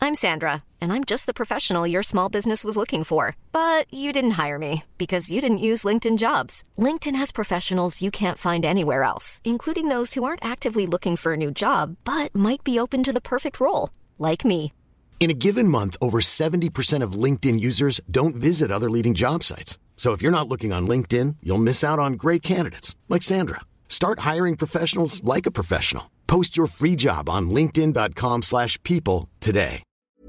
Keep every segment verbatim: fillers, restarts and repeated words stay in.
I'm Sandra, and I'm just the professional your small business was looking for. But you didn't hire me because you didn't use LinkedIn Jobs. LinkedIn has professionals you can't find anywhere else, including those who aren't actively looking for a new job, but might be open to the perfect role, like me. In a given month, over seventy percent of LinkedIn users don't visit other leading job sites. So if you're not looking on LinkedIn, you'll miss out on great candidates like Sandra. Start hiring professionals like a professional. Post your free job on linkedin.com slash people today.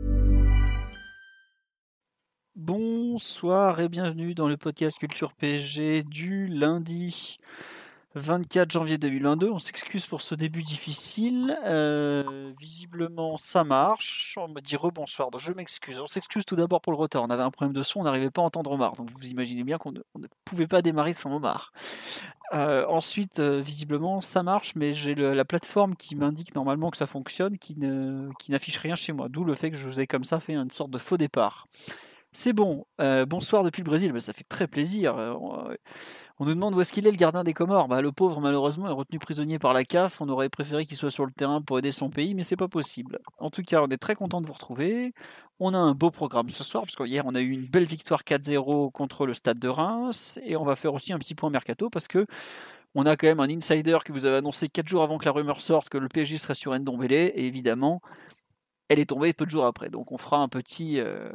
Bonsoir et bienvenue dans le podcast Culture P S G du lundi vingt-quatre janvier deux mille vingt-deux. On s'excuse pour ce début difficile. Euh, visiblement, ça marche. On me dit rebonsoir, donc je m'excuse. On s'excuse tout d'abord pour le retard. On avait un problème de son, on n'arrivait pas à entendre Omar. Donc vous imaginez bien qu'on ne, on ne pouvait pas démarrer sans Omar. Euh, ensuite, euh, visiblement, ça marche, mais j'ai le, la plateforme qui m'indique normalement que ça fonctionne, qui, ne, qui n'affiche rien chez moi. D'où le fait que je vous ai comme ça fait une sorte de faux départ. C'est bon. Euh, bonsoir depuis le Brésil. Mais ça fait très plaisir. Euh, On nous demande où est-ce qu'il est le gardien des Comores. Bah, le pauvre, malheureusement, est retenu prisonnier par la C A F. On aurait préféré qu'il soit sur le terrain pour aider son pays, mais c'est pas possible. En tout cas, on est très content de vous retrouver. On a un beau programme ce soir, parce qu'hier, on a eu une belle victoire quatre zéro contre le Stade de Reims. Et on va faire aussi un petit point mercato, parce que on a quand même un insider qui vous avait annoncé quatre jours avant que la rumeur sorte que le P S G serait sur Ndombélé. Et évidemment, elle est tombée peu de jours après. Donc on fera un petit... Euh...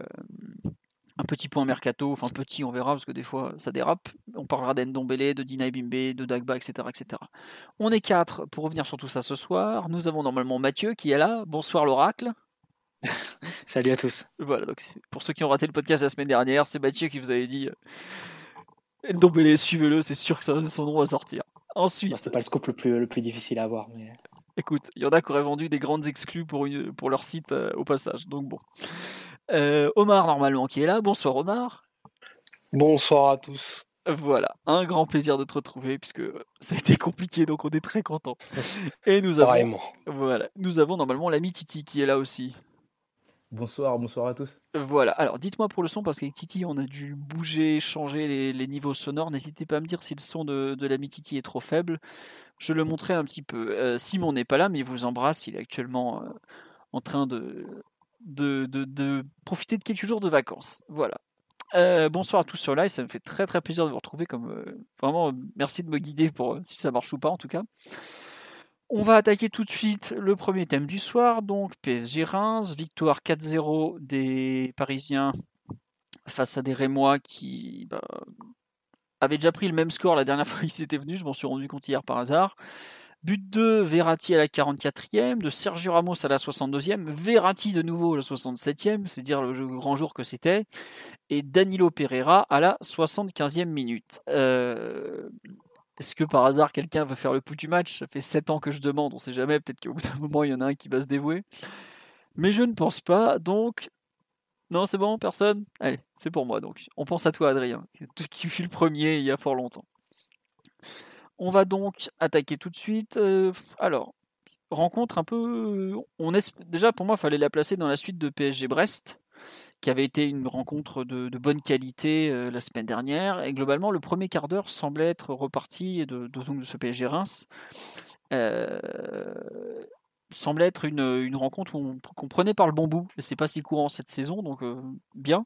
Un petit point mercato, enfin petit, on verra, parce que des fois ça dérape. On parlera d'Ndombélé, de Dina Bimbe, de Dagba, et cetera, et cetera. On est quatre pour revenir sur tout ça ce soir. Nous avons normalement Mathieu qui est là. Bonsoir l'oracle. Salut à tous. Voilà, donc pour ceux qui ont raté le podcast la semaine dernière, c'est Mathieu qui vous avait dit Ndombélé, suivez-le, c'est sûr que ça, son nom va sortir. Ensuite, bon, c'était pas le scoop le plus, le plus difficile à avoir, mais... Écoute, il y en a qui auraient vendu des grandes exclus pour, une, pour leur site euh, au passage, donc bon. Euh, Omar, normalement, qui est là. Bonsoir, Omar. Bonsoir à tous. Voilà, un grand plaisir de te retrouver, puisque ça a été compliqué, donc on est très contents. Et nous avons, Vraiment. Voilà, nous avons normalement l'ami Titi qui est là aussi. Bonsoir, bonsoir à tous. Voilà, alors dites-moi pour le son, parce qu'avec Titi, on a dû bouger, changer les, les niveaux sonores. N'hésitez pas à me dire si le son de, de l'ami Titi est trop faible. Je le montrerai un petit peu. Euh, Simon n'est pas là, mais il vous embrasse. Il est actuellement euh, en train de, de, de, de profiter de quelques jours de vacances. Voilà. Euh, bonsoir à tous sur live. Ça me fait très très plaisir de vous retrouver. Comme euh, vraiment, merci de me guider pour euh, si ça marche ou pas en tout cas. On va attaquer tout de suite le premier thème du soir. Donc P S G Reims, victoire quatre zéro des Parisiens face à des Rémois qui bah, avaient déjà pris le même score la dernière fois qu'ils étaient venus. Je m'en suis rendu compte hier par hasard. But deux, Verratti à la quarante-quatrième, de Sergio Ramos à la soixante-deuxième, Verratti de nouveau à la soixante-septième, c'est dire le grand jour que c'était, et Danilo Pereira à la soixante-quinzième minute. Euh... Est-ce que par hasard quelqu'un va faire le pouls du match ? Ça fait sept ans que je demande, on sait jamais, peut-être qu'au bout d'un moment il y en a un qui va se dévouer. Mais je ne pense pas, donc... Non, c'est bon, personne ? Allez, c'est pour moi donc. On pense à toi Adrien, qui fut le premier il y a fort longtemps. On va donc attaquer tout de suite. Euh, alors, rencontre un peu... On est... Déjà, pour moi, il fallait la placer dans la suite de P S G Brest, qui avait été une rencontre de, de bonne qualité euh, la semaine dernière. Et globalement, le premier quart d'heure semblait être reparti de, de, de ce P S G Reims. Euh, semblait être une, une rencontre où on, qu'on prenait par le bon bout. Et c'est pas si courant cette saison, donc euh, bien.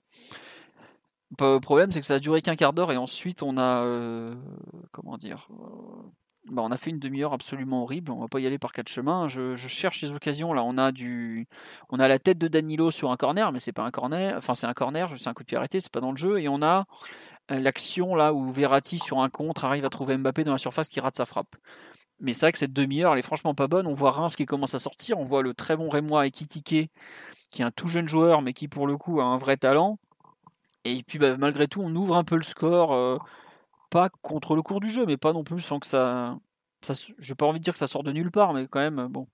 Le problème, c'est que ça a duré qu'un quart d'heure et ensuite on a, euh, comment dire, euh, bah on a fait une demi-heure absolument horrible. On va pas y aller par quatre chemins. Je, je cherche les occasions. Là, on a du, on a la tête de Danilo sur un corner, mais c'est pas un corner. Enfin, c'est un corner. C'est un coup de pied arrêté. C'est pas dans le jeu. Et on a l'action là où Verratti sur un contre arrive à trouver Mbappé dans la surface qui rate sa frappe. Mais c'est vrai que cette demi-heure, elle est franchement pas bonne. On voit Reims qui commence à sortir. On voit le très bon Rémois Ekitike, qui est un tout jeune joueur, mais qui pour le coup a un vrai talent. Et puis bah, malgré tout, on ouvre un peu le score, euh, pas contre le cours du jeu, mais pas non plus sans que ça... ça j'ai pas envie de dire que ça sort de nulle part, mais quand même, bon...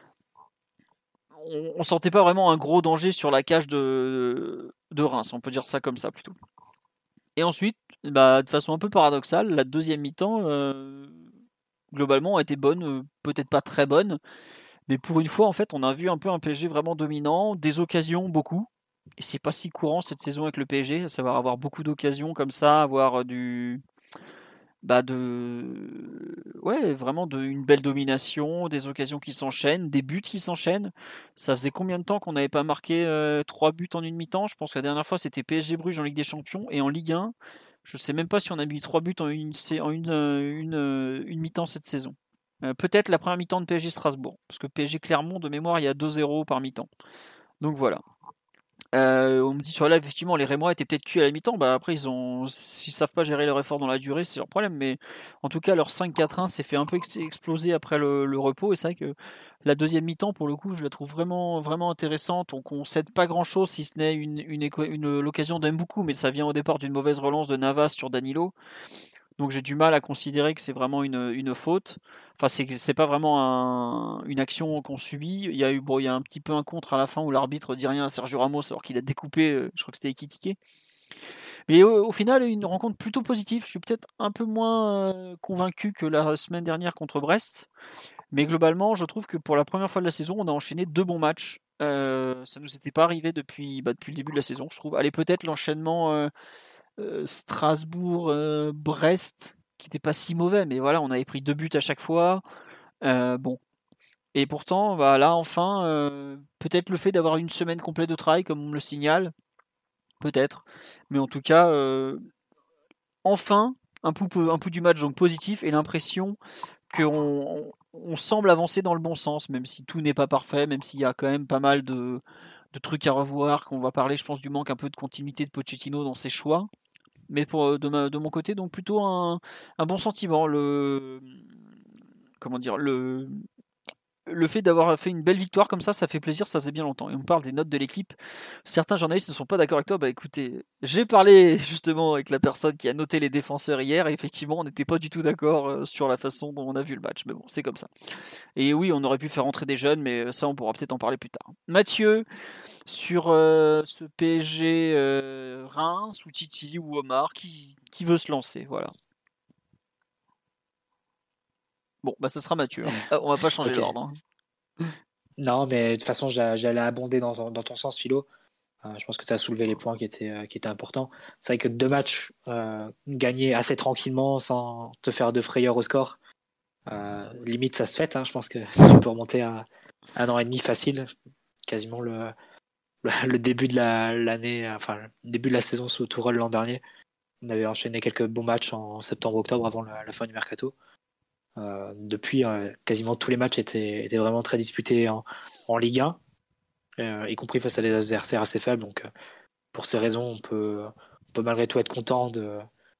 On, on sentait pas vraiment un gros danger sur la cage de, de Reims, on peut dire ça comme ça plutôt. Et ensuite, bah, de façon un peu paradoxale, la deuxième mi-temps, euh, globalement, a été bonne, euh, peut-être pas très bonne, mais pour une fois, en fait, on a vu un peu un P S G vraiment dominant, des occasions, beaucoup. Et c'est pas si courant cette saison avec le P S G, à savoir avoir beaucoup d'occasions comme ça, avoir du, bah de ouais, vraiment de une belle domination, des occasions qui s'enchaînent, des buts qui s'enchaînent. Ça faisait combien de temps qu'on n'avait pas marqué euh, trois buts en une mi-temps? Je pense que la dernière fois c'était P S G Bruges en Ligue des Champions et en Ligue un. Je sais même pas si on a mis trois buts en une en une euh, une, euh, une mi-temps cette saison. Euh, peut-être la première mi-temps de P S G Strasbourg, parce que P S G Clermont de mémoire il y a deux zéro par mi-temps. Donc voilà. Euh, on me dit sur là effectivement les Rémois étaient peut-être cuits à la mi-temps. Bah après ils ont, s'ils savent pas gérer leur effort dans la durée, c'est leur problème. Mais en tout cas leur cinq quatre un s'est fait un peu ex- exploser après le, le repos. Et c'est vrai que la deuxième mi-temps pour le coup je la trouve vraiment vraiment intéressante. Donc on cède pas grand-chose si ce n'est une, une, éco- une- l'occasion d'Mboukou, mais ça vient au départ d'une mauvaise relance de Navas sur Danilo. Donc j'ai du mal à considérer que c'est vraiment une, une faute. Enfin, c'est c'est pas vraiment un- une action qu'on subit. Il y a eu bon, il y a un petit peu un contre à la fin où l'arbitre dit rien à Sergio Ramos alors qu'il a découpé. euh, Je crois que c'était Ekitike. Mais au, au final, une rencontre plutôt positive. Je suis peut-être un peu moins euh, convaincu que la semaine dernière contre Brest. Mais globalement, je trouve que pour la première fois de la saison, on a enchaîné deux bons matchs. Euh, ça nous était pas arrivé depuis, bah, depuis le début de la saison, je trouve. Allez, peut-être l'enchaînement euh, euh, Strasbourg-Brest, qui n'était pas si mauvais, mais voilà, on avait pris deux buts à chaque fois. Euh, bon. Et pourtant, bah, là, enfin, euh, peut-être le fait d'avoir une semaine complète de travail, comme on me le signale, peut-être. Mais en tout cas, euh, enfin, un pouls, un pouls du match donc positif et l'impression qu'on on, on semble avancer dans le bon sens, même si tout n'est pas parfait, même s'il y a quand même pas mal de, de trucs à revoir, qu'on va parler, je pense, du manque un peu de continuité de Pochettino dans ses choix. Mais pour, de, ma- de mon côté, donc plutôt un, un bon sentiment. Le, comment dire, le, le fait d'avoir fait une belle victoire comme ça, ça fait plaisir, ça faisait bien longtemps. Et on parle des notes de l'équipe. Certains journalistes ne sont pas d'accord avec toi. Bah écoutez, j'ai parlé justement avec la personne qui a noté les défenseurs hier, et effectivement, on n'était pas du tout d'accord euh, sur la façon dont on a vu le match. Mais bon, c'est comme ça. Et oui, on aurait pu faire entrer des jeunes, mais ça, on pourra peut-être en parler plus tard. Mathieu, sur euh, ce P S G euh, Reims ou Titi ou Omar, qui, qui veut se lancer, voilà. Bon, bah ça sera Mathieu, hein. Ah, on va pas changer Ok. l'ordre, hein. Non, mais de toute façon, j'a- j'allais abonder dans, ton- dans ton sens, Philo. Euh, je pense que tu as soulevé les points qui étaient, euh, qui étaient importants. C'est vrai que deux matchs euh, gagnés assez tranquillement, sans te faire de frayeur au score, euh, limite ça se fait, hein. Je pense que tu peux remonter à un an et demi facile, quasiment le, le, le début de la, l'année, enfin le début de la saison sous Tourelle l'an dernier. On avait enchaîné quelques bons matchs en septembre-octobre avant la, la fin du mercato. Euh, depuis, euh, quasiment tous les matchs étaient, étaient vraiment très disputés en, en Ligue un, euh, y compris face à des adversaires assez faibles. Donc, euh, pour ces raisons, on peut, on peut malgré tout être content de,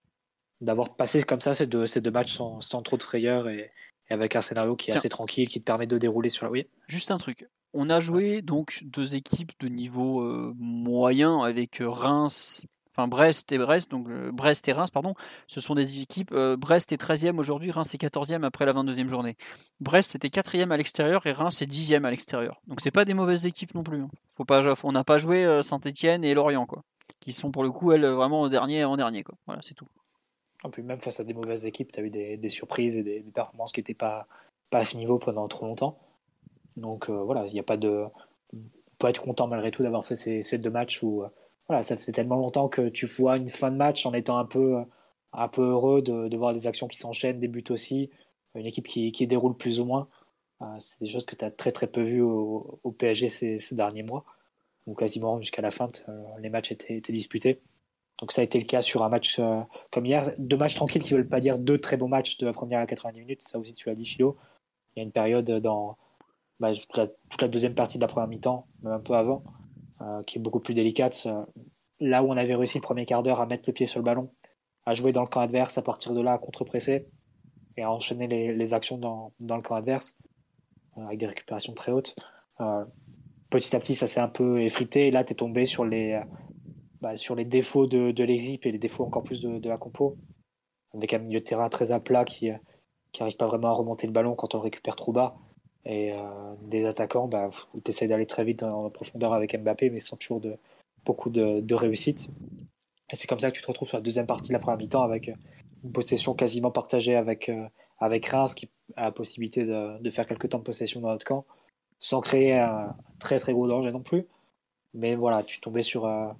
d'avoir passé comme ça ces deux, ces deux matchs sans, sans trop de frayeur et, et avec un scénario qui est Tiens, assez tranquille, qui te permet de dérouler sur la. Oui. juste un truc. On a Ouais. joué donc deux équipes de niveau euh, moyen avec euh, Reims, enfin Brest et Brest, donc euh, Brest et Reims, pardon. Ce sont des équipes. euh, Brest est treizième aujourd'hui, Reims est quatorzième après la vingt-deuxième journée. Brest était quatrième à l'extérieur et Reims est dixième à l'extérieur. Donc c'est pas des mauvaises équipes non plus, hein. Faut pas, on n'a pas joué euh, Saint-Etienne et Lorient, quoi, qui sont pour le coup elles vraiment en dernier, en dernier, quoi. Voilà, c'est tout. En plus, même face à des mauvaises équipes, tu as eu des, des surprises et des, des performances qui n'étaient pas, pas à ce niveau pendant trop longtemps. Donc euh, voilà, il n'y a pas de. On peut être content malgré tout d'avoir fait ces, ces deux matchs où euh, voilà, ça faisait tellement longtemps que tu vois une fin de match en étant un peu, euh, un peu heureux de, de voir des actions qui s'enchaînent, des buts aussi, une équipe qui, qui déroule plus ou moins. Euh, c'est des choses que tu as très très peu vues au, au P S G ces, ces derniers mois, où quasiment jusqu'à la fin, euh, les matchs étaient, étaient disputés. Donc ça a été le cas sur un match euh, comme hier. Deux matchs tranquilles qui ne veulent pas dire deux très bons matchs de la première à quatre-vingt-dix minutes. Ça aussi, tu l'as dit, Philo. Il y a une période dans bah, toute, la, toute la deuxième partie de la première mi-temps, même un peu avant, euh, qui est beaucoup plus délicate. Euh, là où on avait réussi le premier quart d'heure à mettre le pied sur le ballon, à jouer dans le camp adverse, à partir de là, à contre-presser et à enchaîner les, les actions dans, dans le camp adverse, euh, avec des récupérations très hautes. Euh, petit à petit, ça s'est un peu effrité. Et là, tu es tombé sur les, bah, sur les défauts de, de l'équipe et les défauts encore plus de, de la compo, avec un milieu de terrain très à plat qui qui n'arrive pas vraiment à remonter le ballon quand on le récupère trop bas. Et euh, des attaquants, bah, où tu essaies d'aller très vite en profondeur avec Mbappé, mais sans toujours de, beaucoup de, de réussite. Et c'est comme ça que tu te retrouves sur la deuxième partie de la première mi-temps avec une possession quasiment partagée avec, euh, avec Reims, qui a la possibilité de, de faire quelques temps de possession dans notre camp, sans créer un très très gros danger non plus. Mais voilà, tu tombais sur, euh,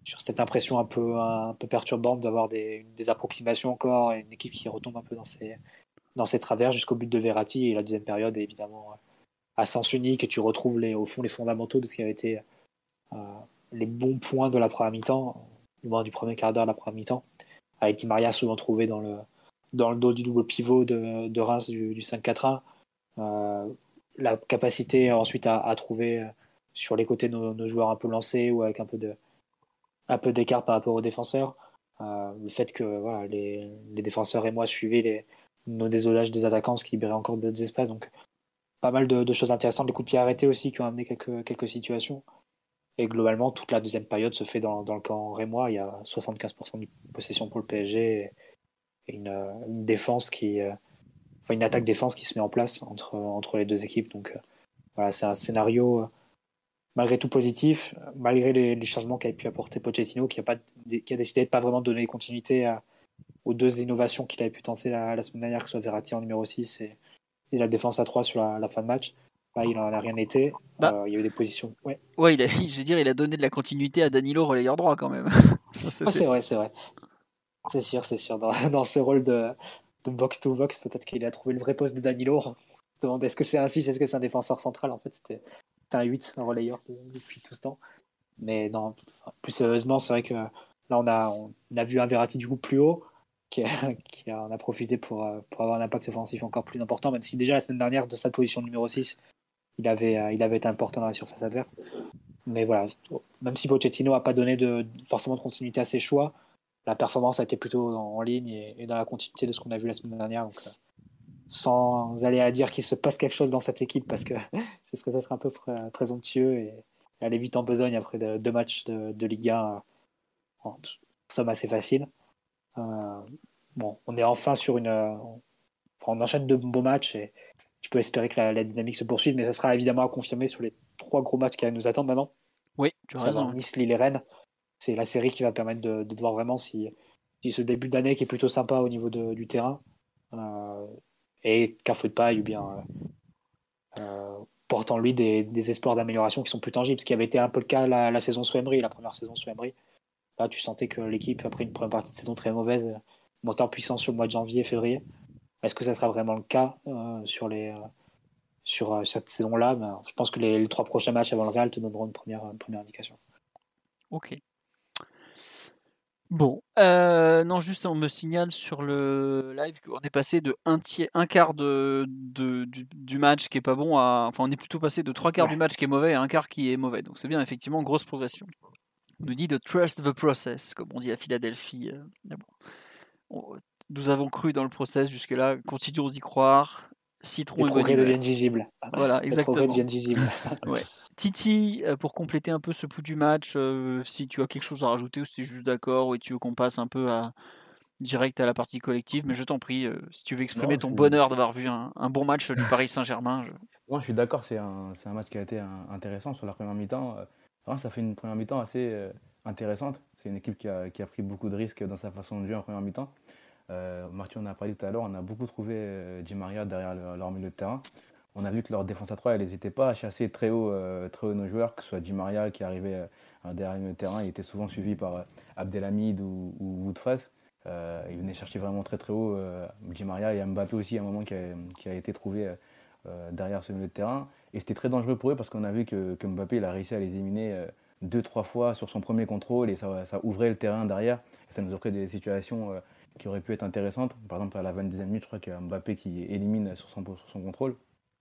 sur cette impression un peu, un peu perturbante d'avoir des, des approximations encore et une équipe qui retombe un peu dans ses, dans ses travers jusqu'au but de Verratti. Et la deuxième période est évidemment à sens unique et tu retrouves les, au fond les fondamentaux de ce qui avait été euh, les bons points de la première mi-temps, du moins du premier quart d'heure de la première mi-temps, avec Di Maria souvent trouvé dans le, dans le dos du double pivot de, de Reims du, du cinq quatre un. Euh, la capacité ensuite à, à trouver sur les côtés nos, nos joueurs un peu lancés ou avec un peu, de, un peu d'écart par rapport aux défenseurs. Euh, le fait que voilà, les, les défenseurs et moi suivaient les, nos désolages des attaquants, ce qui libérait encore d'autres espaces. Donc, pas mal de, de choses intéressantes. Les coups de pied arrêtés aussi qui ont amené quelques, quelques situations. Et globalement, toute la deuxième période se fait dans, dans le camp rémois. Il y a soixante-quinze pour cent de possession pour le P S G et une, une défense qui. Euh, enfin, une attaque-défense qui se met en place entre, entre les deux équipes. Donc, euh, voilà, c'est un scénario. Euh, malgré tout positif, malgré les, les changements qu'a pu apporter Pochettino, qui a, pas, qui a décidé de ne pas vraiment donner continuité à, aux deux innovations qu'il avait pu tenter la, la semaine dernière, que ce soit Verratti en numéro six et, et la défense à trois sur la, la fin de match. Là, il n'en a rien été. Bah, euh, il y a eu des positions. Ouais, ouais il a, je veux dire, il a donné de la continuité à Danilo, relayeur droit quand même. Ça, oh, c'est vrai, c'est vrai. C'est sûr, c'est sûr. Dans, dans ce rôle de, de box-to-box, peut-être qu'il a trouvé le vrai poste de Danilo. On se demandait est-ce que c'est un six, est-ce que c'est un défenseur central. En fait, c'était un huit, un relayeur depuis tout ce temps. Mais non, plus sérieusement, c'est vrai que là, on a, on a vu un Verratti du coup plus haut, qui a, qui a, en a profité pour, pour avoir un impact offensif encore plus important, même si déjà la semaine dernière, de sa position numéro six, il avait, il avait été important dans la surface adverse. Mais voilà, même si Pochettino n'a pas donné de, forcément de continuité à ses choix, la performance a été plutôt en ligne et, et dans la continuité de ce qu'on a vu la semaine dernière. Donc, euh, sans aller à dire qu'il se passe quelque chose dans cette équipe, parce que ce serait peut-être un peu pré- présomptueux et, et aller vite en besogne après de, deux matchs de, de Ligue un euh, en somme assez facile. Euh, bon, on est enfin sur une. Euh, enfin, on enchaîne de beaux matchs et tu peux espérer que la, la dynamique se poursuive, mais ça sera évidemment à confirmer sur les trois gros matchs qui nous attendent maintenant. Oui, tu as raison. Nice, Lille et Rennes. C'est la série qui va permettre de, de voir vraiment si, si ce début d'année qui est plutôt sympa au niveau de, du terrain euh, et qu'un feu de paille ou bien euh, euh, porte en lui des, des espoirs d'amélioration qui sont plus tangibles, ce qui avait été un peu le cas la, la saison sous Emery, la première saison sous Emery. Là, tu sentais que l'équipe, après une première partie de saison très mauvaise, montait en puissance sur le mois de janvier et février. Est-ce que ça sera vraiment le cas euh, sur, les, euh, sur euh, cette saison-là? Ben, je pense que les, les trois prochains matchs avant le Real te donneront une première, une première indication. Ok. Bon, euh, non, juste on me signale sur le live qu'on est passé de un, tiers, un quart de, de, du, du match qui est pas bon à. Enfin, on est plutôt passé de trois quarts ouais. du match qui est mauvais à un quart qui est mauvais. Donc c'est bien, effectivement, grosse progression. On nous dit de trust the process, comme on dit à Philadelphie. Mais bon, on, nous avons cru dans le process jusque-là, continuons d'y croire. Citron Les et bonne progrès deviennent visibles. Voilà, exactement. Les progrès deviennent visibles. Ouais. Titi, pour compléter un peu ce pouls du match, euh, si tu as quelque chose à rajouter ou si tu es juste d'accord ou tu veux qu'on passe un peu à, direct à la partie collective, mais je t'en prie, euh, si tu veux exprimer non, ton suis... bonheur d'avoir vu un, un bon match du Paris Saint-Germain. Je... Non, je suis d'accord, c'est un, c'est un match qui a été un, intéressant sur la première mi-temps. Euh, ça fait une première mi-temps assez euh, intéressante. C'est une équipe qui a, qui a pris beaucoup de risques dans sa façon de jouer en première mi-temps. Euh, Martin en a parlé tout à l'heure, on a beaucoup trouvé euh, Di Maria derrière le, leur milieu de terrain. On a vu que leur défense à trois, elle n'hésitait pas à chasser très haut, euh, très haut nos joueurs, que ce soit Di Maria qui arrivait euh, derrière le milieu de terrain, il était souvent suivi par euh, Abdelhamid ou, ou Woodface. Euh, il venait chercher vraiment très très haut euh, Di Maria et Mbappé aussi à un moment qui a, qui a été trouvé euh, derrière ce milieu de terrain. Et c'était très dangereux pour eux parce qu'on a vu que, que Mbappé il a réussi à les éliminer euh, deux, trois fois sur son premier contrôle et ça, ça ouvrait le terrain derrière. Et ça nous offrait des situations euh, qui auraient pu être intéressantes. Par exemple, à la vingt-deuxième minute, je crois qu'il y a Mbappé qui élimine sur son, sur son contrôle.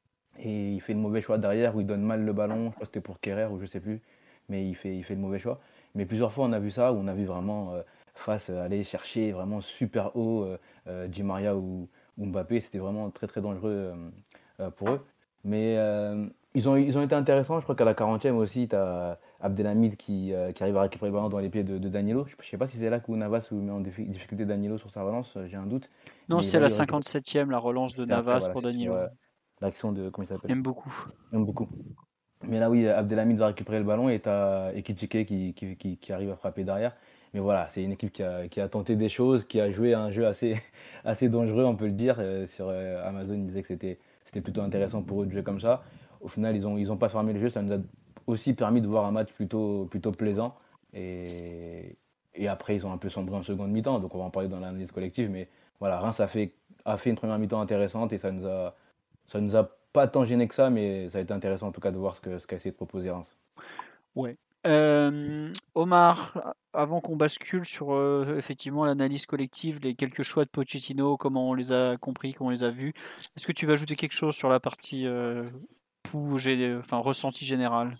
Et il fait le mauvais choix derrière où il donne mal le ballon. Je crois que c'était pour Kerrer ou je ne sais plus. Mais il fait, il fait le mauvais choix. Mais plusieurs fois, on a vu ça, où on a vu vraiment euh, face euh, aller chercher vraiment super haut euh, euh, Di Maria ou, ou Mbappé. C'était vraiment très très dangereux euh, euh, pour eux. Mais euh, ils, ont, ils ont été intéressants. Je crois qu'à la quarantième aussi, tu as Abdelhamid qui, euh, qui arrive à récupérer le ballon dans les pieds de, de Danilo. Je ne sais pas si c'est là que Navas met en difficulté Danilo sur sa relance, j'ai un doute. Non, mais c'est la cinquante-septième, la relance de Navas après, voilà, pour Danilo. Sur, euh, l'action de, comment il s'appelle ? Aime beaucoup. Aime beaucoup. Mais là, oui, Abdelhamid va récupérer le ballon et tu as Ekitike qui, qui, qui, qui arrive à frapper derrière. Mais voilà, c'est une équipe qui a, qui a tenté des choses, qui a joué un jeu assez, assez dangereux, on peut le dire. Euh, sur euh, Amazon, ils disaient que c'était, c'était plutôt intéressant pour eux de jouer comme ça. Au final, ils n'ont ils ont pas fermé le jeu. Ça nous a aussi permis de voir un match plutôt, plutôt plaisant. Et, et après, ils ont un peu sombré en seconde mi-temps, donc on va en parler dans l'analyse collective. Mais voilà, Reims a fait, a fait une première mi-temps intéressante et ça nous a, ça nous a pas tant gêné que ça, mais ça a été intéressant en tout cas de voir ce, que, ce qu'a essayé de proposer Reims. Ouais. Euh, Omar, avant qu'on bascule sur euh, effectivement l'analyse collective, les quelques choix de Pochettino, comment on les a compris, comment on les a vus, est-ce que tu vas ajouter quelque chose sur la partie euh, pou, gé- enfin, ressenti général?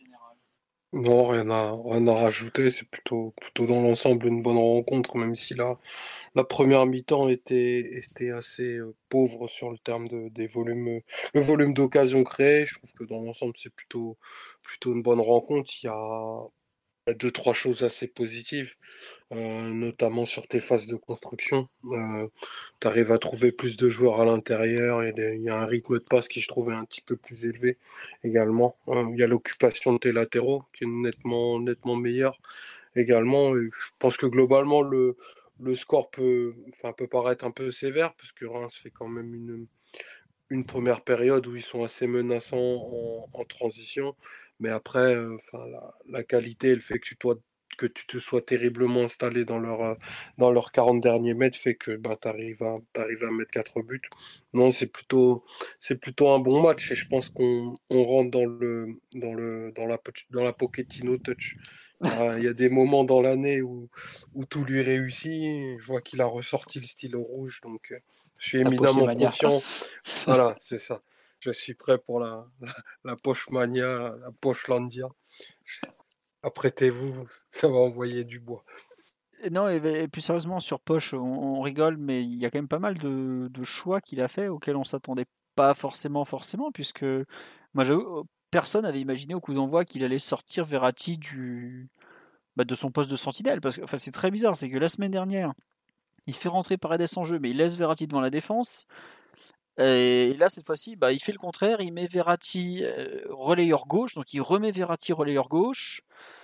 Non, rien à, rien à rajouter. C'est plutôt, plutôt dans l'ensemble une bonne rencontre, même si la, la première mi-temps était, était assez euh, pauvre sur le terme de, des volumes, euh, le volume d'occasions créées. Je trouve que dans l'ensemble, c'est plutôt, plutôt une bonne rencontre. Il y a deux, trois choses assez positives. Euh, notamment sur tes phases de construction. Euh, tu arrives à trouver plus de joueurs à l'intérieur, il y a des- il y a un rythme de passe qui je trouve est un petit peu plus élevé également. Euh, il y a l'occupation de tes latéraux qui est nettement, nettement meilleure également. Et je pense que globalement, le, le score peut, enfin, peut paraître un peu sévère parce que Reims fait quand même une, une première période où ils sont assez menaçants en, en transition, mais après, euh, enfin, la, la qualité et le fait que tu, toi, que tu te sois terriblement installé dans leur, euh, dans leurs quarante derniers mètres fait que bah, tu arrives à, t'arrives à mettre quatre buts. Non, c'est plutôt, c'est plutôt un bon match et je pense qu'on on rentre dans, le, dans, le, dans, la, dans la Pochettino touch. Il y, a, il y a des moments dans l'année où, où tout lui réussit. Je vois qu'il a ressorti le stylo rouge, donc euh, je suis La éminemment Pochemania. confiant. Voilà, c'est ça. Je suis prêt pour la, la, la poche mania, la poche landia. Apprêtez-vous, ça va envoyer du bois. Et Non, et, et plus sérieusement, sur Poche, on, on rigole, mais il y a quand même pas mal de, de choix qu'il a fait auxquels on s'attendait pas forcément, forcément, puisque moi, j'avoue, personne n'avait imaginé au coup d'envoi qu'il allait sortir Verratti du, bah, de son poste de sentinelle. Parce que, enfin, c'est très bizarre, c'est que la semaine dernière, il fait rentrer Paredes en jeu, mais il laisse Verratti devant la défense. Et là, cette fois-ci, bah, il fait le contraire, il met Verratti euh, relayeur gauche, donc il remet Verratti relayeur gauche.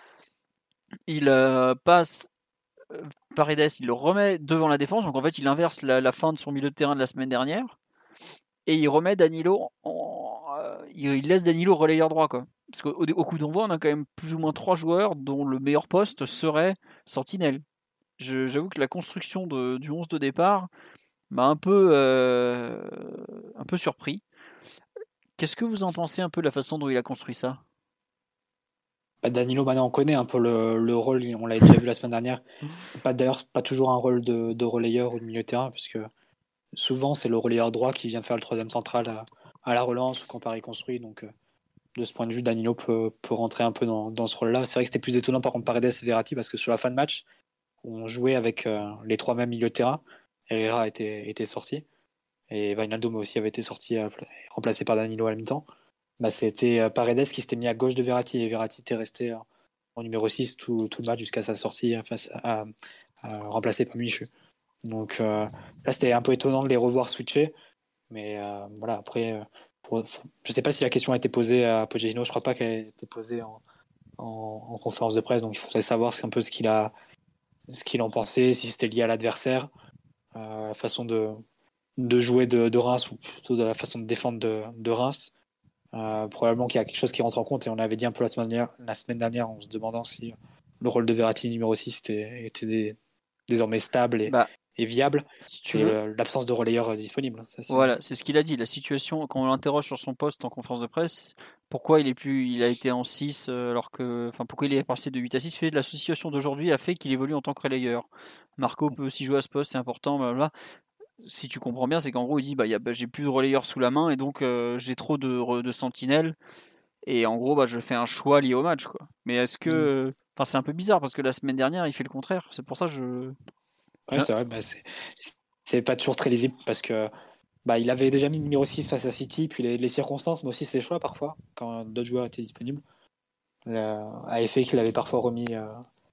Il euh, passe euh, Paredes, il le remet devant la défense, donc en fait, il inverse la, la fin de son milieu de terrain de la semaine dernière. Et il remet Danilo, en, euh, il laisse Danilo relayeur droit, quoi. Parce qu'au au coup d'envoi, on a quand même plus ou moins trois joueurs dont le meilleur poste serait sentinelle. Je, j'avoue que la construction de, du onze de départ m'a un peu, euh, un peu surpris. Qu'est-ce que vous en pensez un peu de la façon dont il a construit ça? Bah, Danilo, maintenant, on connaît un peu le, le rôle, on l'avait déjà vu la semaine dernière. C'est pas d'ailleurs pas toujours un rôle de, de relayeur ou de milieu de terrain, puisque souvent c'est le relayeur droit qui vient faire le troisième central à, à la relance ou quand Paris construit. Donc, euh, de ce point de vue, Danilo peut, peut rentrer un peu dans, dans ce rôle-là. C'est vrai que c'était plus étonnant par contre Paredes et Verratti, parce que sur la fin de match, on jouait avec euh, les trois mêmes milieux de terrain. Herrera était, était sorti, et Wijnaldum aussi avait été sorti, euh, remplacé par Danilo à la mi-temps. Bah, c'était euh, Paredes qui s'était mis à gauche de Verratti, et Verratti était resté euh, en numéro six tout, tout le match jusqu'à sa sortie euh, face à, à, remplacé par Michu. Donc euh, là, c'était un peu étonnant de les revoir switcher. Mais euh, voilà, après, euh, pour, je sais pas si la question a été posée à Pochettino. Je crois pas qu'elle ait été posée en, en, en conférence de presse. Donc il faudrait savoir un peu ce qu'il a, ce qu'il en pensait, si c'était lié à l'adversaire, euh, la façon de, de jouer de, de Reims ou plutôt de la façon de défendre de, de Reims. Euh, probablement qu'il y a quelque chose qui rentre en compte, et on avait dit un peu la semaine dernière, la semaine dernière en se demandant si le rôle de Verratti numéro six était, était des, désormais stable et, Bah, et viable. si tu C'est veux, le, l'absence de relayeur disponible. Ça, c'est... voilà, c'est ce qu'il a dit. La situation, quand on l'interroge sur son poste en conférence de presse, pourquoi il est plus, il a été en six euh, alors que, enfin, pourquoi il est passé de huit à six, fait la situation d'aujourd'hui a fait qu'il évolue en tant que relayeur. Marco peut aussi jouer à ce poste, c'est important, blablabla. Si tu comprends bien, c'est qu'en gros, il dit, bah, y a, bah j'ai plus de relayeur sous la main et donc euh, j'ai trop de, de sentinelles. Et en gros, bah, je fais un choix lié au match, quoi. Mais est-ce que, enfin, c'est un peu bizarre parce que la semaine dernière, il fait le contraire. C'est pour ça que je, Ouais, c'est vrai. Bah, c'est, c'est pas toujours très lisible parce que bah, il avait déjà mis le numéro six face à City, puis les, les circonstances, mais aussi ses choix parfois, quand d'autres joueurs étaient disponibles, euh, a fait qu'il avait parfois remis, euh,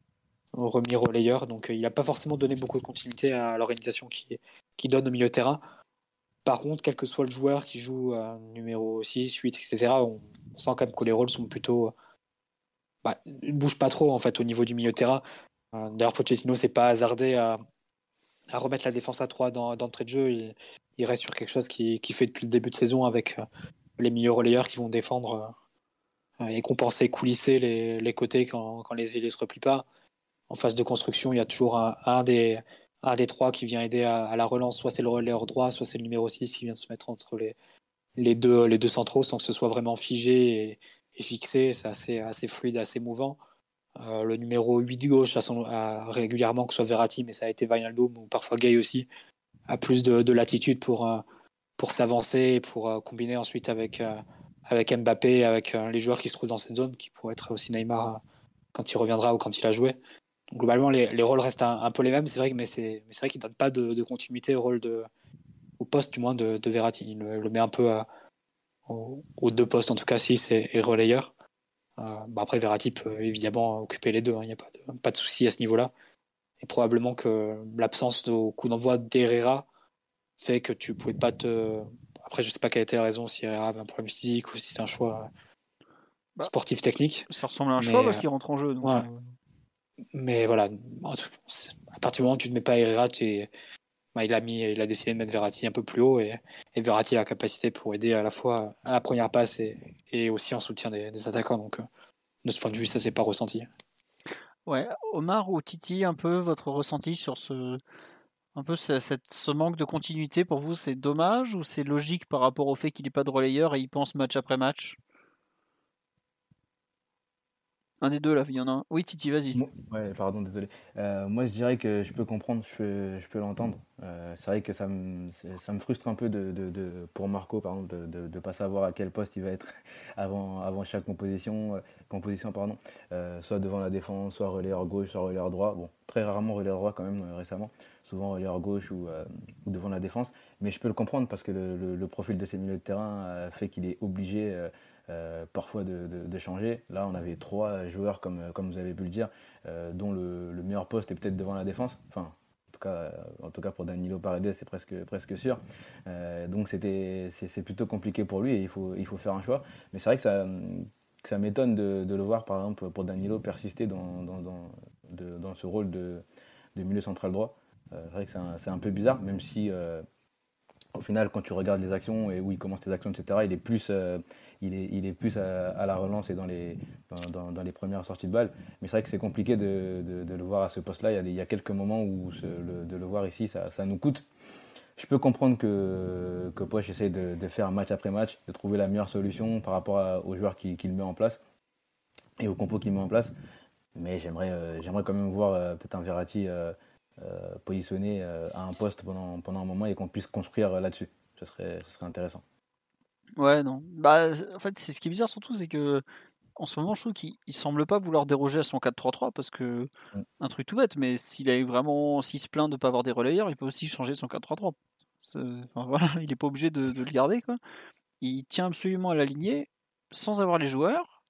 remis relayeur. Donc euh, il n'a pas forcément donné beaucoup de continuité à l'organisation qui, qui donne au milieu de terrain. Par contre, quel que soit le joueur qui joue euh, numéro six, huit, et cetera, on, on sent quand même que les rôles sont plutôt. Bah, ils ne bougent pas trop en fait au niveau du milieu de terrain. Euh, d'ailleurs, Pochettino s'est pas hasardé à, à remettre la défense à trois dans, d'entrée de jeu. Il, il reste sur quelque chose qui, qui fait depuis le début de saison avec euh, les milieux relayeurs qui vont défendre euh, et compenser, coulisser les, les côtés quand, quand les ailiers se replient pas. En phase de construction, il y a toujours un, un des, un des trois qui vient aider à, à la relance. Soit c'est le relayeur droit, soit c'est le numéro six qui vient de se mettre entre les, les, deux, les deux centraux sans que ce soit vraiment figé et, et fixé. C'est assez, assez fluide, assez mouvant. Euh, le numéro huit de gauche a, son, a régulièrement, que ce soit Verratti, mais ça a été Wijnaldum ou parfois Gay aussi, a plus de, de latitude pour, euh, pour s'avancer et pour euh, combiner ensuite avec, euh, avec Mbappé, avec euh, les joueurs qui se trouvent dans cette zone, qui pourraient être aussi Neymar euh, quand il reviendra ou quand il a joué. Donc, globalement, les, les rôles restent un, un peu les mêmes, c'est vrai, mais c'est, mais c'est vrai qu'il ne donne pas de, de continuité au rôle de, au poste du moins de, de Verratti. Il le, le met un peu à, aux, aux deux postes, en tout cas six et, et relayeur. Euh, bah après, Verratti peut évidemment occuper les deux, il hein, n'y a pas de, pas de souci à ce niveau-là. Et probablement que l'absence de coup d'envoi d'Herrera fait que tu pouvais pas te. Après, je sais pas quelle était la raison, si Herrera avait un problème physique ou si c'est un choix Bah, sportif technique. ça ressemble à un mais, choix parce qu'il rentre en jeu. Donc, ouais. euh, Mais voilà, à partir du moment où tu ne mets pas Herrera, tu es... bah, il, a mis, il a décidé de mettre Verratti un peu plus haut et, et Verratti a la capacité pour aider à la fois à la première passe et, et aussi en soutien des, des attaquants. Donc, de ce point de vue, ça s'est pas ressenti. Ouais, Omar ou Titi, un peu votre ressenti sur ce, un peu ce, cette, ce manque de continuité pour vous, c'est dommage ou c'est logique par rapport au fait qu'il n'ait pas de relayeur et il pense match après match? Un des deux là, il y en a un. Oui, Titi, vas-y. Mo- Ouais, pardon, désolé. Euh, moi, je dirais que je peux comprendre, je peux, je peux l'entendre. Euh, c'est vrai que ça me, c'est- ça me frustre un peu de, de- de- pour Marco, par exemple, de ne pas savoir à quel poste il va être avant, avant chaque composition, euh, composition pardon. Euh, soit devant la défense, soit relayeur gauche, soit relayeur droit. Bon, très rarement relayeur droit quand même euh, récemment, souvent relayeur gauche ou, euh, ou devant la défense. Mais je peux le comprendre parce que le, le- le profil de ses milieux de terrain euh, fait qu'il est obligé. euh, euh, parfois de, de- de changer. Là, on avait trois joueurs, comme, comme vous avez pu le dire, euh, dont le, le meilleur poste est peut-être devant la défense. Enfin, en tout cas, euh, en tout cas pour Danilo Paredes, c'est presque, presque sûr. Euh, donc c'était, c'est, c'est plutôt compliqué pour lui et il faut, il faut faire un choix. Mais c'est vrai que ça, que ça m'étonne de, de le voir, par exemple, pour Danilo persister dans, dans, dans, de- dans ce rôle de, de milieu central droit. Euh, c'est vrai que c'est un, c'est un peu bizarre, même si euh, au final, quand tu regardes les actions et où il commence les actions, et cetera, il est plus, euh, il est, il est plus à, à la relance et dans les, dans, dans- dans les premières sorties de balle. Mais c'est vrai que c'est compliqué de, de- de le voir à ce poste-là. Il y a, des- il y a quelques moments où ce- le- de le voir ici, ça, ça nous coûte. Je peux comprendre que, que Poch essaye de, de faire match après match, de trouver la meilleure solution par rapport à- aux joueurs qu'il qu'il met en place et au compo qu'il met en place. Mais j'aimerais, euh, j'aimerais quand même voir euh, peut-être un Verratti euh, euh, positionné euh, à un poste pendant, pendant un moment et qu'on puisse construire euh, là-dessus. Ce serait, ce serait intéressant. Ouais, non. Bah, en fait, c'est ce qui est bizarre surtout, c'est que en ce moment, je trouve qu'il il semble pas vouloir déroger à son quatre trois trois parce que Mm. un truc tout bête, mais s'il a vraiment, s'il se plaint de pas avoir des relayeurs, il peut aussi changer son quatre trois trois. C'est- Enfin, voilà, il est pas obligé de, de le garder, quoi. Il tient absolument à la lignée sans avoir les joueurs.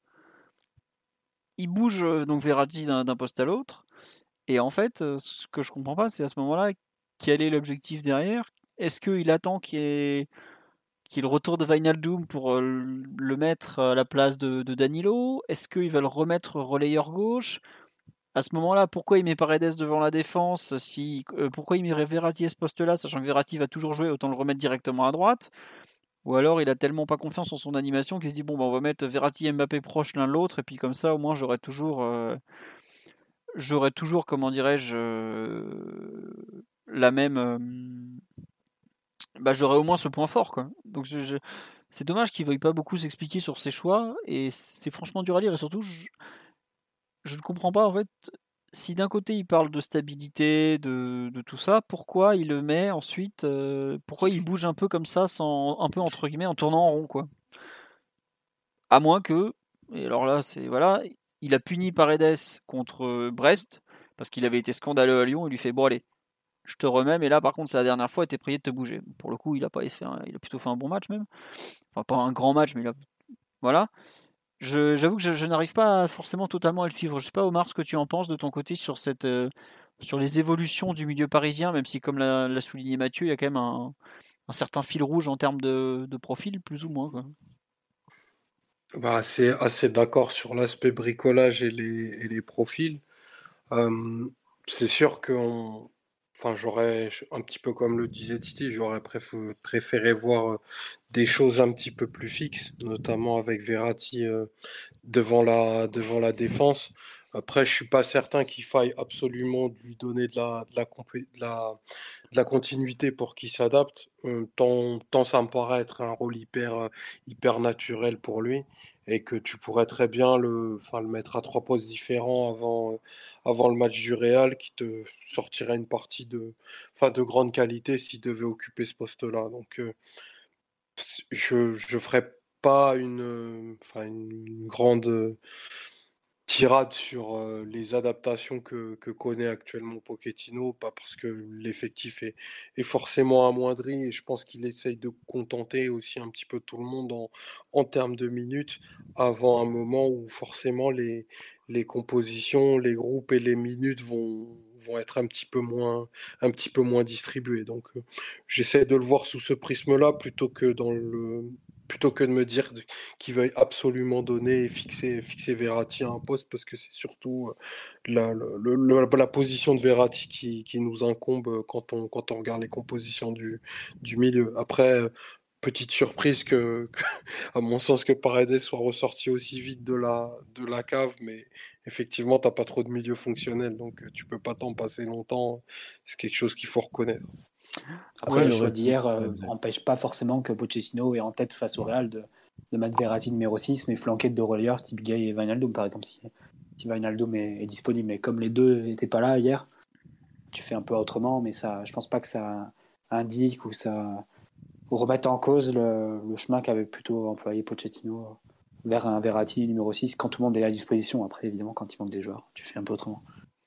Il bouge euh, donc Verratti d'un d'un poste à l'autre. Et en fait, euh, ce que je comprends pas, c'est à ce moment-là, quel est l'objectif derrière? Est-ce qu'il attend qu'il y ait, qu'il y ait le retour de Wijnaldum pour euh, le mettre à la place de, de Danilo? Est-ce qu'il va le remettre relayeur gauche? À ce moment-là, pourquoi il met Paredes devant la défense si, euh, pourquoi il met Verratti à ce poste-là, sachant que Verratti va toujours jouer, autant le remettre directement à droite? Ou alors il a tellement pas confiance en son animation qu'il se dit bon bah on va mettre Verratti et Mbappé proches l'un de l'autre et puis comme ça au moins j'aurai toujours euh, j'aurais toujours, comment dirais-je, euh, la même. euh, bah, j'aurais au moins ce point fort, quoi. Donc, je, je- c'est dommage qu'il veuille pas beaucoup s'expliquer sur ses choix, et c'est franchement dur à lire, et surtout, je, je ne comprends pas, en fait, si d'un côté il parle de stabilité, de, de tout ça, pourquoi il le met ensuite, euh, pourquoi il bouge un peu comme ça, sans, un peu entre guillemets, en tournant en rond, quoi. À moins que, et alors là, c'est voilà, il a puni Paredes contre Brest, parce qu'il avait été scandaleux à Lyon, il lui fait bon, allez, je te remets, mais là par contre c'est la dernière fois et t'es prié de te bouger. Pour le coup, il a pas fait un- il a plutôt fait un bon match même. Enfin pas un grand match, mais il a voilà. Je, j'avoue que je, je n'arrive pas à- forcément totalement à le suivre. Je sais pas Omar ce que tu en penses de ton côté sur cette euh, sur les évolutions du milieu parisien, même si comme l'a, l'a souligné Mathieu, il y a quand même un, un certain fil rouge en termes de, de profil, plus ou moins, quoi. Bah, assez, assez d'accord sur l'aspect bricolage et les, et les profils. Euh, c'est sûr qu'on enfin, j'aurais, un petit peu comme le disait Titi, j'aurais préf- préféré voir euh, des choses un petit peu plus fixes, notamment avec Verratti euh, devant la, devant la défense. Après, je suis pas certain qu'il faille absolument lui donner de la, de la, compé- de la, de la continuité pour qu'il s'adapte. Euh, tant, tant ça me paraît être un rôle hyper, euh, hyper naturel pour lui et que tu pourrais très bien le, enfin, le mettre à trois postes différents avant, euh, avant le match du Real qui te sortirait une partie de, enfin, de grande qualité s'il devait occuper ce poste-là. Donc, euh, je je ferais pas une, euh, enfin, une grande euh, tirade sur euh, les adaptations que, que connaît actuellement Pochettino, pas parce que l'effectif est, est forcément amoindri, et je pense qu'il essaye de contenter aussi un petit peu tout le monde en, en termes de minutes, avant un moment où forcément les, les compositions, les groupes et les minutes vont, vont être un petit peu moins, un petit peu moins distribués. Donc euh, j'essaie de le voir sous ce prisme-là plutôt que dans le plutôt que de me dire qui veuille absolument donner et fixer, fixer Verratti à un poste, parce que c'est surtout euh, la, le- le- la position de Verratti qui, qui nous incombe euh, quand on, quand on regarde les compositions du, du milieu. Après, euh, petite surprise que, que- à mon sens, que Paredes soit ressorti aussi vite de la, de la cave, mais effectivement, t'as pas trop de milieu fonctionnel, donc euh, tu peux pas t'en passer longtemps. C'est quelque chose qu'il faut reconnaître. Après, Après, le il choix aurait pu. d'hier Ouais, n'empêche pas forcément que Pochettino est en tête face au Real de, de mettre Verratti numéro six, mais flanqué de deux relayeurs type Gay et Wijnaldum, par exemple, si, si Wijnaldum est, est disponible. Mais comme les deux n'étaient pas là hier, tu fais un peu autrement, mais ça, je pense pas que ça indique ou ça remette en cause le, le chemin qu'avait plutôt employé Pochettino vers un Verratti numéro six quand tout le monde est à disposition. Après, évidemment, quand il manque des joueurs, tu fais un peu autrement.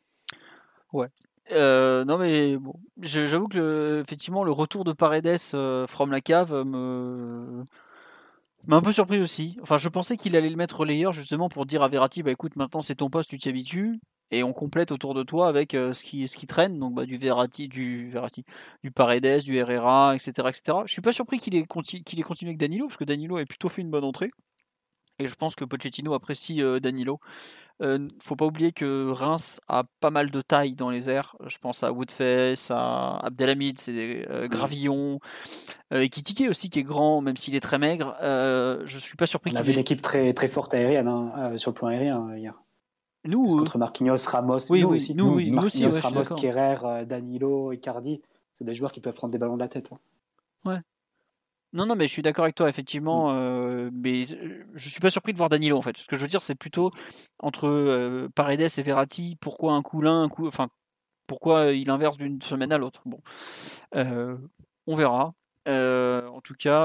Ouais. Euh, non mais bon, je- j'avoue que le- effectivement le retour de Paredes euh, from la cave me m'a un peu surpris aussi. Enfin, je pensais qu'il allait le mettre relayeur justement pour dire à Verratti, bah écoute, maintenant c'est ton poste, tu t'y habitues et on complète autour de toi avec euh, ce qui ce qui traîne, donc bah, du Verratti, du Verratti, du Paredes, du Herrera, et cetera, et cetera. Je suis pas surpris qu'il ait conti- qu'il ait continué avec Danilo parce que Danilo a plutôt fait une bonne entrée et je pense que Pochettino apprécie euh, Danilo. Euh, faut pas oublier que Reims a pas mal de taille dans les airs. Je pense à Woodface, à Abdelhamid, c'est euh, Gravillon, euh, et Kitike aussi qui est grand, même s'il est très maigre. Euh, je suis pas surpris On a qu'il vu ait. une équipe très, très forte aérienne hein, euh, sur le plan aérien euh, hier. Parce Nous, euh, qu'entre Marquinhos, Ramos, oui, nous oui, aussi, nous, oui, nous aussi, Marquinhos, ouais, je suis Ramos, d'accord. Kerrer, euh, Danilo, Icardi, c'est des joueurs qui peuvent prendre des ballons de la tête. hein. Ouais. Non, non, mais je suis d'accord avec toi, effectivement. Euh, mais je suis pas surpris de voir Danilo en fait. Ce que je veux dire, c'est plutôt entre euh, Paredes et Verratti. Pourquoi un coup l'un, un coup, enfin, pourquoi il inverse d'une semaine à l'autre. Bon, euh, on verra. Euh, en tout cas,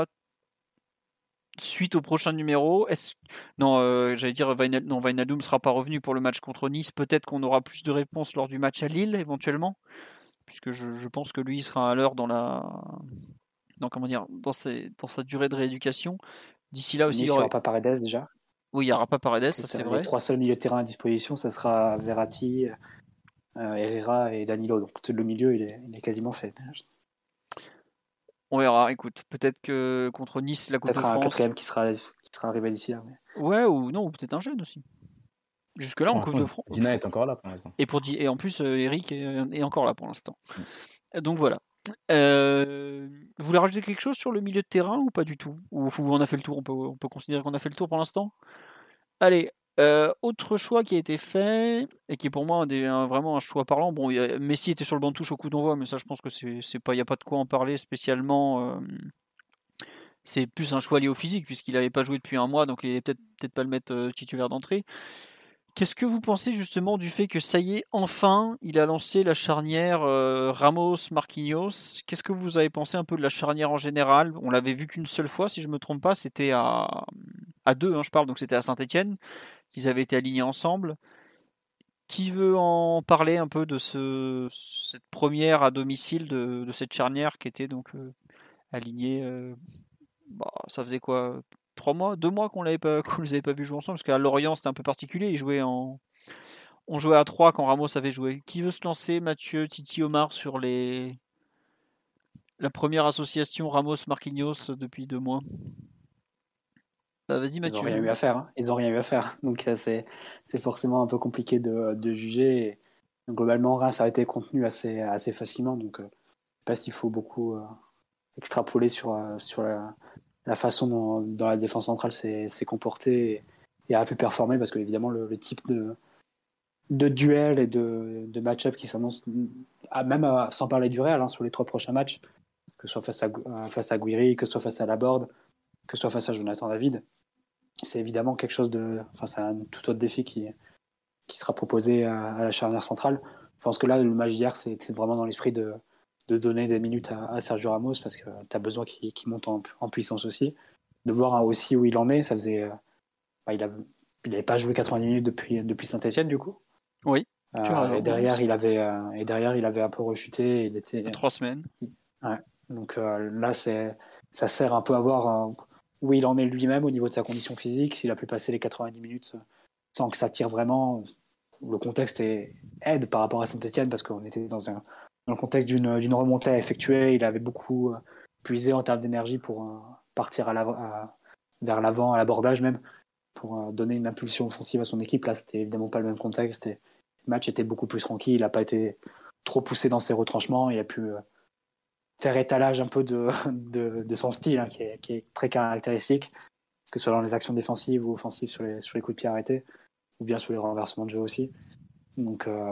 suite au prochain numéro, est-ce non, euh, j'allais dire Wijnal... non, Wijnaldum ne sera pas revenu pour le match contre Nice. Peut-être qu'on aura plus de réponses lors du match à Lille, éventuellement, puisque je, je pense que lui sera à l'heure dans la, dans comment dire, dans, ses... dans sa durée de rééducation. D'ici là aussi, il y Nice, il n'y aura, aura pas Paredes déjà. oui, il y aura pas Paredes, Donc, ça c'est les vrai. trois seuls milieux de terrain à disposition, ça sera Verratti, euh, Herrera et Danilo. Donc le milieu, il est, il est quasiment fait. On verra. Écoute, peut-être que contre Nice, la Coupe de Peut-être un France, quatrième qui sera, qui sera arrivé d'ici là. Mais... ouais, ou non, ou peut-être un jeune aussi. Jusque là, pour en Coupe l'instant, de France. Dina est encore là pour l'instant. Et pour et en plus, euh, Eric est, est encore là pour l'instant. Mm. Donc voilà. Euh, vous voulez rajouter quelque chose sur le milieu de terrain ou pas du tout? Ou on a fait le tour, on peut, on peut considérer qu'on a fait le tour pour l'instant? Allez, euh, autre choix qui a été fait, et qui est pour moi un des, un- vraiment un choix parlant. Bon, il y a- Messi était sur le banc de touche au coup d'envoi, mais ça je pense que c'est c'est pas, il n'y a pas de quoi en parler spécialement. euh, c'est plus un choix lié au physique, puisqu'il n'avait pas joué depuis un mois, donc il n'allait peut-être peut-être pas le mettre euh, titulaire d'entrée. Qu'est-ce que vous pensez justement du fait que ça y est, enfin, il a lancé la charnière euh, Ramos-Marquinhos? Qu'est-ce que vous avez pensé un peu de la charnière en général? On l'avait vu qu'une seule fois, si je ne me trompe pas, c'était à, à deux, hein, je parle, donc c'était à Saint-Etienne, qu'ils avaient été alignés ensemble. Qui veut en parler un peu de ce, cette première à domicile de, de cette charnière qui était donc euh, alignée euh, bah, ça faisait quoi? Trois mois? Deux mois qu'on l'avait pas, qu'on les avait pas vus jouer ensemble? Parce qu'à Lorient, c'était un peu particulier, ils jouaient en on jouait à trois quand Ramos avait joué. Qui veut se lancer, Mathieu, Titi, Omar, sur les la première association Ramos-Marquinhos depuis deux mois? Bah, vas-y, Ils n'ont rien eu Mathieu. à faire. hein. Ils n'ont rien eu à faire. Donc euh, c'est c'est forcément un peu compliqué de, de juger. globalement, Reims a été contenu assez, assez facilement. Donc, euh, je ne sais pas s'il faut beaucoup euh, extrapoler sur, euh, sur la, la façon dont, dont la défense centrale s'est, s'est comportée et, et a pu performer, parce que évidemment, le, le type de, de duel et de, de match-up qui s'annonce, ah, même euh, sans parler du Real, hein, sur les trois prochains matchs, que ce soit face à, euh, face à Guiri, que ce soit face à Laborde, que ce soit face à Jonathan David, c'est évidemment quelque chose de. Enfin, c'est un tout autre défi qui, qui sera proposé à, à la charnière centrale. Je pense que là, le match d'hier, c'est, c'est vraiment dans l'esprit de, de donner des minutes à, à Sergio Ramos, parce que tu as besoin qu'il, qu'il monte en, en puissance aussi. De voir hein, aussi où il en est, ça faisait. Euh, bah, il n'avait pas joué quatre-vingt-dix minutes depuis, depuis Saint-Etienne, du coup. Oui, tu as Euh, raison. et, derrière, Ramos. il avait, euh, et derrière, il avait un peu rechuté. Il était, Il y a trois semaines. Ouais. Donc euh, là, c'est, ça sert un peu à voir euh, où il en est lui-même au niveau de sa condition physique, s'il a pu passer les quatre-vingt-dix minutes euh, sans que ça tire vraiment. Le contexte est, aide par rapport à Saint-Etienne, parce qu'on était dans, un, dans le contexte d'une, d'une remontée à effectuer. Il avait beaucoup euh, puisé en termes d'énergie pour euh, partir à l'avant, à, vers l'avant, à l'abordage même, pour euh, donner une impulsion offensive à son équipe. Là, c'était évidemment pas le même contexte. Et le match était beaucoup plus tranquille. Il n'a pas été trop poussé dans ses retranchements. Il a pu euh, faire étalage un peu de, de, de son style, hein, qui, est, qui est très caractéristique, que ce soit dans les actions défensives ou offensives sur les, sur les coups de pied arrêtés, ou bien sur les renversements de jeu aussi. Donc, euh,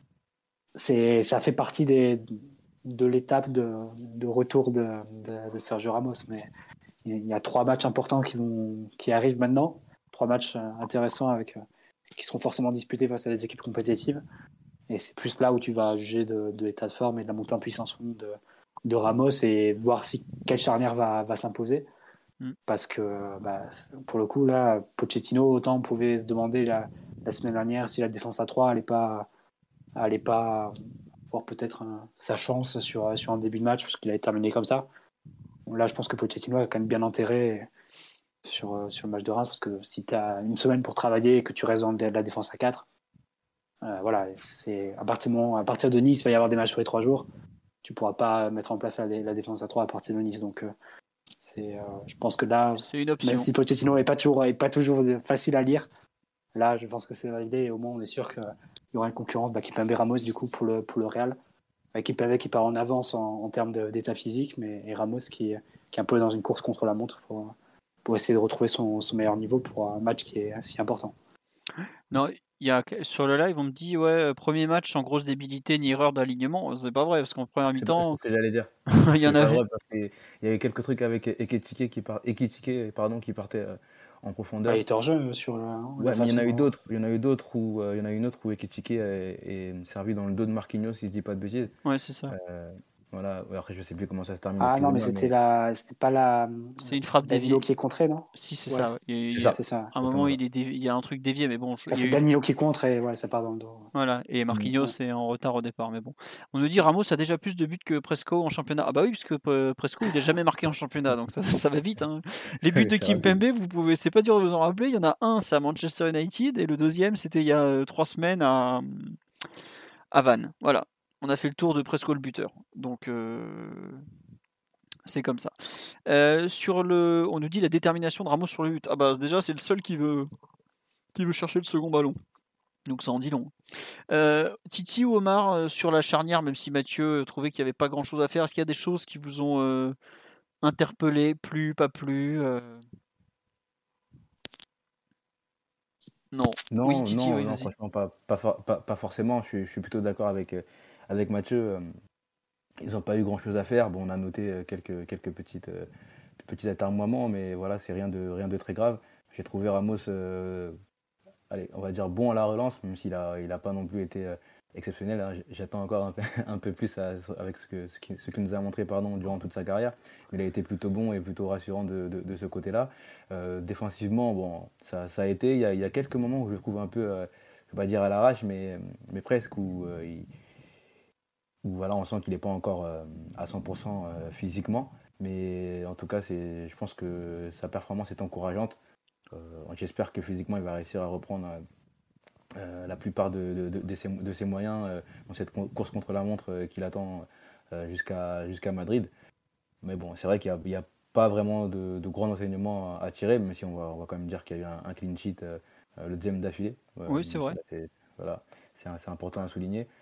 c'est, ça fait partie des, de l'étape de, de retour de, de, de Sergio Ramos. Mais il y a trois matchs importants qui, vont, qui arrivent maintenant, trois matchs intéressants avec, qui seront forcément disputés face à des équipes compétitives. Et c'est plus là où tu vas juger de, de l'état de forme et de la montée en puissance de, de Ramos, et voir si quelle charnière va, va s'imposer. Mm. Parce que bah, pour le coup, là, Pochettino, autant on pouvait se demander la, la semaine dernière si la défense à trois n'allait pas, allait pas avoir peut-être un, sa chance sur, sur un début de match, parce qu'il avait terminé comme ça. Là, je pense que Pochettino a quand même bien enterré sur, sur le match de Reims, parce que si tu as une semaine pour travailler et que tu restes dans la défense à quatre, euh, voilà, c'est, à, partir de, à partir de Nice, il va y avoir des matchs sur les trois jours. Tu ne pourras pas mettre en place la, la défense à trois à partir de Nice. Donc, euh, c'est, euh, je pense que là, c'est une option. Même si Pochettino n'est pas toujours, est pas toujours facile à lire, là, je pense que c'est validé. Et au moins, on est sûr qu'il y aura une concurrence. Bah, Kimpembe Ramos, du coup, pour le, pour le Real. Kimpembe qui part en avance en, en termes de, d'état physique, mais et Ramos qui, qui est un peu dans une course contre la montre pour, pour essayer de retrouver son, son meilleur niveau pour un match qui est si important. Non, il y a, sur le live, on me dit ouais, premier match sans grosse débilité ni erreur d'alignement. C'est pas vrai, parce qu'en première mi-temps, c'est ce que j'allais dire. il y en avait. Il y avait quelques trucs avec Ekitike qui, par... Ekitike, pardon, qui partait euh, en profondeur. Ah, il était hors jeu sur le. Ouais, mais il y en a eu d'autres. Il y en a eu d'autres où euh, il y en a une autre où Ekitike est, est servi dans le dos de Marquinhos, si je dis pas de bêtises. Ouais, c'est ça. Euh, voilà. Après, je sais plus comment ça se termine. Ah non, mais c'était mais... la, c'était pas la. C'est une frappe déviée. Danilo qui est contré, non? Si, c'est ouais. ça. Il, c'est il, ça. C'est ça. À un moment, il, est dévié, il y a un truc dévié, mais bon. Enfin, c'est eu... Danilo qui contre et ouais, ça part dans le dos. Voilà. Et Marquinhos mmh. est en retard au départ, mais bon. On nous dit Ramos a déjà plus de buts que Presco en championnat. Ah bah oui, puisque Presco il n'a jamais marqué en championnat, donc ça, ça va vite. Hein. Les buts de Kimpembe, vous pouvez, c'est pas dur de vous en rappeler. Il y en a un, c'est à Manchester United, et le deuxième, c'était il y a trois semaines à à Vannes. Voilà. On a fait le tour de Presco le buteur. Donc. Euh... C'est comme ça. Euh, sur le, on nous dit la détermination de Ramos sur le but. Ah bah déjà c'est le seul qui veut, qui veut chercher le second ballon. Donc ça en dit long. Euh, Titi ou Omar euh, sur la charnière, même si Mathieu euh, trouvait qu'il n'y avait pas grand-chose à faire, est-ce qu'il y a des choses qui vous ont euh, interpellé, plu, pas plu euh... Non. Non, oui, Titi, non, oui, non vas-y. franchement pas, pas, pas, pas forcément. Je suis, je suis plutôt d'accord avec, avec Mathieu. Ils n'ont pas eu grand-chose à faire. Bon, on a noté quelques, quelques petites, euh, petits atermoiements, mais voilà, c'est rien de, rien de très grave. J'ai trouvé Ramos, euh, allez, on va dire bon à la relance, même s'il n'a il a pas non plus été euh, exceptionnel. Hein. J'attends encore un peu, un peu plus à, avec ce que, ce, qui, ce qu'il nous a montré pardon, durant toute sa carrière. Il a été plutôt bon et plutôt rassurant de, de, de ce côté-là. Euh, défensivement, bon, ça, ça a été. Il y a, il y a quelques moments où je le trouve un peu, euh, je ne vais pas dire à l'arrache, mais, mais presque, où euh, il où voilà, on sent qu'il n'est pas encore euh, à cent pour cent euh, physiquement. Mais en tout cas, c'est, je pense que sa performance est encourageante. Euh, j'espère que physiquement, il va réussir à reprendre euh, la plupart de, de, de, de, ses, de ses moyens euh, dans cette course contre la montre euh, qu'il attend euh, jusqu'à, jusqu'à Madrid. Mais bon, c'est vrai qu'il n'y a, a pas vraiment de, de grands enseignements à tirer, même si on va, on va quand même dire qu'il y a eu un, un clean sheet, euh, le deuxième d'affilée. Oui, c'est vrai. C'est, voilà, c'est, c'est important à souligner.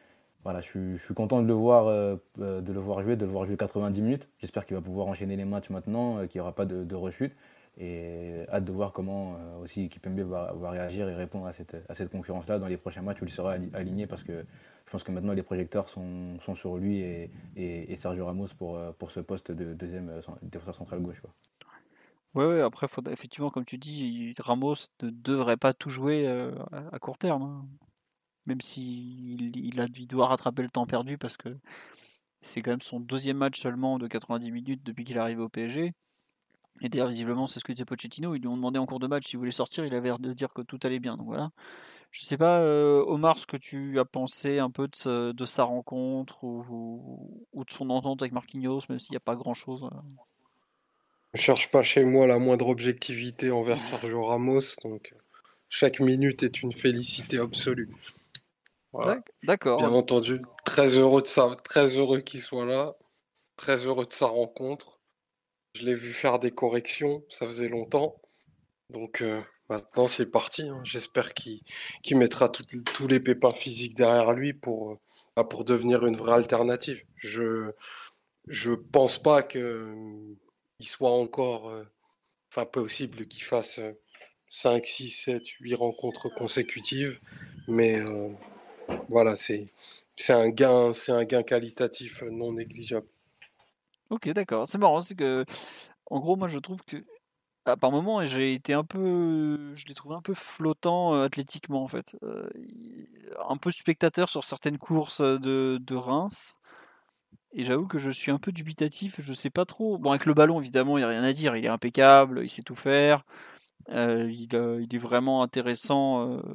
voilà, je suis, je suis content de le voir, euh, euh, de le voir jouer, de le voir jouer quatre-vingt-dix minutes. J'espère qu'il va pouvoir enchaîner les matchs maintenant, euh, qu'il n'y aura pas de, de rechute. Et hâte de voir comment euh, aussi Kimpembe va, va réagir et répondre à cette, à cette concurrence-là dans les prochains matchs où il sera ali- aligné, parce que je pense que maintenant les projecteurs sont, sont sur lui et, et, et Sergio Ramos pour, euh, pour ce poste de deuxième euh, cen- défenseur central gauche, quoi. Ouais, ouais, après, faudra- effectivement, comme tu dis, il- Ramos ne devrait pas tout jouer euh, à, à court terme, hein. Même s'il il a, il doit rattraper le temps perdu parce que c'est quand même son deuxième match seulement de quatre-vingt-dix minutes depuis qu'il est arrivé au P S G. Et d'ailleurs, visiblement, c'est ce que disait Pochettino. Ils lui ont demandé en cours de match s'il voulait sortir. Il avait l'air de dire que tout allait bien. Donc voilà. Je sais pas, euh, Omar, ce que tu as pensé un peu de, ce- de sa rencontre ou, ou- ou de son entente avec Marquinhos, même s'il n'y a pas grand-chose. euh. Je cherche pas chez moi la moindre objectivité envers Sergio Ramos, donc chaque minute est une félicité absolue. Voilà. D'ac- D'accord. Bien entendu, très heureux de ça, très heureux qu'il soit là, très heureux de sa rencontre. Je l'ai vu faire des corrections, ça faisait longtemps. Donc euh, maintenant c'est parti, hein. J'espère qu'il qu'il mettra tout- tous les pépins physiques derrière lui pour, euh, bah, pour devenir une vraie alternative. Je je pense pas que euh, il soit encore, euh, enfin possible qu'il fasse euh, cinq, six, sept, huit rencontres consécutives, mais euh, voilà, c'est c'est un gain, c'est un gain qualitatif non négligeable. Ok, d'accord. C'est marrant, c'est que, en gros, moi, je trouve que, ah, par moment, j'ai été un peu, je l'ai trouvé un peu flottant euh, athlétiquement, en fait. Euh, il- un peu spectateur sur certaines courses euh, de, de Reims. Et j'avoue que je suis un peu dubitatif, je sais pas trop. Bon, avec le ballon, évidemment, il n'y a rien à dire. Il est impeccable, il sait tout faire. Euh, il, euh, il est vraiment intéressant euh,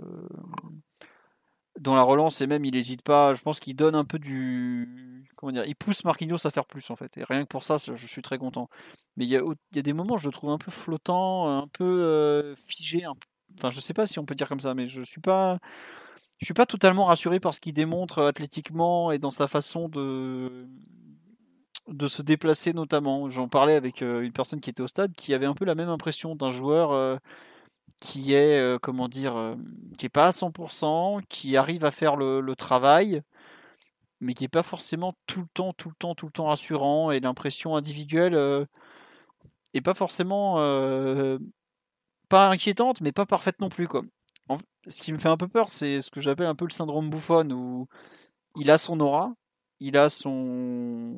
dans la relance et même il n'hésite pas. Je pense qu'il donne un peu du. Comment dire? Il pousse Marquinhos à faire plus en fait. Et rien que pour ça, je suis très content. Mais il y a, il y a des moments, je le trouve un peu flottant, un peu euh, figé. Un peu- Enfin, je sais pas si on peut dire comme ça, mais je suis pas. Je suis pas totalement rassuré par ce qu'il démontre athlétiquement et dans sa façon de de se déplacer notamment. J'en parlais avec euh, une personne qui était au stade qui avait un peu la même impression d'un joueur euh, qui est, euh, comment dire, euh, qui est pas à cent pour cent, qui arrive à faire le, le travail, mais qui est pas forcément tout le temps, tout le temps, tout le temps rassurant et l'impression individuelle euh, est pas forcément euh, pas inquiétante, mais pas parfaite non plus quoi. En- ce qui me fait un peu peur, c'est ce que j'appelle un peu le syndrome Buffon où il a son aura, il a son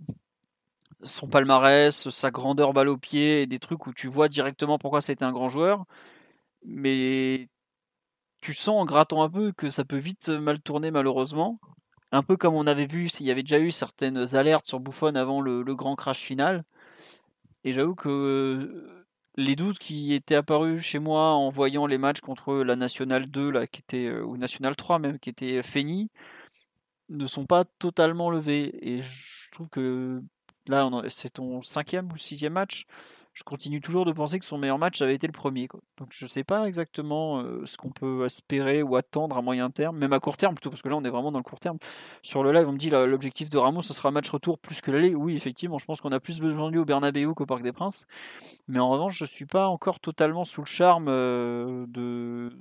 son palmarès, sa grandeur balle au pied et des trucs où tu vois directement pourquoi ça a été un grand joueur, mais tu sens en grattant un peu que ça peut vite mal tourner malheureusement. Un peu comme on avait vu, il y avait déjà eu certaines alertes sur Buffon avant le, le grand crash final. Et j'avoue que les doutes qui étaient apparus chez moi en voyant les matchs contre la Nationale deux, là, qui était, ou Nationale trois même, qui était Feigny, ne sont pas totalement levés. Et je trouve que là, on en- c'est ton cinquième ou sixième match. Je continue toujours de penser que son meilleur match avait été le premier, quoi. Donc je sais pas exactement euh, ce qu'on peut espérer ou attendre à moyen terme, même à court terme plutôt, parce que là on est vraiment dans le court terme. Sur le live, on me dit là, l'objectif de Ramos, ce sera match retour plus que l'aller. Oui, effectivement, je pense qu'on a plus besoin de lui au Bernabeu qu'au Parc des Princes. Mais en revanche, je suis pas encore totalement sous le charme euh, de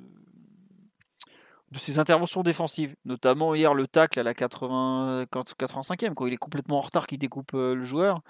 de ses interventions défensives, notamment hier le tacle à la quatre-vingts, quatre-vingt-cinquième, quand il est complètement en retard, qui découpe euh, le joueur.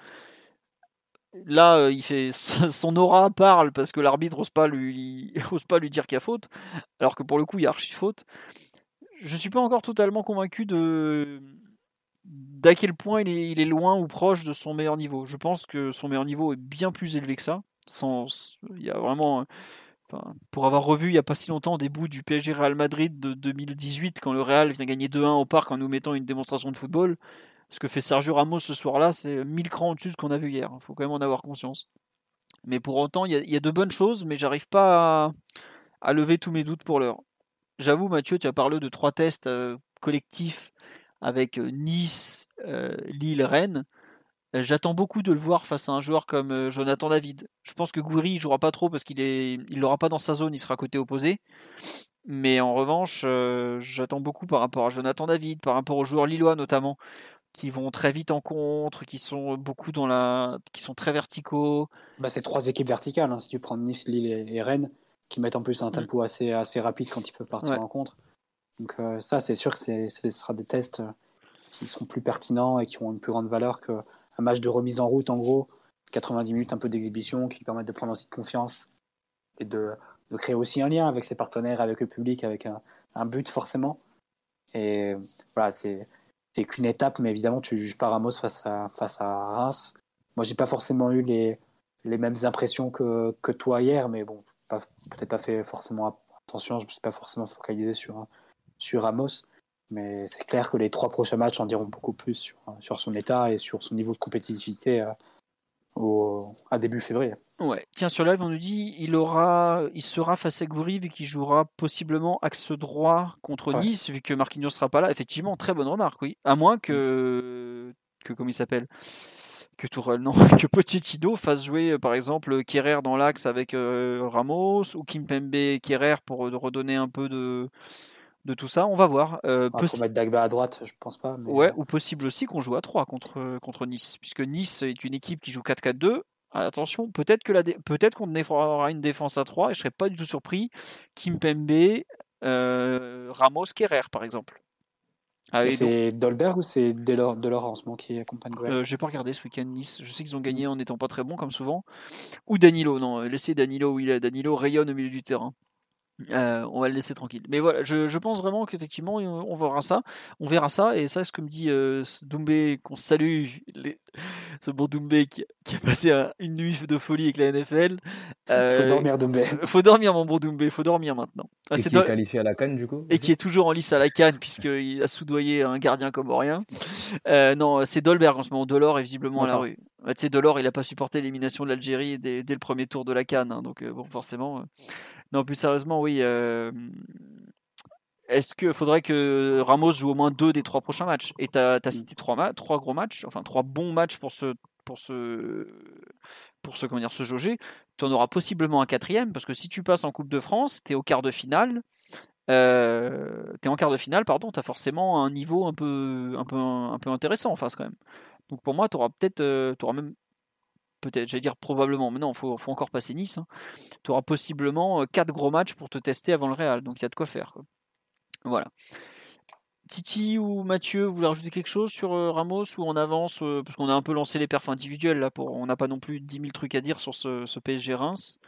Là, euh, il fait son aura parle parce que l'arbitre ose pas lui ose pas lui dire qu'il y a faute, alors que pour le coup il y a archi faute. Je suis pas encore totalement convaincu de d'à quel point il est, il est loin ou proche de son meilleur niveau. Je pense que son meilleur niveau est bien plus élevé que ça. Sans, il y a vraiment Enfin, pour avoir revu il n'y a pas si longtemps des bouts du P S G Real Madrid de deux mille dix-huit, quand le Real vient gagner deux un au parc en nous mettant une démonstration de football, ce que fait Sergio Ramos ce soir-là, c'est mille crans au-dessus de ce qu'on a vu hier. Il faut quand même en avoir conscience. Mais pour autant, il y, a, il y a de bonnes choses, mais j'arrive pas à, à lever tous mes doutes pour l'heure. J'avoue, Mathieu, tu as parlé de trois tests euh, collectifs avec euh, Nice, euh, Lille, Rennes. Euh, J'attends beaucoup de le voir face à un joueur comme euh, Jonathan David. Je pense que Gouiri ne jouera pas trop parce qu'il est, il l'aura pas dans sa zone, il sera côté opposé. Mais en revanche, euh, j'attends beaucoup par rapport à Jonathan David, par rapport aux joueurs lillois notamment, qui vont très vite en contre, qui sont beaucoup dans la, qui sont très verticaux. Bah, c'est trois équipes verticales, hein, si tu prends Nice, Lille et, et Rennes, qui mettent en plus un tempo assez, assez rapide quand ils peuvent partir Ouais. en contre. Donc euh, ça, c'est sûr que c'est, ce sera des tests euh, qui seront plus pertinents et qui ont une plus grande valeur qu'un match de remise en route, en gros, quatre-vingt-dix minutes, un peu d'exhibition, qui permettent de prendre aussi de confiance et de, de créer aussi un lien avec ses partenaires, avec le public, avec un, un but forcément. Et voilà, c'est, c'est qu'une étape, mais évidemment, tu ne juges pas Ramos face à, face à Reims. Moi, j'ai pas forcément eu les, les mêmes impressions que, que toi hier, mais bon, pas, peut-être pas fait forcément attention, je ne me suis pas forcément focalisé sur, sur Ramos. Mais c'est clair que les trois prochains matchs en diront beaucoup plus sur, sur son état et sur son niveau de compétitivité euh, au, à début février. Ouais. Tiens, sur live, on nous dit il aura, il sera face à Gouiri vu qu'il jouera possiblement axe droit contre Ouais. Nice, vu que Marquinhos sera pas là. Effectivement, très bonne remarque, oui. À moins que, que comment il s'appelle que Tourelle, non, que Pochettino fasse jouer par exemple Kehrer dans l'axe avec euh, Ramos ou Kimpembe Kehrer pour redonner un peu de de tout ça, on va voir. Euh, Ah, pour mettre Dagba à droite, je pense pas. Mais... Ouais, ou possible aussi qu'on joue à trois contre, contre Nice, puisque Nice est une équipe qui joue quatre quatre deux. Attention, peut-être, que la dé... peut-être qu'on aura une défense à trois, et je serais pas du tout surpris. Kimpembe, euh, Ramos, Kehrer, par exemple. Ah, et c'est donc... Dolberg ou c'est Delors, Delors en ce moment qui accompagne Gouel euh, J'ai pas regardé ce week-end Nice. Je sais qu'ils ont gagné en n'étant pas très bons, comme souvent. Ou Danilo, non, laissez Danilo où il est. Danilo rayonne au milieu du terrain. Euh, on va le laisser tranquille. Mais voilà, je, je pense vraiment qu'effectivement, on verra ça. On verra ça. Et ça, ce que me dit euh, Doumbé, qu'on salue, les... ce bon Doumbé qui, qui a passé un, une nuit de folie avec la N F L. Euh, faut dormir, Doumbé. Faut dormir, mon bon Doumbé. Faut dormir maintenant. Ah, et qui do... est qualifié à la CAN, du coup Et aussi qui est toujours en lice à la CAN, puisqu'il a soudoyé un gardien comme rien. Euh, non, c'est Dolberg en ce moment. Delors est visiblement D'accord. à la rue. Bah, tu sais, Delors, il n'a pas supporté l'élimination de l'Algérie dès, dès le premier tour de la CAN. Hein, donc, euh, bon, forcément. Euh... Non, plus sérieusement, oui. Euh... Est-ce qu'il faudrait que Ramos joue au moins deux des trois prochains matchs ? Et tu as cité trois, ma- trois gros matchs, enfin trois bons matchs pour ce, pour ce, pour ce, comment dire, se jauger. Tu en auras possiblement un quatrième, parce que si tu passes en Coupe de France, tu es au quart de finale. Euh, tu es en quart de finale, pardon, tu as forcément un niveau un peu, un, peu, un peu intéressant en face quand même. Donc pour moi, tu auras peut-être, euh, tu auras même. Peut-être, j'allais dire probablement, mais non, il faut, faut encore passer Nice. Hein. Tu auras possiblement quatre gros matchs pour te tester avant le Real, donc il y a de quoi faire. Quoi. Voilà. Titi ou Mathieu, vous voulez rajouter quelque chose sur euh, Ramos ou on avance euh, parce qu'on a un peu lancé les perfs individuels là, pour, on n'a pas non plus dix mille trucs à dire sur ce, ce P S G Reims.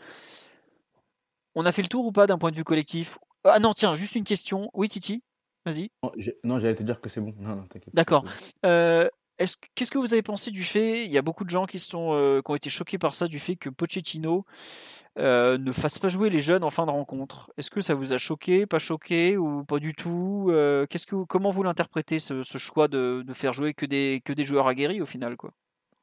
On a fait le tour ou pas d'un point de vue collectif ? Ah non, tiens, juste une question. Oui, Titi, vas-y. Non, non j'allais te dire que c'est bon. Non, non, t'inquiète. D'accord. Euh, Est-ce, qu'est-ce que vous avez pensé du fait, il y a beaucoup de gens qui, sont, euh, qui ont été choqués par ça, du fait que Pochettino euh, ne fasse pas jouer les jeunes en fin de rencontre. Est-ce que ça vous a choqué, pas choqué ou pas du tout euh, qu'est-ce que, comment vous l'interprétez, ce, ce choix de, de faire jouer que des, que des joueurs aguerris au final quoi ?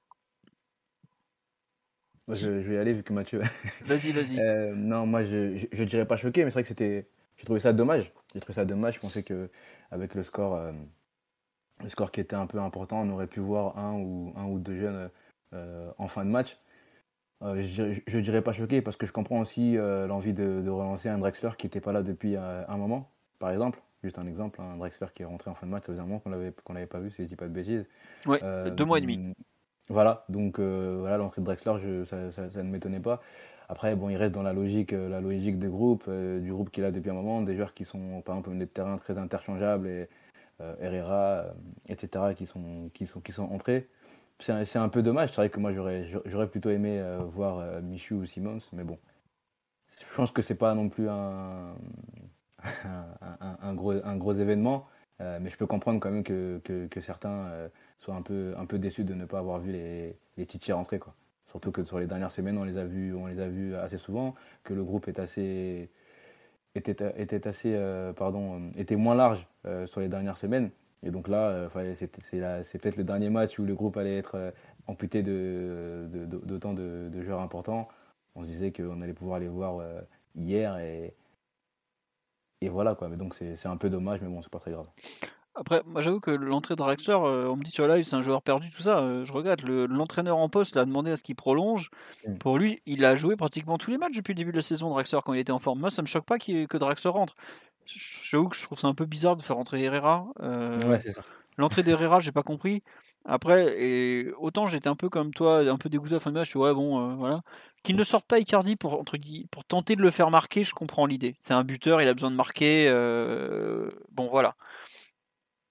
je, je vais y aller vu que Mathieu... Vas-y, vas-y. euh, non, moi je, je, je dirais pas choqué, mais c'est vrai que c'était... J'ai trouvé ça dommage. J'ai trouvé ça dommage. Je pensais qu'avec le score... Euh... Le score qui était un peu important, on aurait pu voir un ou, un ou deux jeunes euh, en fin de match. Euh, je ne dirais pas choqué parce que je comprends aussi euh, l'envie de, de relancer un Drexler qui n'était pas là depuis euh, un moment, par exemple. Juste un exemple, un Drexler qui est rentré en fin de match, ça faisait un moment qu'on l'avait, qu'on l'avait pas vu, si je ne dis pas de bêtises. Ouais, euh, deux mois et demi. Voilà, donc euh, voilà, l'entrée de Drexler, je, ça, ça, ça ne m'étonnait pas. Après, bon, il reste dans la logique, euh, la logique des groupes, euh, du groupe qu'il a depuis un moment, des joueurs qui sont, par exemple, au milieu de terrain très interchangeables et Euh, Herrera, euh, et cetera, qui sont, qui sont, qui sont entrés. C'est un, c'est un peu dommage. C'est vrai que moi, j'aurais, j'aurais plutôt aimé euh, voir euh, Michu ou Simons, mais bon. Je pense que c'est pas non plus un, un, un, un, gros, un gros événement, euh, mais je peux comprendre quand même que, que, que certains euh, soient un peu, un peu déçus de ne pas avoir vu les, les Titi rentrer, quoi. Surtout que sur les dernières semaines, on les a vus, on les a vus assez souvent, que le groupe est assez... était, était assez euh, pardon était moins large euh, sur les dernières semaines et donc là euh, c'est, c'est, la, c'est peut-être le dernier match où le groupe allait être euh, amputé de, de, de, d'autant de, de joueurs importants. On se disait qu'on allait pouvoir les voir euh, hier et, et voilà quoi, mais donc c'est, c'est un peu dommage, mais bon, c'est pas très grave. Après, moi j'avoue que l'entrée de Drexler, euh, on me dit sur live, c'est un joueur perdu, tout ça. Euh, je regrette. Le, l'entraîneur en poste l'a demandé à ce qu'il prolonge. Mm. Pour lui, il a joué pratiquement tous les matchs depuis le début de la saison, Drexler, quand il était en forme. Moi, ça me choque pas qu'il, que Drexler rentre. J'avoue que je trouve ça un peu bizarre de faire rentrer Herrera. Euh, ouais, c'est ça. L'entrée d'Herrera, j'ai pas compris. Après, et autant j'étais un peu comme toi, un peu dégoûté à la fin de match. Je suis ouais, bon, euh, voilà. Qu'il ne sorte pas Icardi pour, entre guillemets, pour tenter de le faire marquer, je comprends l'idée. C'est un buteur, il a besoin de marquer. Euh, bon, voilà.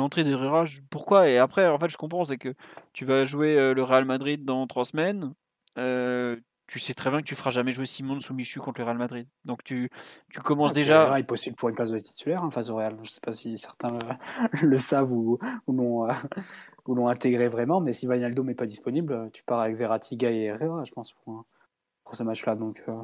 l'entrée d'Herrera, je- pourquoi? Et après, en fait, je comprends, c'est que tu vas jouer euh, le Real Madrid dans trois semaines. euh, tu sais très bien que tu feras jamais jouer Simon ou Michu contre le Real Madrid. Donc tu, tu commences Et puis déjà. Herrera, il postule pour une place de titulaire hein, face au Real. Je sais pas si certains euh, le savent ou, ou l'ont euh, ou l'ont intégré vraiment, mais si Wijnaldum n'est pas disponible, tu pars avec Verratti, Gay et Herrera, je pense, pour, pour ce match-là. Donc, euh,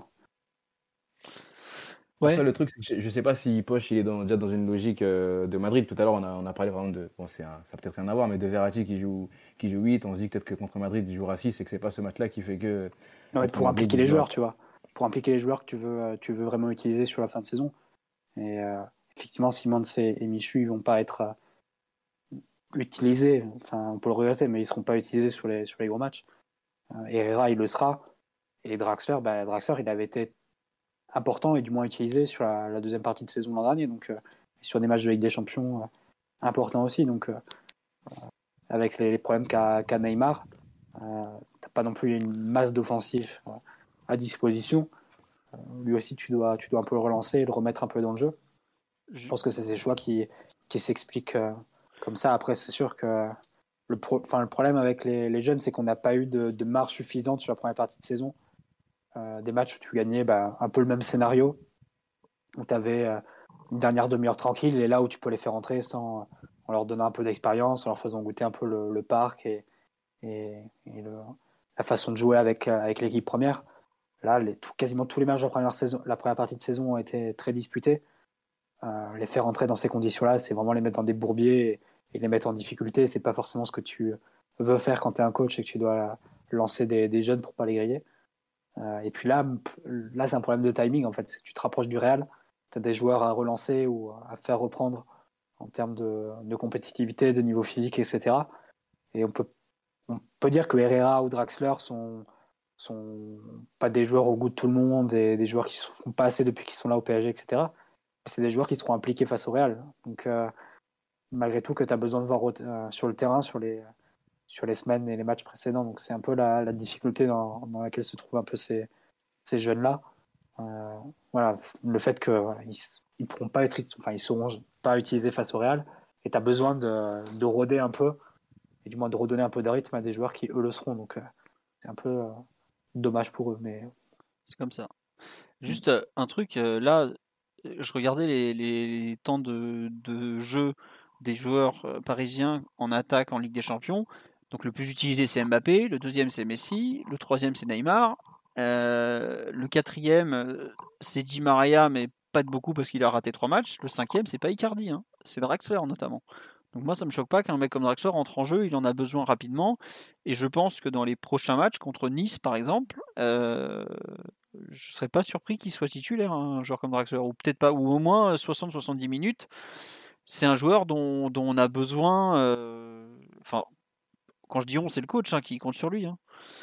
Après, Ouais. le truc, c'est que je, je sais pas si Poch il est dans- déjà dans une logique euh, de Madrid. Tout à l'heure, on a, on a parlé vraiment de. Bon, c'est un- ça a peut-être rien à voir, mais de Verratti qui joue, qui joue huit. On se dit peut-être que contre Madrid, il jouera six et que c'est pas ce match-là qui fait que non, mais contre pour Madrid, impliquer il les jouera. joueurs, tu vois, pour impliquer les joueurs que tu veux, euh, tu veux vraiment utiliser sur la fin de saison. Et euh, effectivement, Simons et, et Michu, ils vont pas être euh, utilisés. Enfin, on peut le regretter, mais ils seront pas utilisés sur les sur les gros matchs. Euh, Herrera, il le sera. Et Draxler, bah, Draxler, il avait été important et du moins utilisé sur la, la deuxième partie de saison l'an dernier, donc euh, sur des matchs de Ligue des Champions euh, importants aussi. Donc, euh, avec les, les problèmes qu'a qu'a Neymar, euh, t'as pas non plus une masse d'offensifs euh, à disposition. Euh, lui aussi, tu dois, tu dois un peu le relancer et le remettre un peu dans le jeu. Je Je- pense que c'est ces choix qui, qui s'expliquent euh, comme ça. Après, c'est sûr que le, pro, le problème avec les, les jeunes, c'est qu'on n'a pas eu de, de marge suffisante sur la première partie de saison. Euh, des matchs où tu gagnais bah, un peu le même scénario, où tu avais euh, une dernière demi-heure tranquille, et là où tu peux les faire entrer sans, en leur donnant un peu d'expérience, en leur faisant goûter un peu le, le parc et, et, et le, la façon de jouer avec, euh, avec l'équipe première. Là, les, tout, quasiment tous les matchs de la première, saison, la première partie de saison ont été très disputés. Euh, les faire entrer dans ces conditions-là, c'est vraiment les mettre dans des bourbiers et, et les mettre en difficulté. C'est pas forcément ce que tu veux faire quand tu es un coach et que tu dois lancer des, des jeunes pour pas les griller. Euh, et puis là, là c'est un problème de timing en fait. C'est que tu te rapproches du Real, tu as des joueurs à relancer ou à faire reprendre en termes de, de compétitivité, de niveau physique, et cetera. Et on peut, on peut dire que Herrera ou Draxler sont, sont pas des joueurs au goût de tout le monde et des joueurs qui ne font pas assez depuis qu'ils sont là au P S G, et cetera. C'est des joueurs qui seront impliqués face au Real. Donc, euh, malgré tout, que tu as besoin de voir euh, sur le terrain, sur les, sur les semaines et les matchs précédents. Donc, c'est un peu la, la difficulté dans, dans laquelle se trouvent un peu ces, ces jeunes-là. Euh, voilà, le fait que voilà, ils, ils pourront pas être, enfin, ils seront pas utilisés face au Real, et tu as besoin de, de rôder un peu, et du moins de redonner un peu de rythme à des joueurs qui eux le seront. Donc, euh, c'est un peu euh, dommage pour eux. Mais C'est comme ça. Juste euh, un truc, euh, là, euh, je regardais les, les temps de, de jeu des joueurs euh, parisiens en attaque en Ligue des Champions. Donc le plus utilisé c'est Mbappé, le deuxième c'est Messi, le troisième c'est Neymar, euh, le quatrième euh, c'est Di Maria, mais pas de beaucoup parce qu'il a raté trois matchs. Le cinquième c'est pas Icardi, hein, c'est Draxler notamment. Donc moi ça me choque pas qu'un mec comme Draxler entre en jeu, il en a besoin rapidement. Et je pense que dans les prochains matchs contre Nice par exemple, euh, je serais pas surpris qu'il soit titulaire, hein, un joueur comme Draxler, ou peut-être pas, ou au moins soixante à soixante-dix minutes. C'est un joueur dont, dont on a besoin. euh, Enfin, quand je dis on, c'est le coach hein, qui compte sur lui. hein.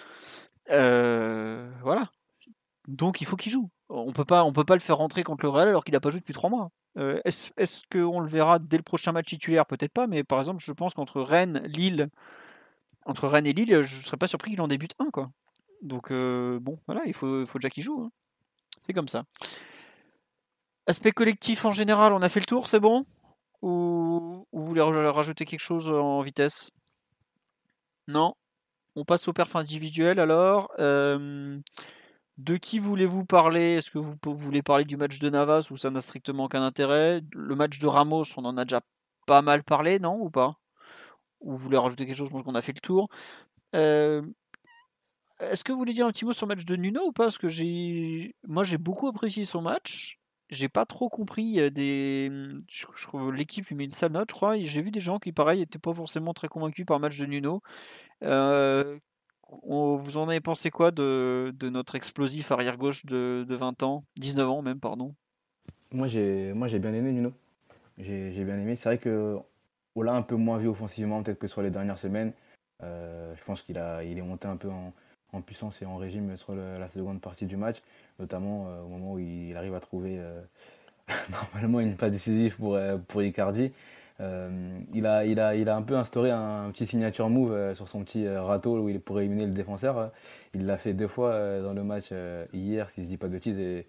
Euh, voilà. Donc il faut qu'il joue. On peut pas, on peut pas le faire rentrer contre le Real alors qu'il n'a pas joué depuis trois mois. Euh, est-ce, est-ce qu'on le verra dès le prochain match titulaire? Peut-être pas, mais par exemple, je pense qu'entre Rennes, Lille, entre Rennes et Lille, je serais pas surpris qu'il en débute un, quoi. Donc euh, bon, voilà, il faut, il faut déjà qu'il joue. hein. C'est comme ça. Aspect collectif en général, on a fait le tour, c'est bon? Ou, ou vous voulez rajouter quelque chose en vitesse? Non? On passe au perf individuel alors. Euh, de qui voulez-vous parler? Est-ce que vous, vous voulez parler du match de Navas ou ça n'a strictement aucun intérêt? Le match de Ramos, on en a déjà pas mal parlé, non? Ou pas? Ou vous voulez rajouter quelque chose? Je pense qu'on a fait le tour. Euh, Est-ce que vous voulez dire un petit mot sur le match de Nuno ou pas? Parce que j'ai, moi j'ai beaucoup apprécié son match. J'ai pas trop compris euh, des. Je, je trouve l'équipe lui met une sale note, je crois. Et j'ai vu des gens qui, pareil, étaient pas forcément très convaincus par le match de Nuno. Euh, on- vous en avez pensé quoi de, de notre explosif arrière gauche de, de vingt ans, dix-neuf ans même, pardon. Moi, j'ai, moi, j'ai bien aimé Nuno. J'ai, j'ai bien aimé. C'est vrai que on l'a un peu moins vu offensivement, peut-être que sur les dernières semaines. Euh, je pense qu'il a, il est monté un peu en, en puissance et en régime sur le- la seconde partie du match, notamment euh, au moment où il arrive à trouver euh, normalement une passe décisive pour, euh, pour Icardi. Euh, il, a, il, a, il a un peu instauré un, petit signature move euh, sur son petit euh, râteau où il pourrait éliminer le défenseur. Il l'a fait deux fois euh, dans le match euh, hier, si je ne dis pas de bêtises, et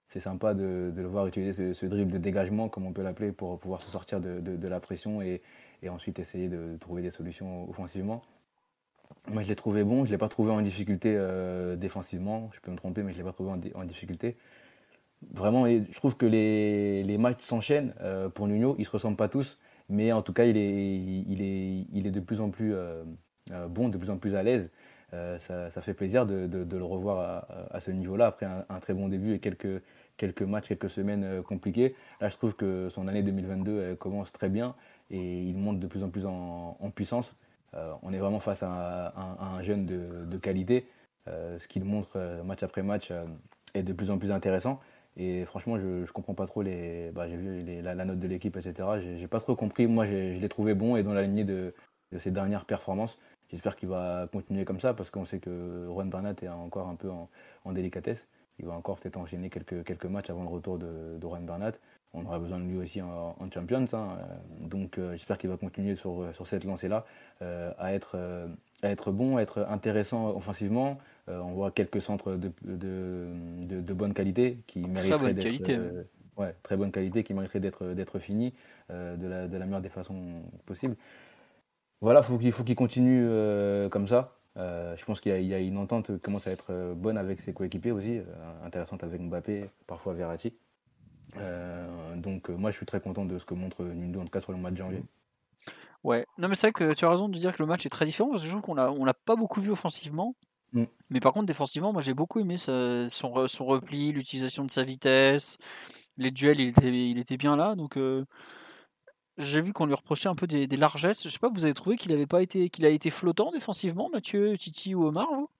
c'est sympa de, de le voir utiliser ce, ce dribble de dégagement, comme on peut l'appeler, pour pouvoir se sortir de, de, de la pression et, et ensuite essayer de, de trouver des solutions offensivement. Moi, je l'ai trouvé bon. Je ne l'ai pas trouvé en difficulté euh, défensivement. Je peux me tromper, mais je ne l'ai pas trouvé en, di- en difficulté. Vraiment, et je trouve que les, les matchs s'enchaînent euh, pour Nuno. Ils ne se ressemblent pas tous, mais en tout cas, il est, il est, il est de plus en plus euh, euh, bon, de plus en plus à l'aise. Euh, ça, ça fait plaisir de, de- de le revoir à, à ce niveau-là après un, un très bon début et quelques, quelques matchs, quelques semaines euh, compliquées. Là, je trouve que son année deux mille vingt-deux elle commence très bien et il monte de plus en plus en, en puissance. Euh, on est vraiment face à, un à un jeune de, de qualité. Euh, ce qu'il montre euh, match après match euh, est de plus en plus intéressant. Et franchement, je ne comprends pas trop les. Bah, j'ai vu les- la, la note de l'équipe, et cetera. J'ai j'ai pas trop compris. Moi, j'ai- je l'ai trouvé bon et dans la lignée de, de ses dernières performances. J'espère qu'il va continuer comme ça parce qu'on sait que Juan Bernat est encore un peu en, en délicatesse. Il va encore peut-être enchaîner quelques, quelques matchs avant le retour de, de Juan Bernat. On aura besoin de lui aussi en, en Champions. Hein. Euh, Donc euh, j'espère qu'il va continuer sur, sur cette lancée-là, euh, à, être, euh, à être bon, à être intéressant offensivement. Euh, on voit quelques centres de, de, de, de bonne qualité qui Très mériteraient bonne d'être qualité. euh, ouais, très bonne qualité, qui mériteraient d'être, d'être finis euh, de, la, de la meilleure des façons possibles. Voilà, faut qu'il faut qu'il continue euh, comme ça. Euh, je pense qu'il y a, il y a une entente qui commence à être euh, bonne avec ses coéquipiers aussi, euh, intéressante avec Mbappé, parfois Verratti. Euh, donc euh, moi je suis très content de ce que montre Nuno, en tout cas sur le mois de janvier. Ouais. Non, mais c'est vrai que tu as raison de dire que le match est très différent parce que je trouve qu'on l'a, on l'a pas beaucoup vu offensivement. Mm. Mais par contre, défensivement, moi j'ai beaucoup aimé sa- son, re- son repli, l'utilisation de sa vitesse. Les duels, il était, il était bien là. Donc euh, j'ai vu qu'on lui reprochait un peu des, des largesses. Je sais pas, vous avez trouvé qu'il avait pas été, qu'il a été flottant défensivement, Mathieu, Titi ou Omar, vous?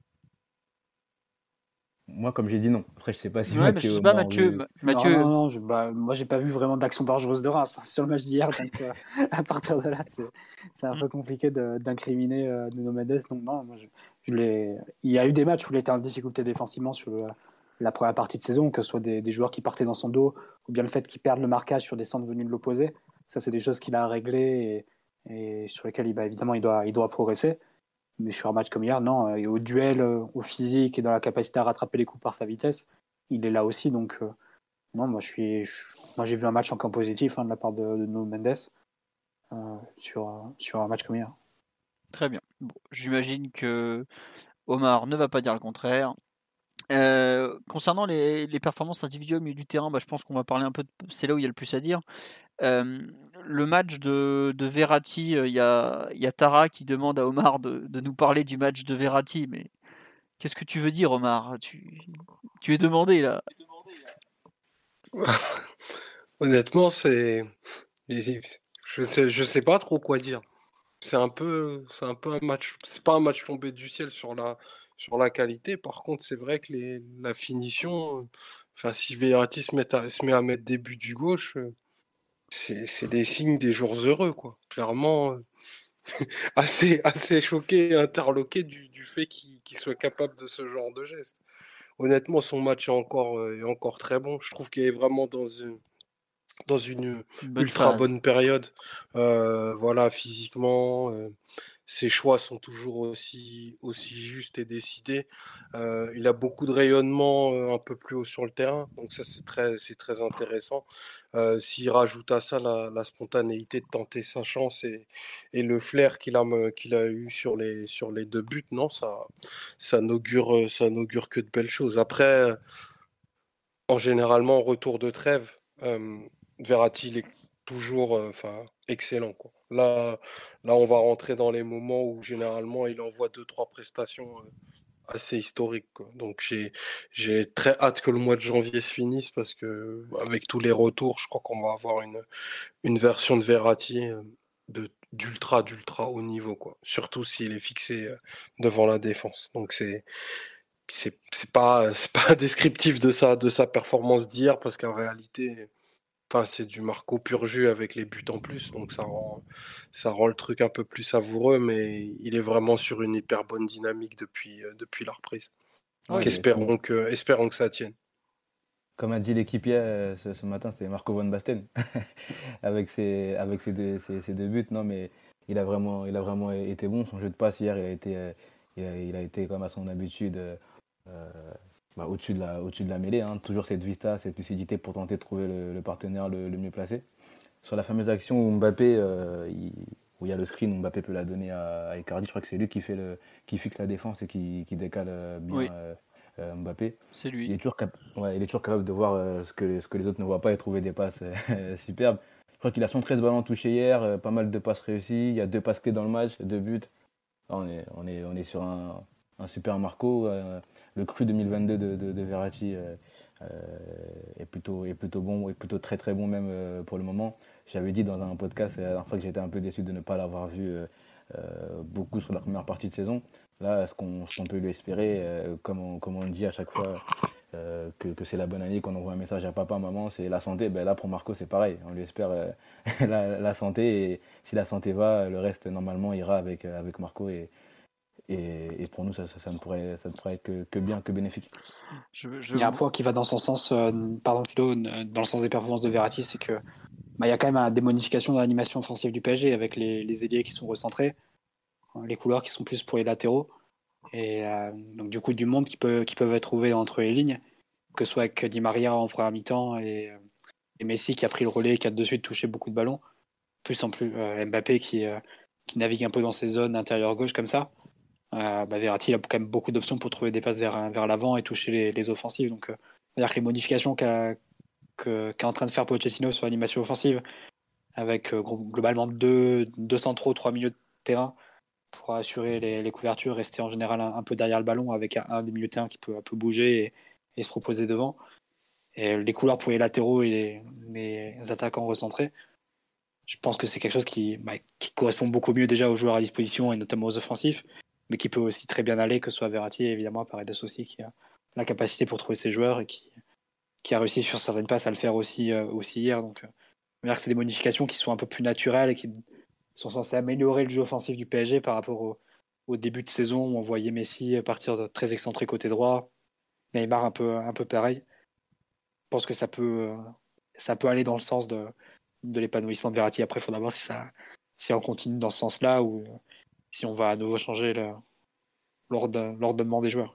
Moi comme j'ai dit non. Après je sais pas si Ouais, mais je Mathieu et sais pas, Omar ont Mathieu. vu. Ma- Non, Mathieu. non, non, je, bah, moi j'ai pas vu vraiment d'action dangereuse de Reims hein, sur le match d'hier, donc euh, à partir de là, c'est c'est un Mm. peu compliqué de- d'incriminer euh, Nuno Mendes. Donc non, moi, je, je l'ai- il y a eu des matchs où il était en difficulté défensivement sur le- la première partie de saison, que ce soit des, des joueurs qui partaient dans son dos, ou bien le fait qu'il perde le marquage sur des centres venus de l'opposé. Ça, c'est des choses qu'il a à régler et, et sur lesquelles il, bah, évidemment il doit, il doit progresser. Mais sur un match comme hier, non, euh, et au duel, euh, au physique et dans la capacité à rattraper les coups par sa vitesse, il est là aussi. Donc euh, non, moi je suis, je- moi j'ai vu un match encore positif hein, de la part de, de Nuno Mendes euh, sur, euh, sur un match comme hier. Très bien. Bon, j'imagine que Omar ne va pas dire le contraire. Euh, concernant les, les performances individuelles au milieu du terrain, bah, je pense qu'on va parler un peu de, c'est là où il y a le plus à dire. Euh, le match de, de Verratti, euh, il y a, il y a Tara qui demande à Omar de, de nous parler du match de Verratti, mais qu'est-ce que tu veux dire, Omar? Tu, tu es demandé là. Honnêtement, c'est. Je sais, je sais pas trop quoi dire. C'est un peu, c'est un peu un match. C'est pas un match tombé du ciel sur la, sur la qualité. Par contre, c'est vrai que les, la finition. euh, Enfin, si Verratti se met à, se met à mettre des buts du gauche, euh, c'est, c'est des signes des jours heureux, quoi. Clairement, euh, assez, assez choqué et interloqué du, du fait qu'il, qu'il soit capable de ce genre de geste. Honnêtement, son match est encore, euh, est encore très bon. Je trouve qu'il est vraiment dans une dans une Une bonne ultra phase. bonne période. Euh, voilà, physiquement, euh, ses choix sont toujours aussi, aussi justes et décidés. Euh, il a beaucoup de rayonnement euh, un peu plus haut sur le terrain, donc ça c'est très, c'est très intéressant. Euh, s'il rajoute à ça la, la spontanéité de tenter sa chance et, et le flair qu'il a, me- qu'il a eu sur les, sur les deux buts, non, ça, ça n'augure, euh, ça n'augure que de belles choses. Après, en généralement, en retour de trêve, euh, Verratti, il est toujours euh, enfin, excellent, quoi. Là, là, on va rentrer dans les moments où généralement il envoie deux, trois prestations euh, assez historiques, quoi. Donc j'ai, j'ai très hâte que le mois de janvier se finisse parce que avec tous les retours, je crois qu'on va avoir une, une version de Verratti euh, de, d'ultra, d'ultra haut niveau, quoi. Surtout s'il est fixé euh, devant la défense. Donc c'est, c'est c'est pas c'est pas descriptif de sa de sa performance d'hier parce qu'en réalité enfin c'est du Marco pur jus avec les buts en plus donc ça rend ça rend le truc un peu plus savoureux mais il est vraiment sur une hyper bonne dynamique depuis euh, depuis la reprise. Oui, Ouais, Donc il est- comme, espérons que espérons que ça tienne. comme a dit l'équipier euh, ce, ce matin, c'était Marco Van Basten avec ses avec ses deux, ses- ses deux buts. Non mais il a vraiment il a vraiment été bon. Son jeu de passe hier, il a été euh, il a, il a été comme à son habitude. euh, euh, bah, au-dessus de la, au-dessus de la mêlée, hein. Toujours cette vista, cette lucidité pour tenter de trouver le, le partenaire le, le mieux placé. Sur la fameuse action où Mbappé, euh, il, où il y a le screen, où Mbappé peut la donner à, à Icardi, je crois que c'est lui qui, fait le, qui fixe la défense et qui, qui décale euh, bien Oui, euh, euh, Mbappé. c'est Il lui. est toujours, cap- ouais, il est toujours capable de voir euh, ce, que, ce que les autres ne voient pas et trouver des passes euh, superbes. Je crois qu'il a cent treize ballons touchés hier, euh, pas mal de passes réussies, il y a deux passes clés dans le match, deux buts. Ah, on, est, on, est, on est sur un, un super Marco. Euh, le cru deux mille vingt-deux de, de, de Verratti euh, euh, est, plutôt, est plutôt bon, est plutôt très très bon même euh, pour le moment. J'avais dit dans un podcast la dernière fois que j'étais un peu déçu de ne pas l'avoir vu euh, euh, beaucoup sur la première partie de saison. Là, ce qu'on, ce qu'on peut lui espérer, euh, comme, on, comme on dit à chaque fois, euh, que, que c'est la bonne année, qu'on envoie un message à papa, maman, c'est la santé. Ben là, pour Marco, c'est pareil. On lui espère euh, la, la santé. Et si la santé va, le reste, normalement, ira avec, euh, avec Marco. Et, et, et pour nous, ça, ça, ça ne pourrait, ça ne pourrait être que, que bien, que bénéfique. Je, je... Il y a un point qui va dans son sens, euh, pardon Philo, euh, dans le sens des performances de Verratti, c'est que bah, il y a quand même une démodification de l'animation offensive du P S G avec les, les ailiers qui sont recentrés, les couloirs qui sont plus pour les latéraux, et euh, donc du coup du monde qui, peut, qui peuvent être trouvés entre les lignes, que ce soit avec Di Maria en première mi-temps et, et Messi qui a pris le relais et qui a de suite touché beaucoup de ballons, plus en plus euh, Mbappé qui, euh, qui navigue un peu dans ces zones intérieures gauche comme ça. Euh, bah, Verratti il a quand même beaucoup d'options pour trouver des passes vers, vers l'avant et toucher les, les offensives. Donc, euh, c'est-à-dire que les modifications qu'a, que, qu'est en train de faire Pochettino sur l'animation offensive, avec euh, globalement deux, deux centraux, trois milieux de terrain pour assurer les, les couvertures, rester en général un, un peu derrière le ballon avec un, un des milieux de terrain qui peut un peu bouger et, et se proposer devant. Et les couloirs pour les latéraux et les, les attaquants recentrés. Je pense que c'est quelque chose qui, bah, qui correspond beaucoup mieux déjà aux joueurs à disposition et notamment aux offensifs, mais qui peut aussi très bien aller, que ce soit Verratti et évidemment Paredes aussi, qui a la capacité pour trouver ses joueurs et qui, qui a réussi sur certaines passes à le faire aussi, euh, aussi hier. Donc, euh, que c'est des modifications qui sont un peu plus naturelles et qui sont censées améliorer le jeu offensif du P S G par rapport au, au début de saison où on voyait Messi partir de très excentré côté droit, Neymar un peu, un peu pareil. Je pense que ça peut, ça peut aller dans le sens de, de l'épanouissement de Verratti. Après, il faudra voir si, ça, si on continue dans ce sens-là ou si on va à nouveau changer le, l'ordre, l'ordonnement des joueurs.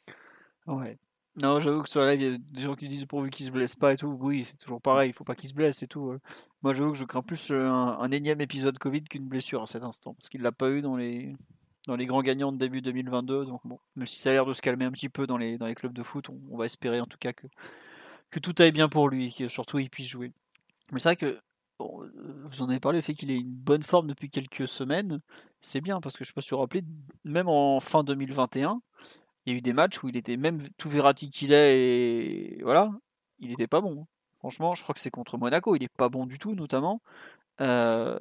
Ouais. Non, j'avoue que sur la live, il y a des gens qui disent pourvu qu'ils se blessent pas et tout. Oui, c'est toujours pareil, il faut pas qu'ils se blessent et tout. Moi, j'avoue que je crains plus un, un énième épisode Covid qu'une blessure à cet instant, parce qu'il l'a pas eu dans les, dans les grands gagnants de début deux mille vingt-deux. Donc bon, même si ça a l'air de se calmer un petit peu dans les, dans les clubs de foot, on, on va espérer en tout cas que, que tout aille bien pour lui, que surtout il puisse jouer. Mais c'est vrai que bon, vous en avez parlé, le fait qu'il ait une bonne forme depuis quelques semaines, c'est bien, parce que je ne sais pas si vous vous rappelez, même en fin deux mille vingt et un, il y a eu des matchs où il était même tout Verratti qu'il est, et voilà, il n'était pas bon. Franchement, je crois que c'est contre Monaco, il n'est pas bon du tout, notamment. Euh,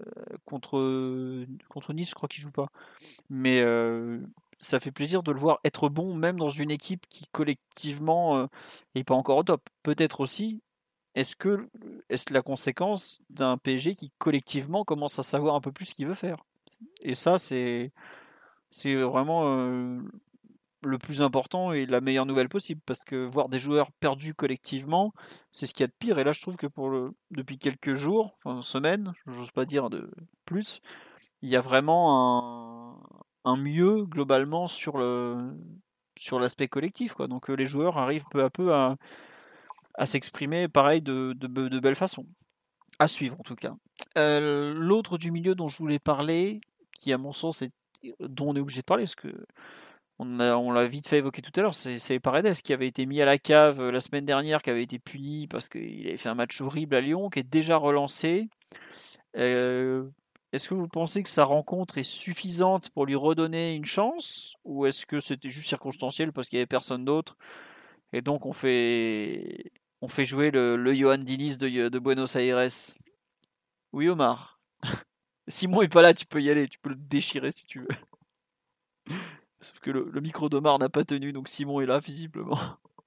contre, contre Nice, je crois qu'il joue pas. Mais euh, ça fait plaisir de le voir être bon, même dans une équipe qui collectivement n'est pas encore au top. Peut-être aussi, est-ce que est-ce la conséquence d'un P S G qui collectivement commence à savoir un peu plus ce qu'il veut faire? Et ça, c'est c'est vraiment euh, le plus important et la meilleure nouvelle possible, parce que voir des joueurs perdus collectivement, c'est ce qu'il y a de pire. Et là, je trouve que pour le depuis quelques jours, enfin semaines, j'ose pas dire de plus, il y a vraiment un, un mieux globalement sur le sur l'aspect collectif, quoi. Donc euh, les joueurs arrivent peu à peu à à s'exprimer pareil de, de, de belle façon. À suivre en tout cas. Euh, l'autre du milieu dont je voulais parler, qui à mon sens est, dont on est obligé de parler, parce que on, a, on l'a vite fait évoquer tout à l'heure, c'est, c'est Paredes qui avait été mis à la cave la semaine dernière, qui avait été puni parce qu'il avait fait un match horrible à Lyon, qui est déjà relancé. Euh, est-ce que vous pensez que sa rencontre est suffisante pour lui redonner une chance, ou est-ce que c'était juste circonstanciel parce qu'il n'y avait personne d'autre et donc on fait on fait jouer le, le Johan Diniz de, de Buenos Aires? Oui, Omar. Simon est pas là, tu peux y aller, tu peux le déchirer si tu veux. Sauf que le, le micro d'Omar n'a pas tenu, donc Simon est là, visiblement.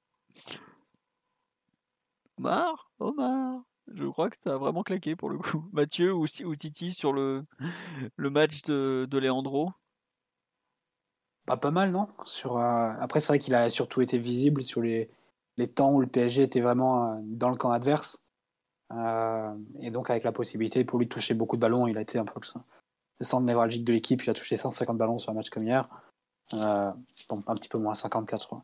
Omar Omar Je crois que ça a vraiment claqué pour le coup. Mathieu ou, ou Titi sur le, le match de, de Leandro? Pas, pas mal, non sur, euh... Après, c'est vrai qu'il a surtout été visible sur les, les temps où le P S G était vraiment euh, dans le camp adverse. Euh, et donc, avec la possibilité pour lui de toucher beaucoup de ballons, il a été un peu le, le centre névralgique de l'équipe. Il a touché cent cinquante ballons sur un match comme hier. Euh, bon, un petit peu moins, cinquante-quatre, je crois.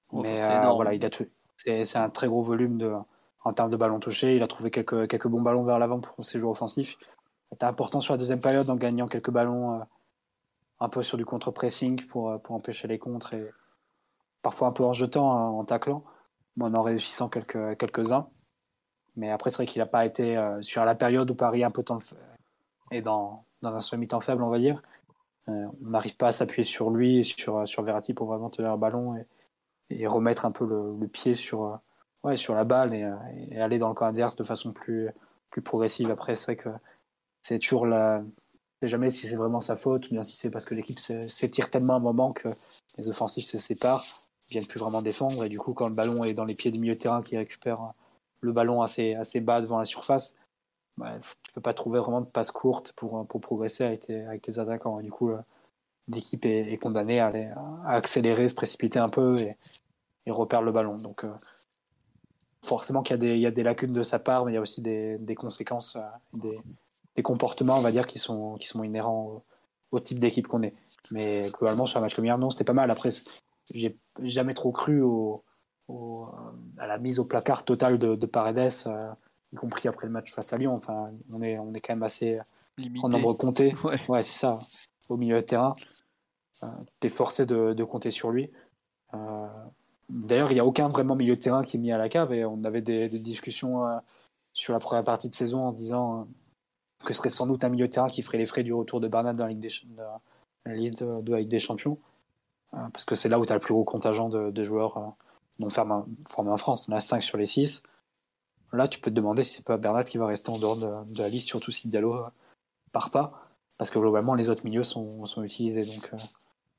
Oh, Mais c'est euh, énorme. voilà, il a tout. C'est, c'est un très gros volume de, en termes de ballons touchés. Il a trouvé quelques, quelques bons ballons vers l'avant pour ses joueurs offensifs. C'était important sur la deuxième période en gagnant quelques ballons euh, un peu sur du contre-pressing pour, euh, pour empêcher les contres et parfois un peu en jetant, hein, en taclant, mais en en réussissant quelques, quelques-uns. Mais après, c'est vrai qu'il n'a pas été euh, sur la période où Paris un peu temps et dans, dans un semi-temps faible, on va dire. Euh, on n'arrive pas à s'appuyer sur lui et sur, sur Verratti pour vraiment tenir le ballon et, et remettre un peu le, le pied sur, euh, ouais, sur la balle et, et aller dans le camp adverse de façon plus, plus progressive. Après, c'est vrai que c'est toujours la. On ne sait jamais si c'est vraiment sa faute ou bien si c'est parce que l'équipe s'étire tellement à un moment que les offensifs se séparent, ne viennent plus vraiment défendre. Et du coup, quand le ballon est dans les pieds du milieu de terrain qui récupère le ballon assez, assez bas devant la surface, bah, tu ne peux pas trouver vraiment de passe courte pour, pour progresser avec tes, avec tes attaquants. Et du coup, l'équipe est, est condamnée à, aller, à accélérer, se précipiter un peu et, et reperdre le ballon. Donc, euh, forcément qu'il y a, des, il y a des lacunes de sa part, mais il y a aussi des, des conséquences, euh, des, des comportements, on va dire, qui sont, qui sont inhérents au, au type d'équipe qu'on est. Mais globalement, sur un match comme hier, non, c'était pas mal. Après, j'ai jamais trop cru au, au, à la mise au placard totale de, de Paredes, euh, y compris après le match face à Lyon. Enfin, on est, on est quand même assez Limité. en nombre compté. Ouais, ouais c'est ça. Au milieu de terrain, euh, tu es forcé de, de compter sur lui. Euh, D'ailleurs, il n'y a aucun vraiment milieu de terrain qui est mis à la cave et on avait des, des discussions euh, sur la première partie de saison en disant euh, que ce serait sans doute un milieu de terrain qui ferait les frais du retour de Bernat dans la, Ligue des, de, la liste de, de la Ligue des Champions. Euh, parce que c'est là où tu as le plus gros contingent de, de joueurs euh, non formés en France. On a cinq sur les six. Là, tu peux te demander si c'est pas Bernat qui va rester en dehors de, de la liste, surtout si Diallo euh, part pas. Parce que globalement, les autres milieux sont, sont utilisés. Donc, euh...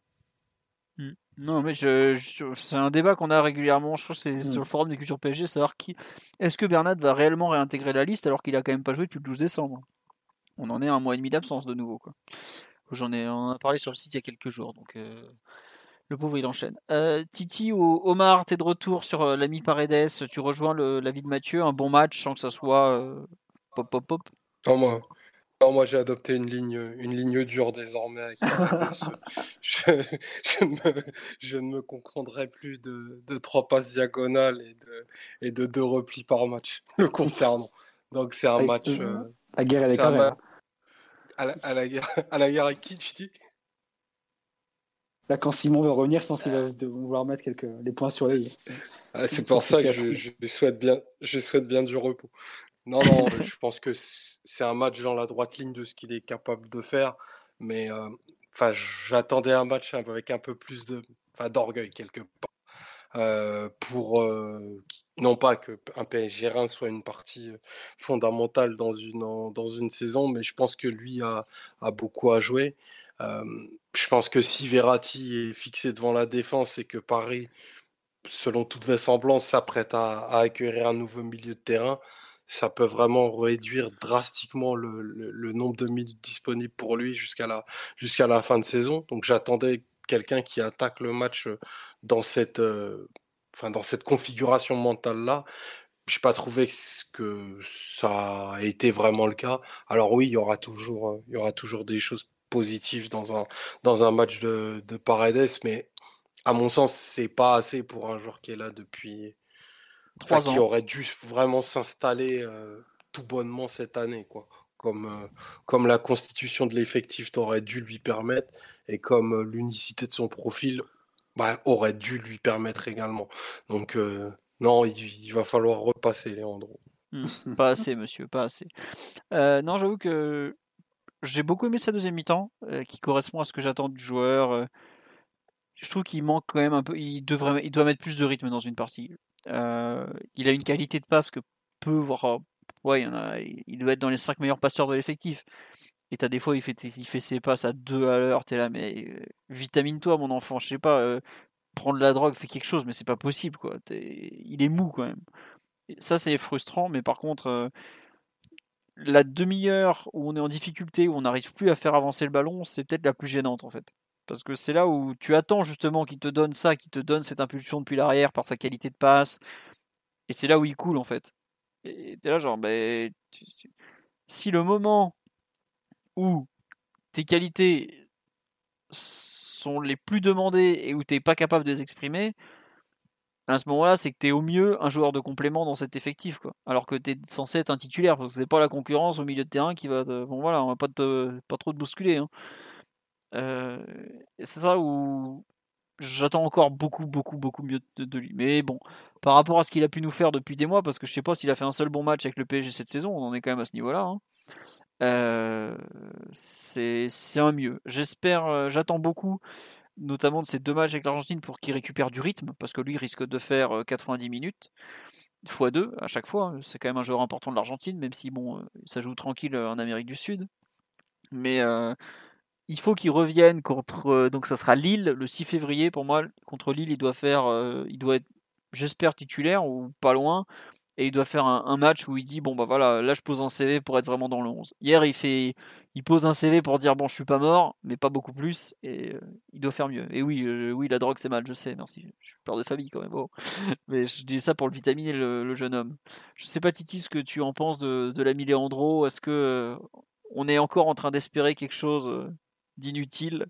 Non, mais je, je, c'est un débat qu'on a régulièrement, je trouve, c'est mm. sur le forum des cultures P S G, savoir qui. Est-ce que Bernat va réellement réintégrer la liste alors qu'il a quand même pas joué depuis le douze décembre? On en est à un mois et demi d'absence de nouveau, quoi. J'en ai, on en a parlé sur le site il y a quelques jours, donc euh, le pauvre il enchaîne. Euh, Titi ou Omar, t'es de retour sur euh, l'ami Paredes, tu rejoins le, l'avis de Mathieu, un bon match sans que ça soit euh, pop pop pop. Non, moi, non, moi j'ai adopté une ligne, une ligne dure désormais avec Paredes. je, je, ne me, je ne me comprendrai plus de, de trois passes diagonales et de, et de deux replis par match le concernant. Donc c'est un match. Euh, la guerre elle est carrée. Ma... À, la, à, la guerre, à la guerre avec qui tu dis? Là, quand Simon va revenir, je pense qu'il va vouloir mettre quelques, les points sur les i. Ah, c'est pour ça que je, je, souhaite bien, je souhaite bien du repos. Non, non, je pense que c'est un match dans la droite ligne de ce qu'il est capable de faire. Mais euh, j'attendais un match avec un peu plus de, d'orgueil quelque part. Euh, pour euh, non pas qu'un P S G Reims soit une partie fondamentale dans une, dans une saison, mais je pense que lui a, a beaucoup à jouer. Euh, je pense que si Verratti est fixé devant la défense et que Paris, selon toute vraisemblance, s'apprête à, à accueillir un nouveau milieu de terrain, ça peut vraiment réduire drastiquement le, le, le nombre de minutes disponibles pour lui jusqu'à la, jusqu'à la fin de saison. Donc j'attendais quelqu'un qui attaque le match dans cette, euh, enfin, dans cette configuration mentale-là. Je n'ai pas trouvé que ça a été vraiment le cas. Alors oui, il y aura toujours, il y aura toujours des choses positives dans un, dans un match de, de Paredes, mais à mon sens, c'est pas assez pour un joueur qui est là depuis trois enfin, ans. Qui aurait dû vraiment s'installer euh, tout bonnement cette année, quoi. Comme, euh, comme la constitution de l'effectif t'aurait dû lui permettre et comme euh, l'unicité de son profil bah, aurait dû lui permettre également. Donc euh, non, il, il va falloir repasser, Leandro. Mmh, pas assez, monsieur, pas assez. Euh, non, j'avoue que j'ai beaucoup aimé sa deuxième mi-temps, euh, qui correspond à ce que j'attends du joueur. Euh, je trouve qu'il manque quand même un peu. Il devrait, il doit mettre plus de rythme dans une partie. Euh, il a une qualité de passe que peu voir. Ouais, il, y en a, il doit être dans les cinq meilleurs passeurs de l'effectif. Et t'as des fois, il fait, il fait ses passes à deux à l'heure. T'es là, mais euh, vitamine-toi, mon enfant. Je sais pas, euh, prendre la drogue, fais quelque chose, mais c'est pas possible, quoi. Il est mou quand même. Et ça, c'est frustrant, mais par contre. Euh, la demi-heure où on est en difficulté, où on n'arrive plus à faire avancer le ballon, c'est peut-être la plus gênante en fait. Parce que c'est là où tu attends justement qu'il te donne ça, qu'il te donne cette impulsion depuis l'arrière par sa qualité de passe. Et c'est là où il coule en fait. Et t'es là genre, ben, tu, tu... si le moment où tes qualités sont les plus demandées et où t'es pas capable de les exprimer, À ce moment-là, c'est que tu es au mieux un joueur de complément dans cet effectif, quoi. Alors que tu es censé être un titulaire, parce que c'est pas la concurrence au milieu de terrain qui va te... Bon voilà, on va pas, te... pas trop te bousculer. Hein. Euh, c'est ça où j'attends encore beaucoup, beaucoup, beaucoup mieux de, de lui. Mais bon, par rapport à ce qu'il a pu nous faire depuis des mois, parce que je sais pas s'il a fait un seul bon match avec le P S G cette saison, on en est quand même à ce niveau-là. Hein. Euh, c'est, c'est un mieux. J'espère, euh, j'attends beaucoup, notamment de ces deux matchs avec l'Argentine pour qu'il récupère du rythme, parce que lui il risque de faire euh, quatre-vingt-dix minutes fois deux à chaque fois. Hein. C'est quand même un joueur important de l'Argentine, même si bon, euh, ça joue tranquille euh, en Amérique du Sud. Mais euh, il faut qu'il revienne contre. Euh, donc ça sera Lille le six février. Pour moi, contre Lille, il doit faire. Euh, il doit être, j'espère, titulaire ou pas loin. Et il doit faire un, un match où il dit bon bah voilà, là je pose un C V pour être vraiment dans le onze. Hier il fait, il pose un C V pour dire bon je suis pas mort, mais pas beaucoup plus. Et euh, il doit faire mieux. Et oui, euh, oui la drogue c'est mal, je sais, merci. Je suis peur de famille quand même. Oh. Mais je dis ça pour le vitaminer le, le jeune homme. Je sais pas Titi ce que tu en penses de, de l'ami Leandro. Est-ce que euh, on est encore en train d'espérer quelque chose euh, d'inutile?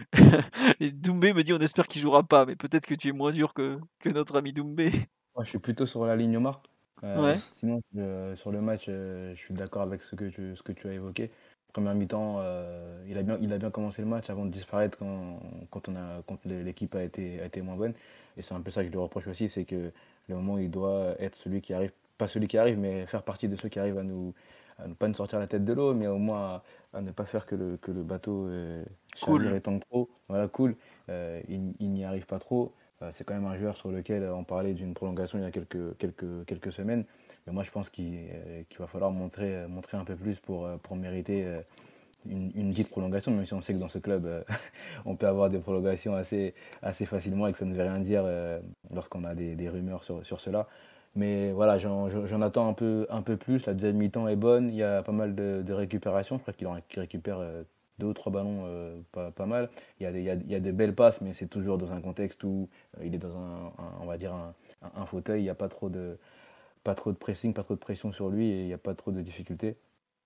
Et Doumbé me dit on espère qu'il jouera pas, mais peut-être que tu es moins dur que, que notre ami Doumbé. Moi, je suis plutôt sur la ligne Omar. Euh, Ouais. Sinon, euh, sur le match, euh, je suis d'accord avec ce que tu, ce que tu as évoqué. Première mi-temps, euh, il, a bien, il a bien commencé le match avant de disparaître quand, quand, on a, quand l'équipe a été, a été moins bonne. Et c'est un peu ça que je lui reproche aussi, c'est que le moment où il doit être celui qui arrive, pas celui qui arrive, mais faire partie de ceux qui arrivent à nous, à ne pas nous sortir la tête de l'eau, mais au moins à, à ne pas faire que le, que le bateau euh, Cool. chavire et tangue trop. Voilà, cool. Euh, il, il n'y arrive pas trop. Euh, c'est quand même un joueur sur lequel on parlait d'une prolongation il y a quelques, quelques, quelques semaines. Mais moi, je pense qu'il, euh, qu'il va falloir montrer, montrer un peu plus pour, pour mériter euh, une, une dite prolongation, même si on sait que dans ce club, euh, on peut avoir des prolongations assez, assez facilement et que ça ne veut rien dire euh, lorsqu'on a des, des rumeurs sur, sur cela. Mais voilà, j'en, j'en attends un peu, un peu plus. La deuxième mi-temps est bonne. Il y a pas mal de, de récupérations. Je crois qu'il, en, qu'il récupère euh, deux ou trois ballons euh, pas, pas mal. Il y, a des, il, y a, il y a de belles passes, mais c'est toujours dans un contexte où euh, il est dans un, un on va dire un, un, un fauteuil. Il n'y a pas trop, de, pas trop de pressing, pas trop de pression sur lui et il n'y a pas trop de difficultés.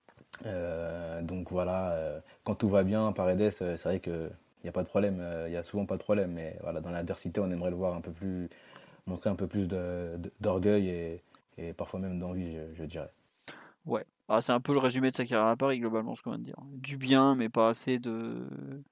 Euh, donc voilà, euh, quand tout va bien, Paredes, euh, c'est vrai qu'il n'y a pas de problème. Euh, il n'y a souvent pas de problème. Mais voilà, dans l'adversité, on aimerait le voir un peu plus, montrer un peu plus de, de, d'orgueil et, et parfois même d'envie, je, je dirais. Ouais. Ah, c'est un peu le résumé de sa carrière à Paris, globalement, je peux dire. Du bien, mais pas assez de.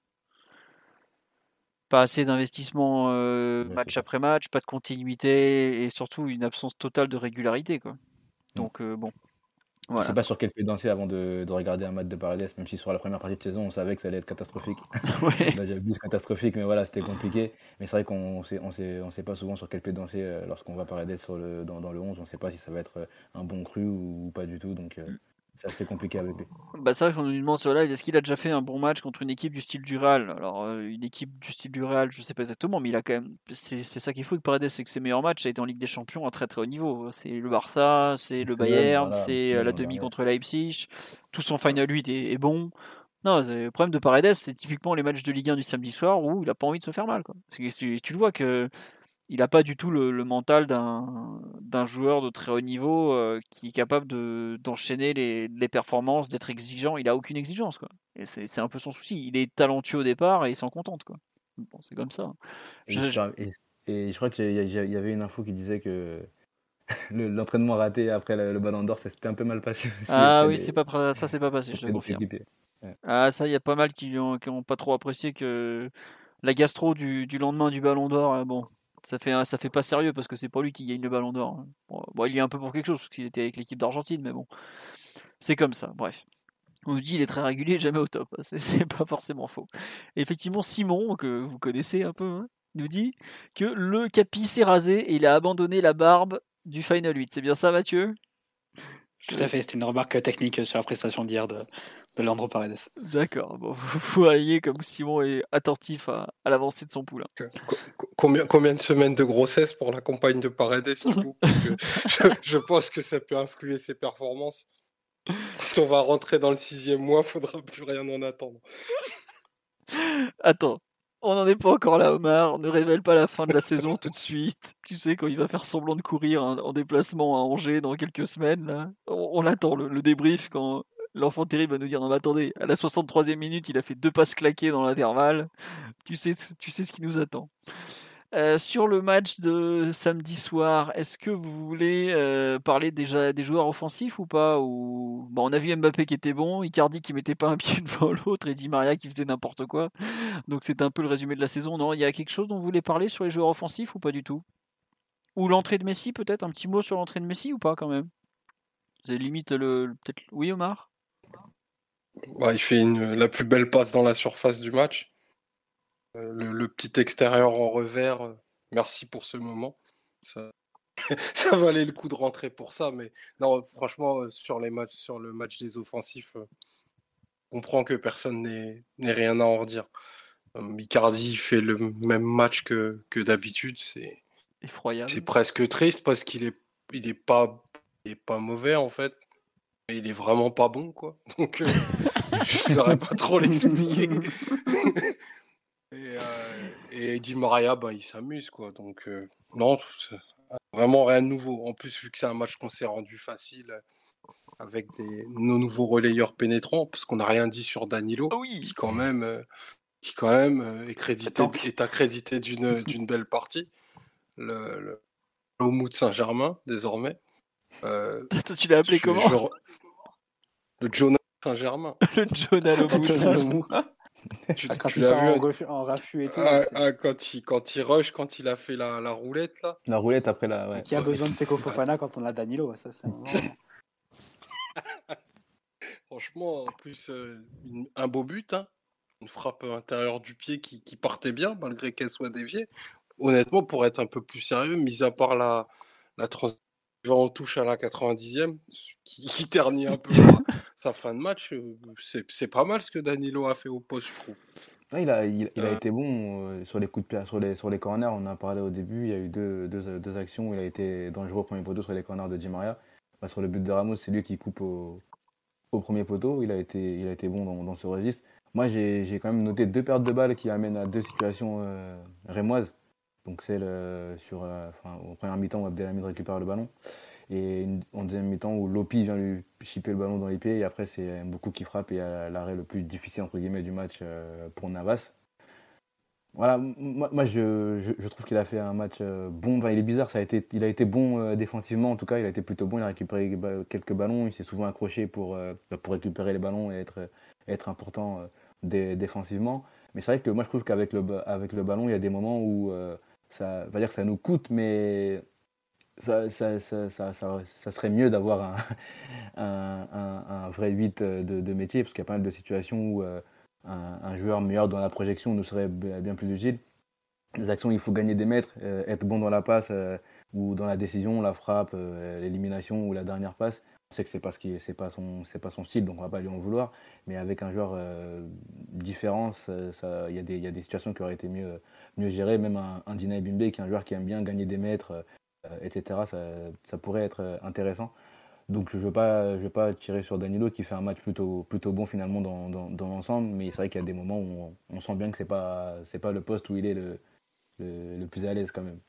Pas assez d'investissement euh, Ouais, match après match, pas de continuité et surtout une absence totale de régularité. Quoi. Donc, euh, bon. Je ne sais Voilà. pas sur quel pied danser avant de, de regarder un match de Paredes, même si sur la première partie de saison, on savait que ça allait être catastrophique. Ouais. Là, j'avais dit catastrophique, mais voilà, c'était compliqué. Mais c'est vrai qu'on sait, on sait, on sait pas souvent sur quel pied danser euh, lorsqu'on va Paredes sur le, dans, dans le onze. On ne sait pas si ça va être euh, un bon cru ou, ou pas du tout. Donc, euh, c'est assez compliqué avec lui. Bah, c'est vrai qu'on nous demande sur live, est-ce qu'il a déjà fait un bon match contre une équipe du style du Real? Alors, euh, une équipe du style du Real, je sais pas exactement, mais il a quand même. C'est, c'est ça qu'il faut que Paredes, c'est que ses meilleurs matchs, ça a été en Ligue des Champions à très très haut niveau. C'est le Barça, c'est le Bayern, Voilà, c'est euh, la demi contre Leipzig. Tout son Final huit est, est bon. Non, c'est- le problème de Paredes, c'est typiquement les matchs de Ligue un du samedi soir où il a pas envie de se faire mal. Quoi. C'est- c'est- tu le vois que il n'a pas du tout le, le mental d'un, d'un joueur de très haut niveau euh, qui est capable de, d'enchaîner les, les performances, d'être exigeant. Il a aucune exigence. Quoi. Et c'est, c'est un peu son souci. Il est talentueux au départ et il s'en contente. Quoi. Bon, c'est comme ça. Et Je, je, et, et je crois qu'il y, y avait une info qui disait que le, l'entraînement raté après le, le Ballon d'Or, ça s'était un peu mal passé aussi. ah oui, des, c'est pas, ça c'est pas passé, je te confirme. Ouais. Ah ça, il y a pas mal qui n'ont qui ont pas trop apprécié que la gastro du, du lendemain du Ballon d'Or, euh, bon, ça fait, ça fait pas sérieux parce que c'est pas lui qui gagne le Ballon d'Or. Bon, bon, il y est un peu pour quelque chose parce qu'il était avec l'équipe d'Argentine, mais bon, c'est comme ça. Bref, on nous dit il est très régulier, jamais au top. C'est, c'est pas forcément faux. Et effectivement, Simon, que vous connaissez un peu, hein, nous dit que le capi s'est rasé et il a abandonné la barbe du Final huit. C'est bien ça, Mathieu? Tout à fait, c'était une remarque technique sur la prestation d'hier de, de Leandro Paredes. D'accord, bon, vous voyez comme Simon est attentif à, à l'avancée de son poulain. Combien, combien de semaines de grossesse pour la campagne de Paredes du coup? Parce que je, je pense que ça peut influer ses performances. Quand on va rentrer dans le sixième mois, faudra plus rien en attendre. Attends, on n'en est pas encore là, Omar. Ne révèle pas la fin de la saison tout de suite. Tu sais, quand il va faire semblant de courir en, en déplacement à Angers dans quelques semaines, là, on, on l'attend, le, le débrief, quand l'enfant terrible va nous dire non, mais attendez, à la soixante-troisième minute, il a fait deux passes claquées dans l'intervalle. Tu sais, tu sais ce qui nous attend. Euh, sur le match de samedi soir, est-ce que vous voulez euh, parler déjà des joueurs offensifs ou pas ou... Bon, on a vu Mbappé qui était bon, Icardi qui mettait pas un pied devant l'autre et Di Maria qui faisait n'importe quoi. Donc c'est un peu le résumé de la saison. Non, il y a quelque chose dont vous voulez parler sur les joueurs offensifs ou pas du tout? Ou l'entrée de Messi peut-être? Un petit mot sur l'entrée de Messi ou pas quand même? C'est limite le, le- peut-être. Oui, Omar? Bah, il fait une, la plus belle passe dans la surface du match. Euh, le, le petit extérieur en revers. euh, Merci pour ce moment. Ça, ça valait le coup de rentrer pour ça. Mais non, franchement, euh, sur les matchs, sur le match des offensifs, euh, on comprend que personne n'est n'ait rien à en redire. Euh, Icardi fait le même match que, que d'habitude. C'est, Effroyable. c'est presque triste parce qu'il est, il est pas, il est pas mauvais en fait. Mais il est vraiment pas bon, quoi. Donc, euh, je saurais pas trop l'expliquer. et, euh, et Di Maria, bah, il s'amuse, quoi. Donc, euh, non, c'est vraiment rien de nouveau. En plus, vu que c'est un match qu'on s'est rendu facile avec des, nos nouveaux relayeurs pénétrants, parce qu'on n'a rien dit sur Danilo, Ah oui. qui quand même, euh, qui quand même euh, est, crédité, tank. est accrédité d'une, d'une belle partie. Le, le Lomu de Saint-Germain, désormais. Euh, Toi, tu l'as appelé je- comment? je re- Le Jonathan Saint-Germain. Le Jonah Lomu. Jonah Lomu. Tu, Ah, quand tu il l'as part vu en, hein refu- en raffut et tout. ah, c'est- ah, quand, il, quand il rush, quand il a fait la, la roulette, là. La roulette après la. Ouais. Qui a besoin de Seko Fofana quand on a Danilo? Ça, c'est vraiment- Franchement, en plus, euh, une- un beau but, hein. Une frappe intérieure du pied qui, qui partait bien, malgré qu'elle soit déviée. Honnêtement, pour être un peu plus sérieux, mis à part la, la transition en touche à la quatre-vingt-dixième, qui, qui ternit un peu sa, sa fin de match, euh, c'est, c'est pas mal ce que Danilo a fait au poste, je trouve. Ouais, il a, il, il a Euh, été bon euh, sur les coups de pied, sur les, sur les corners. On en a parlé au début. Il y a eu deux, deux, deux actions où il a été dangereux au premier poteau sur les corners de Di Maria. Bah, sur le but de Ramos, c'est lui qui coupe au, au premier poteau. Il a été, il a été bon dans, dans ce registre. Moi, j'ai, j'ai quand même noté deux pertes de balles qui amènent à deux situations euh, rémoises. Donc, celle euh, sur, euh, enfin, au premier mi-temps où Abdelhamid récupère le ballon. Et une- en deuxième mi-temps où Lopi vient lui chipper le ballon dans les pieds. Et après, c'est Mboukou qui frappe et à l'arrêt le plus difficile entre guillemets du match euh, pour Navas. Voilà, moi, moi, je, je, je trouve qu'il a fait un match euh, bon. Enfin, il est bizarre, ça a été, il a été bon euh, défensivement en tout cas. Il a été plutôt bon. Il a récupéré ba- quelques ballons. Il s'est souvent accroché pour, euh, pour récupérer les ballons et être, être important euh, dé- défensivement. Mais c'est vrai que moi, je trouve qu'avec le, ba- avec le ballon, il y a des moments où euh, ça va dire que ça nous coûte, mais ça, ça, ça, ça, ça, ça serait mieux d'avoir un, un, un, un vrai huit de, de métier, parce qu'il y a pas mal de situations où euh, un, un joueur meilleur dans la projection nous serait b- bien plus utile. Les actions, il faut gagner des mètres, euh, être bon dans la passe euh, ou dans la décision, la frappe, euh, l'élimination ou la dernière passe. On sait que c'est pas ce qui, c'est pas son, c'est pas son style, donc on va pas lui en vouloir. Mais avec un joueur euh, différent, ça- ça- il y a des, il y a des situations qui auraient été mieux, mieux gérées. Même un, un Dina Bimbe, qui est un joueur qui aime bien gagner des mètres, euh, et cetera. Ça, ça pourrait être euh, intéressant. Donc je ne veux pas, je veux pas tirer sur Danilo qui fait un match plutôt, plutôt bon finalement dans, dans, dans l'ensemble, mais c'est vrai qu'il y a des moments où on, on sent bien que c'est pas, c'est pas le poste où il est le, le, le plus à l'aise quand même.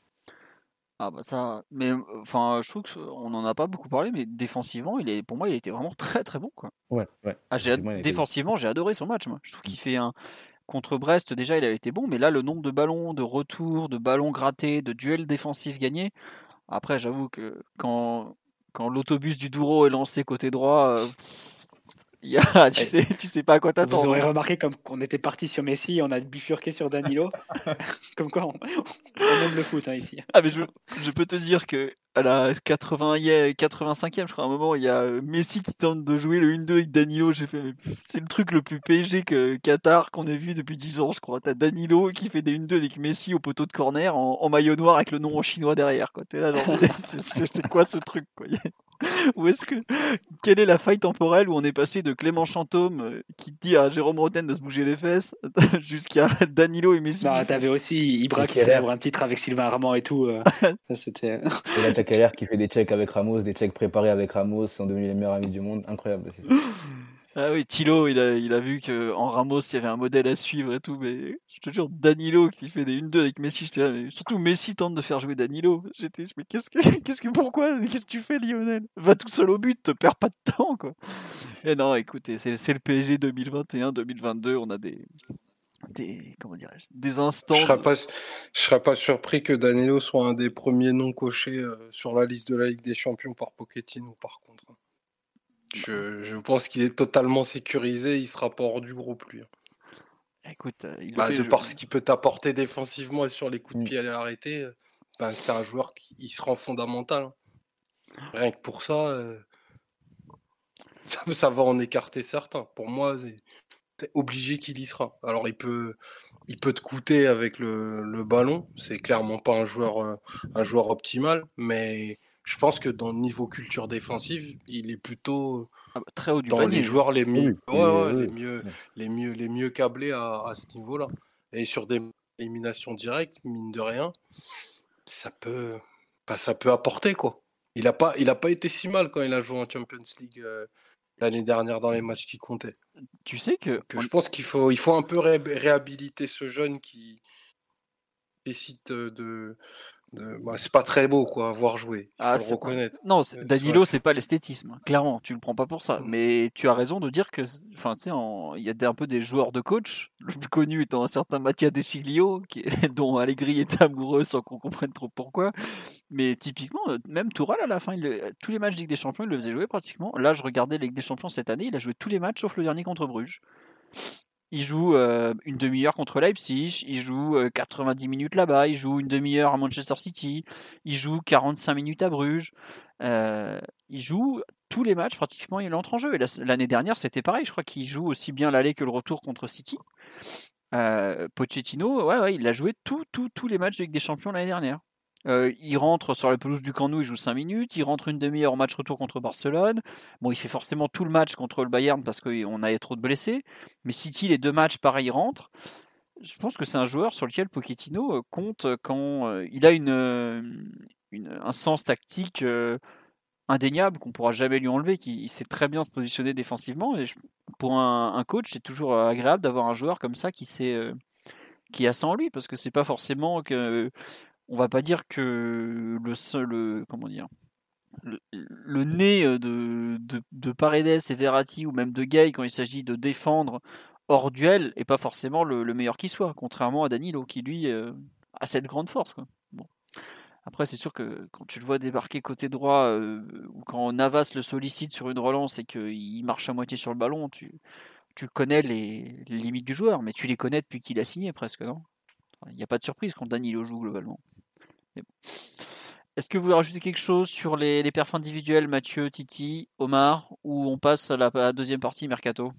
Ah bah ça, mais euh, enfin, je trouve qu'on n'en a pas beaucoup parlé, mais défensivement, il est, pour moi, il était vraiment très très bon quoi. Ouais, ouais. Ah, j'ai ad- Effectivement, il a été bon. défensivement, j'ai adoré son match. Moi, je trouve qu'il fait un contre Brest déjà, il avait été bon, mais là, le nombre de ballons, de retours, de ballons grattés, de duels défensifs gagnés. Après, j'avoue que quand quand l'autobus du Douro est lancé côté droit, euh, il y a, tu Ouais. sais, tu sais pas à quoi Vous t'attendre. aurez hein. remarqué comme qu'on était parti sur Messi, on a bifurqué sur Danilo. Comme quoi, on, on aime le foot hein, ici. Ah mais je, je peux te dire que à la quatre-vingtième, quatre-vingt-cinquième, je crois, à un moment, il y a euh, Messi qui tente de jouer le un deux avec Danilo. J'ai fait, mais c'est le truc le plus P S G que Qatar qu'on ait vu depuis dix ans, je crois. T'as Danilo qui fait des un deux avec Messi au poteau de corner en, en maillot noir avec le nom en chinois derrière. Quoi. T'es là, genre, c'est, c'est, c'est quoi ce truc quoi. Où est-ce que quelle est la faille temporelle où on est passé de Clément Chantôme euh, qui dit à Jérôme Roten de se bouger les fesses jusqu'à Danilo et Messi. Non, qui- t'avais aussi Ibra Et qui Keller. célèbre un titre avec Sylvain Armand et tout. euh, ça, c'était. Et là, t'as Keller qui fait des checks avec Ramos, des checks préparés avec Ramos, ils sont devenus les meilleurs amis du monde. Incroyable. C'est ça. Ah oui, Thilo, il a, il a vu qu'en Ramos, il y avait un modèle à suivre et tout, mais je te jure, Danilo qui fait des un deux avec Messi, j'étais là, mais surtout Messi tente de faire jouer Danilo. J'étais, mais qu'est-ce que, qu'est-ce que, pourquoi, qu'est-ce que tu fais, Lionel? Va tout seul au but, te perds pas de temps, quoi. Et non, écoutez, c'est, c'est le P S G deux mille vingt et un deux mille vingt-deux, on a des, des, comment dirais-je, des Je instants. serais De... pas, je serais pas surpris que Danilo soit un des premiers noms cochés euh, sur la liste de la Ligue des Champions par Pochettino, par contre. Je, je pense qu'il est totalement sécurisé, il sera pas hors du groupe, lui. Écoute, euh, il le Bah, fait. de je- par ce qu'il peut t'apporter défensivement et sur les coups de Mm. pied arrêtés, euh, ben, c'est un joueur qui il se rend fondamental. hein. Rien que pour ça, euh, ça, ça va en écarter certains. Pour moi, c'est c'est obligé qu'il y sera. Alors, il peut, il peut te coûter avec le, le ballon. C'est clairement pas un joueur, euh, un joueur optimal, mais je pense que dans le niveau culture défensive, il est plutôt Ah bah, très haut du dans les panier. joueurs les mieux, Oui, ouais, il est- ouais, les oui. mieux, Ouais. les mieux, les mieux câblés à, à ce niveau-là. Et sur des éliminations directes, mine de rien, ça peut, bah, ça peut apporter quoi. Il a pas, il a pas été si mal quand il a joué en Champions League euh, l'année dernière dans les matchs qui comptaient. Tu sais que Donc, on- je pense qu'il faut, il faut un peu ré- réhabiliter ce jeune qui décide de, de... Bah, c'est pas très beau quoi, à voir jouer. Il ah, faut le c'est- non, reconnaître. non, c'est- Euh, Danilo, ouais, c'est pas l'esthétisme, hein, clairement. Tu le prends pas pour ça. Mm. Mais tu as raison de dire que, enfin, tu sais, en- il y a des- un peu des joueurs de coach. Le plus connu étant un certain Mattia De Sciglio, qui est- dont Allegri était amoureux sans qu'on comprenne trop pourquoi. Mais typiquement, euh, même Tourelle à la fin, il le- tous les matchs de Ligue des Champions, il le faisait jouer pratiquement. Là, je regardais la Ligue des Champions cette année, il a joué tous les matchs sauf le dernier contre Bruges. Il joue euh, une demi-heure contre Leipzig, il joue euh, quatre-vingt-dix minutes là-bas, il joue une demi-heure à Manchester City, il joue quarante-cinq minutes à Bruges. Euh, il joue tous les matchs pratiquement, il entre en jeu. Et la- l'année dernière, c'était pareil, je crois qu'il joue aussi bien l'aller que le retour contre City. Euh, Pochettino, ouais, ouais, il a joué tous tous tous les matchs de Ligue des Champions l'année dernière. Euh, il rentre sur la pelouse du Camp Nou, il joue cinq minutes. Il rentre une demi-heure au match retour contre Barcelone. Bon, il fait forcément tout le match contre le Bayern parce qu'on avait trop de blessés. Mais City, les deux matchs, pareil, il rentre. Je pense que c'est un joueur sur lequel Pochettino euh, compte quand euh, il a une, euh, une- un sens tactique euh, indéniable qu'on pourra jamais lui enlever. Qui il sait très bien se positionner défensivement. Et je- pour un, un coach, c'est toujours euh, agréable d'avoir un joueur comme ça qui sait, euh, qui a ça en lui, parce que c'est pas forcément que on va pas dire que le seul, euh, comment dire, le, le nez euh, de, de, de Paredes et Verratti ou même de Gay quand il s'agit de défendre hors duel est pas forcément le, le meilleur qui soit, contrairement à Danilo qui lui euh, a cette grande force. Quoi. Bon. Après, c'est sûr que quand tu le vois débarquer côté droit euh, ou quand Navas le sollicite sur une relance et qu'il marche à moitié sur le ballon, tu, tu connais les, les limites du joueur, mais tu les connais depuis qu'il a signé presque, non? Il n'y a pas de surprise quand Danilo joue globalement. Mais bon. Est-ce que vous voulez rajouter quelque chose sur les, les perfs individuels, Mathieu, Titi, Omar, ou on passe à la, à la deuxième partie, Mercato?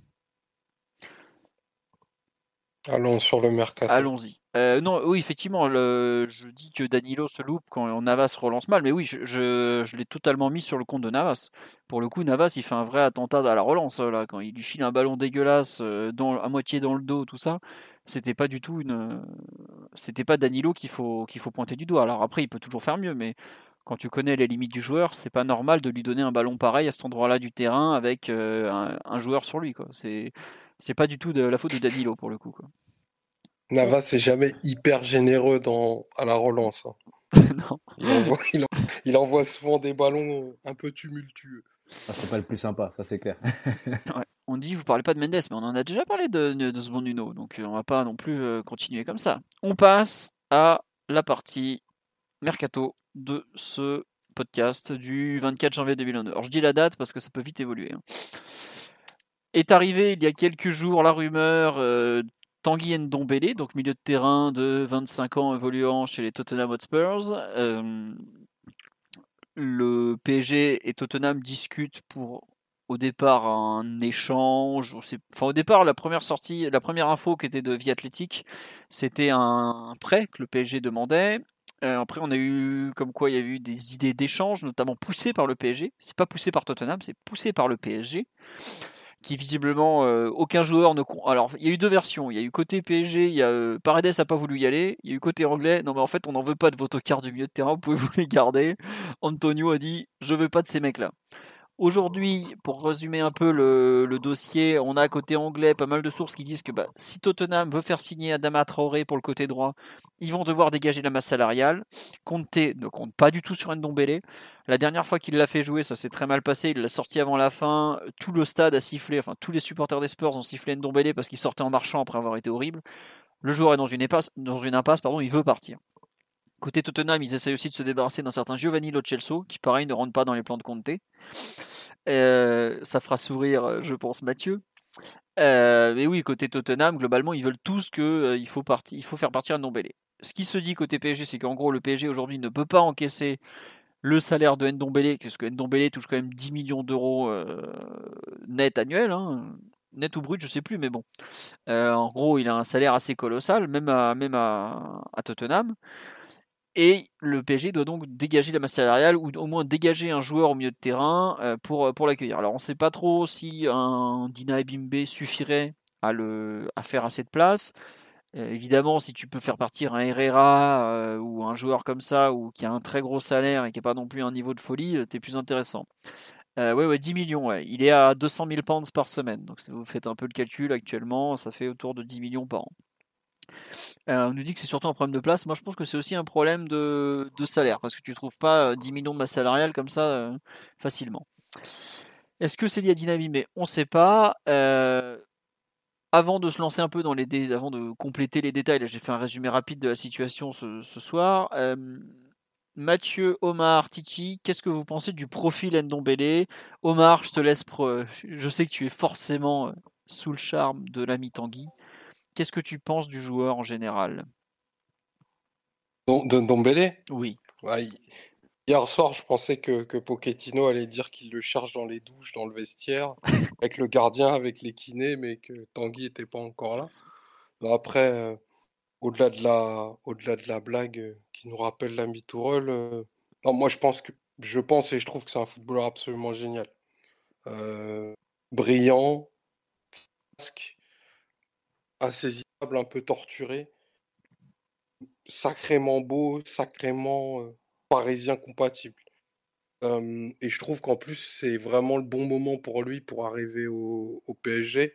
Allons sur le mercato. Allons-y. Euh, non, oui, effectivement, le, je dis que Danilo se loupe quand Navas relance mal, mais oui, je, je, je l'ai totalement mis sur le compte de Navas. Pour le coup, Navas, il fait un vrai attentat à la relance, là, quand il lui file un ballon dégueulasse, euh, dans, à moitié dans le dos, tout ça. C'était pas du tout une. C'était pas Danilo qu'il faut, qu'il faut pointer du doigt. Alors après, il peut toujours faire mieux, mais quand tu connais les limites du joueur, c'est pas normal de lui donner un ballon pareil à cet endroit-là du terrain avec euh, un, un joueur sur lui, quoi. C'est, c'est pas du tout de la faute de Danilo pour le coup, quoi. Navas c'est jamais hyper généreux dans, à la relance. hein. Non. Il envoie, il, en- il envoie souvent des ballons un peu tumultueux. Ah, c'est pas le plus sympa, ça c'est clair. Ouais. On dit vous parlez pas de Mendes, mais on en a déjà parlé de, de, de ce bon Nuno, donc euh, on va pas non plus euh, continuer comme ça. On passe à la partie mercato de ce podcast du vingt-quatre janvier deux mille vingt-deux. Alors je dis la date parce que ça peut vite évoluer. hein. Est arrivé il y a quelques jours la rumeur euh, Tanguy Ndombele, donc milieu de terrain de vingt-cinq ans évoluant chez les Tottenham Hotspurs. Euh, le P S G et Tottenham discutent pour au départ un échange. Enfin, au départ, la première sortie, la première info qui était de Vie Athletic, c'était un prêt que le P S G demandait. Euh, après, on a eu comme quoi il y a eu des idées d'échange, notamment poussées par le P S G. C'est pas poussé par Tottenham, c'est poussé par le P S G. Qui visiblement euh, aucun joueur ne. Alors il y a eu deux versions. Il y a eu côté P S G, il y a euh, Paredes n'a pas voulu y aller. Il y a eu côté anglais. Non mais en fait on n'en veut pas de vos tocards du milieu de terrain. Vous pouvez vous les garder. Antonio a dit je veux pas de ces mecs là. Aujourd'hui, pour résumer un peu le, le dossier, on a côté anglais pas mal de sources qui disent que bah, si Tottenham veut faire signer Adama Traoré pour le côté droit, ils vont devoir dégager la masse salariale. Conte ne compte pas du tout sur Ndombele. La dernière fois qu'il l'a fait jouer, ça s'est très mal passé. Il l'a sorti avant la fin. Tout le stade a sifflé, enfin tous les supporters des Spurs ont sifflé Ndombele parce qu'il sortait en marchant après avoir été horrible. Le joueur est dans une impasse, dans une impasse pardon, il veut partir. Côté Tottenham, ils essayent aussi de se débarrasser d'un certain Giovanni Lo Celso, qui pareil ne rentre pas dans les plans de Conte. Euh, ça fera sourire, je pense, Mathieu. Euh, mais oui, côté Tottenham, globalement, ils veulent tous qu'il euh, faut, parti- il faut faire partir Ndombele. Ce qui se dit côté P S G, c'est qu'en gros, le P S G aujourd'hui ne peut pas encaisser le salaire de Ndombele, parce que Ndombele touche quand même dix millions d'euros euh, net annuel, hein. Net ou brut, je sais plus, mais bon. Euh, en gros, il a un salaire assez colossal, même à, même à, à Tottenham. Et le P S G doit donc dégager la masse salariale ou au moins dégager un joueur au milieu de terrain euh, pour, pour l'accueillir. Alors on ne sait pas trop si un Dina Ebimbe suffirait à, le, à faire assez de place. Euh, évidemment, si tu peux faire partir un Herrera euh, ou un joueur comme ça ou qui a un très gros salaire et qui n'est pas non plus un niveau de folie, euh, t'es plus intéressant. Euh, ouais, ouais, dix millions, ouais. Il est à deux cent mille pounds par semaine. Donc si vous faites un peu le calcul actuellement, ça fait autour de dix millions par an. Euh, on nous dit que c'est surtout un problème de place. Moi, je pense que c'est aussi un problème de, de salaire, parce que tu ne trouves pas euh, dix millions de masse salariale comme ça euh, facilement. Est-ce que c'est lié à Dynami? Mais on ne sait pas. Euh, avant de se lancer un peu dans les dé... avant de compléter les détails, là, j'ai fait un résumé rapide de la situation ce, ce soir. Euh, Mathieu, Omar, Titi, qu'est-ce que vous pensez du profil Ndombele? Omar, je te laisse. Pre... Je sais que tu es forcément euh, sous le charme de l'ami Tanguy. Qu'est-ce que tu penses du joueur en général? Don- de Ndombele, Oui. ouais, il- hier soir, je pensais que, que Pochettino allait dire qu'il le cherche dans les douches, dans le vestiaire, avec le gardien, avec les kinés, mais que Tanguy était pas encore là. Non, après, euh, au-delà de la, au-delà de la blague euh, qui nous rappelle l'ami Tourelle, euh, non, moi je pense que, je pense et je trouve que c'est un footballeur absolument génial. Euh, Brillant, presque, insaisissable, un peu torturé, sacrément beau, sacrément euh, parisien compatible. Euh, et je trouve qu'en plus, c'est vraiment le bon moment pour lui pour arriver au, au P S G.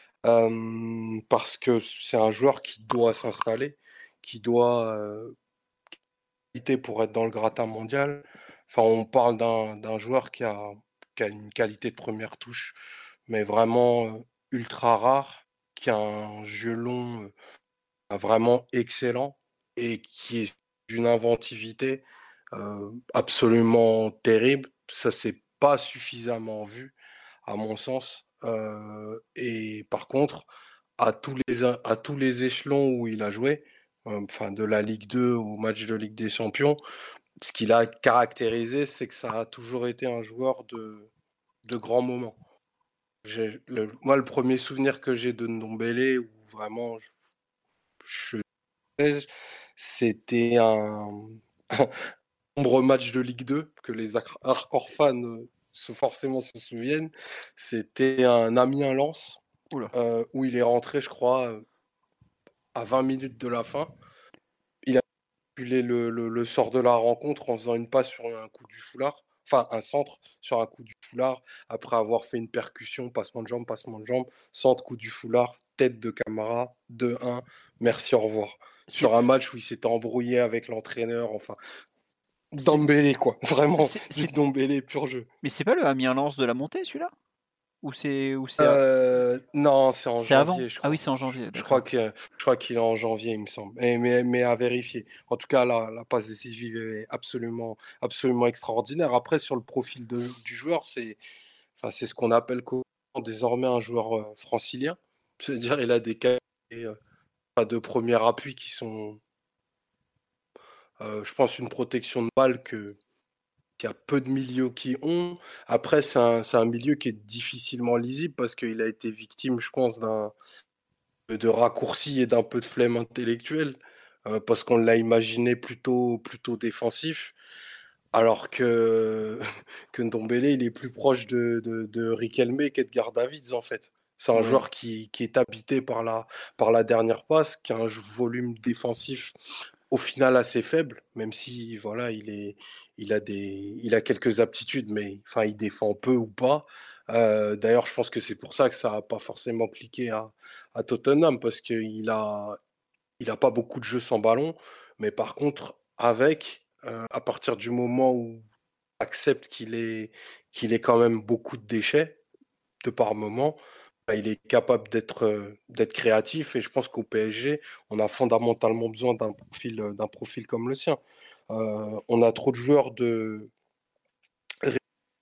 euh, parce que c'est un joueur qui doit s'installer, qui doit euh, qualité pour être dans le gratin mondial. Enfin, on parle d'un d'un joueur qui a, qui a une qualité de première touche, mais vraiment euh, ultra rare, qui a un jeu long euh, vraiment excellent et qui est d'une inventivité euh, absolument terrible. Ça, c'est pas suffisamment vu, à mon sens. Euh, et par contre, à tous les, à tous les échelons où il a joué, euh, enfin de la Ligue deux au match de Ligue des Champions, ce qu'il a caractérisé, c'est que ça a toujours été un joueur de, de grands moments. J'ai- le- moi, le premier souvenir que j'ai de Ndombele, où vraiment je, je c'était un, un nombreux match de Ligue deux, que les har- hardcore fans euh, se, forcément se souviennent. C'était un Amiens-Lens, Oula. euh, où il est rentré, je crois, euh, à vingt minutes de la fin. Il a calculé le, le, le sort de la rencontre en faisant une passe sur un coup du foulard, enfin un centre sur un coup du foulard, après avoir fait une percussion, passement de jambe, passement de jambe, centre, coup du foulard, tête de Camara, deux un, merci, au revoir. C'est, Sur un match où il s'était embrouillé avec l'entraîneur, enfin, c'est, Dembélé, quoi, vraiment, c'est, du c'est- Dembélé pur jeu. mais c'est pas le Amiens-Lens de la montée, celui-là? Ou c'est, ou c'est, a- Euh, non, c'est en c'est avant? janvier, je Ah oui, crois. c'est en Je, janvier, je crois d'accord. que je crois qu'il est en janvier, il me semble. Mais, mais, mais à vérifier. En tout cas, la, la passe décisive est absolument, absolument extraordinaire. Après, sur le profil de- du joueur, c'est, enfin, c'est ce qu'on appelle co- désormais un joueur euh, francilien. C'est-à-dire, il a des qualités euh, de premier appui qui sont, euh, je pense, une protection de balle que qu'il y a peu de milieux qui ont. Après, c'est un, c'est un milieu qui est difficilement lisible parce qu'il a été victime, je pense, d'un de raccourcis et d'un peu de flemme intellectuelle, euh, parce qu'on l'a imaginé plutôt, plutôt défensif, alors que, que Ndombele, il est plus proche de, de, de Riquelme qu'Edgar Davids, en fait. C'est un Ouais. joueur qui, qui est habité par la, par la dernière passe, qui a un volume défensif au final assez faible, même si voilà, il est, il a des, il a quelques aptitudes, mais enfin, il défend peu ou pas. Euh, d'ailleurs, je pense que c'est pour ça que ça n'a pas forcément cliqué à, à Tottenham, parce qu'il a, il a pas beaucoup de jeux sans ballon, mais par contre, avec, euh, à partir du moment où accepte qu'il est, qu'il est quand même beaucoup de déchets de par moment, il est capable d'être euh, d'être créatif et je pense qu'au P S G, on a fondamentalement besoin d'un profil, euh, d'un profil comme le sien. Euh, on a trop de joueurs de ré-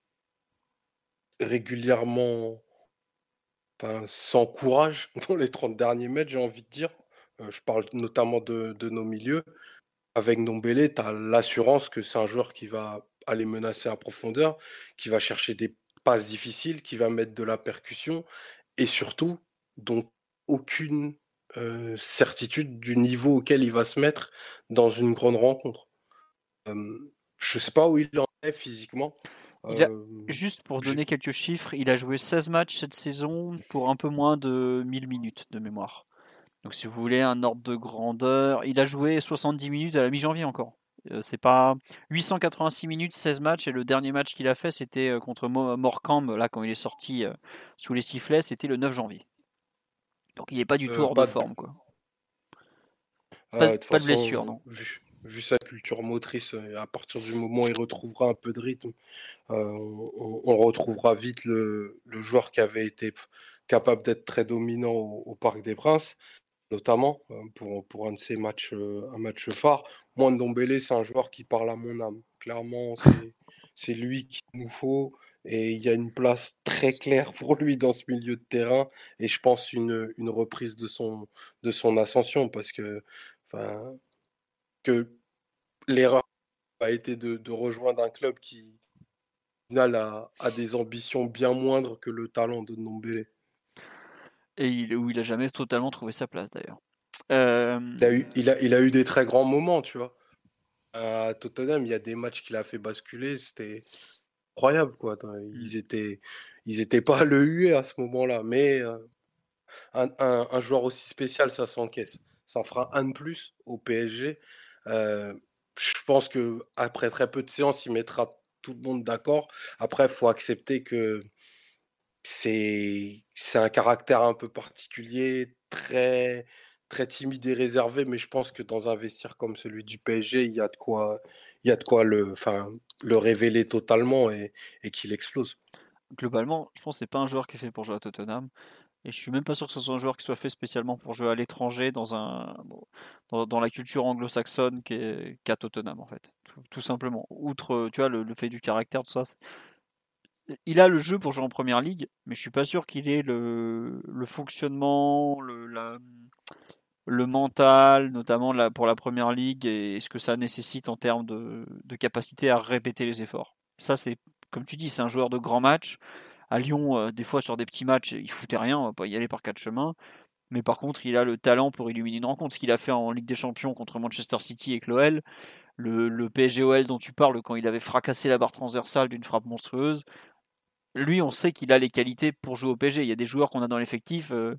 régulièrement enfin, sans courage dans les trente derniers mètres, j'ai envie de dire. Euh, je parle notamment de, de nos milieux. Avec Ndombele, tu as l'assurance que c'est un joueur qui va aller menacer à profondeur, qui va chercher des passes difficiles, qui va mettre de la percussion et surtout, dont aucune euh, certitude du niveau auquel il va se mettre dans une grande rencontre. Euh, je sais pas où il en est physiquement. Il a, Euh, juste pour j'ai- donner quelques chiffres, il a joué seize matchs cette saison pour un peu moins de mille minutes de mémoire. Donc si vous voulez un ordre de grandeur, il a joué soixante-dix minutes à la mi-janvier encore. Euh, c'est pas huit cent quatre-vingt-six minutes, seize matchs, et le dernier match qu'il a fait, c'était euh, contre Mo- Morecambe, là quand il est sorti euh, sous les sifflets, c'était le neuf janvier. Donc il n'est pas du tout euh, hors de pas de, forme, quoi. Pas, euh, de- de toute pas de blessure, façon, non. vu, vu sa culture motrice, euh, à partir du moment où il retrouvera un peu de rythme, euh, on, on retrouvera vite le, le joueur qui avait été capable d'être très dominant au, au Parc des Princes, notamment euh, pour, pour un de ces matchs, euh, un match phare. Moi, Ndombele, c'est un joueur qui parle à mon âme. Clairement, c'est, c'est lui qu'il nous faut. Et il y a une place très claire pour lui dans ce milieu de terrain. Et je pense une, une reprise de son, de son ascension parce que, enfin, que l'erreur a été de, de rejoindre un club qui, au final, a, a des ambitions bien moindres que le talent de Ndombele. Et il, où il a jamais totalement trouvé sa place d'ailleurs. Euh, Il a eu, il a, il a eu des très grands moments, tu vois. À Tottenham, il y a des matchs qu'il a fait basculer, c'était incroyable, quoi. Attends, Ils étaient, ils étaient pas à le huer à ce moment-là, mais euh, un, un- un joueur aussi spécial, ça s'encaisse. Ça en fera un de plus au P S G. Euh, je pense que après très peu de séances, il mettra tout le monde d'accord. Après, il faut accepter que c'est, c'est un caractère un peu particulier, très, très timide et réservé, mais je pense que dans un vestiaire comme celui du P S G, il y a de quoi, il y a de quoi le, enfin, le révéler totalement et, et qu'il explose. Globalement, je pense que c'est pas un joueur qui est fait pour jouer à Tottenham. Et je suis même pas sûr que ce soit un joueur qui soit fait spécialement pour jouer à l'étranger dans un dans, dans la culture anglo-saxonne qu'est qu'à Tottenham en fait. Tout, tout simplement. Outre tu vois le, le fait du caractère, tout ça. Il a le jeu pour jouer en première ligue, mais je suis pas sûr qu'il ait le, le fonctionnement, le, la, le mental, notamment la, pour la première ligue, et ce que ça nécessite en termes de, de capacité à répéter les efforts. Ça, c'est, comme tu dis, c'est un joueur de grand match. À Lyon, euh, des fois, sur des petits matchs, il foutait rien, on va pas y aller par quatre chemins. Mais par contre, il a le talent pour illuminer une rencontre. Ce qu'il a fait en Ligue des Champions contre Manchester City et l'O L, le, le P S G O L dont tu parles, quand il avait fracassé la barre transversale d'une frappe monstrueuse, lui, on sait qu'il a les qualités pour jouer au P S G. Il y a des joueurs qu'on a dans l'effectif. Euh,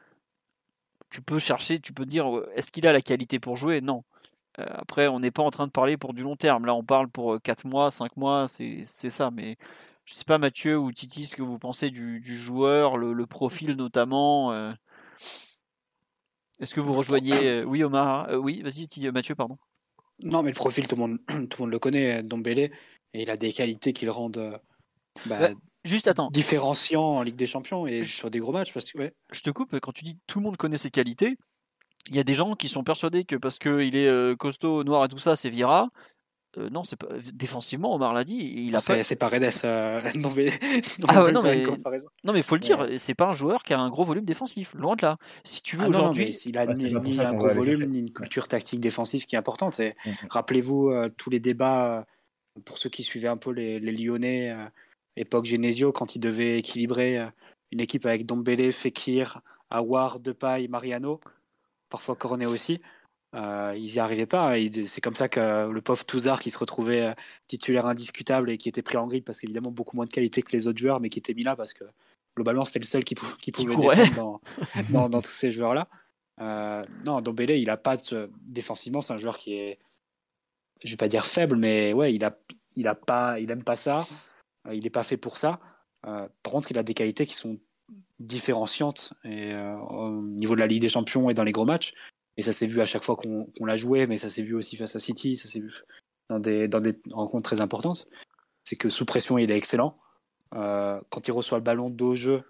tu peux chercher, tu peux dire, euh, est-ce qu'il a la qualité pour jouer? Non. Euh, après, on n'est pas en train de parler pour du long terme. Là, on parle pour quatre mois, cinq mois, c'est c'est ça. Mais je sais pas, Mathieu ou Titi, ce que vous pensez du, du joueur, le, le profil notamment. euh, Est-ce que vous Le pro- rejoignez euh, Oui, Omar. euh, oui, vas-y, Ti- Mathieu, pardon. Non, mais le profil, tout le monde, tout le monde le connaît, Dombele, et il a des qualités qui le rendent euh, Bah, bah, juste attends, différenciant en Ligue des Champions et je, sur des gros matchs. Parce que, ouais. je te coupe. Quand tu dis tout le monde connaît ses qualités, il y a des gens qui sont persuadés que parce qu'il est euh, costaud, noir et tout ça, c'est Vira. Euh, non, c'est pas défensivement. Omar l'a dit, il Bon, a pas. c'est c'est pas Redes, euh, Dombele, sinon on Ah ouais, peut non faire une mais comparaison. non mais faut le dire, Mais, c'est pas un joueur qui a un gros volume défensif, loin de là. Si tu veux ah non, non, mais aujourd'hui, il a Ouais, c'est ni, pas pour ni ça un qu'on gros va aller volume, chercher. ni une Ouais. culture tactique défensive qui est importante. C'est- Mm, mm. Rappelez-vous euh, tous les débats, euh, pour ceux qui suivaient un peu les, les Lyonnais, euh, époque Genesio, quand ils devaient équilibrer euh, une équipe avec Dombele, Fekir, Aouar, Depay, Mariano, parfois Cornet aussi. Euh, ils n'y arrivaient pas. Et c'est comme ça que le pauvre Touzard qui se retrouvait euh, titulaire indiscutable et qui était pris en grille parce qu'évidemment beaucoup moins de qualité que les autres joueurs, mais qui était mis là parce que globalement c'était le seul qui, pou- qui qui pouvait courait. défendre dans, dans, dans tous ces joueurs-là. Euh, non, Dombele, il a pas de ce- défensivement, c'est un joueur qui est, je vais pas dire faible, mais ouais, il a, il a pas, il aime pas ça. Euh, il est pas fait pour ça. Euh, par contre, il a des qualités qui sont différenciantes et, euh, au niveau de la Ligue des Champions et dans les gros matchs. Et ça s'est vu à chaque fois qu'on qu'on l'a joué, mais ça s'est vu aussi face à City, ça s'est vu dans des, dans des rencontres très importantes. C'est que sous pression, il est excellent. Euh, quand il reçoit le ballon dos au jeu,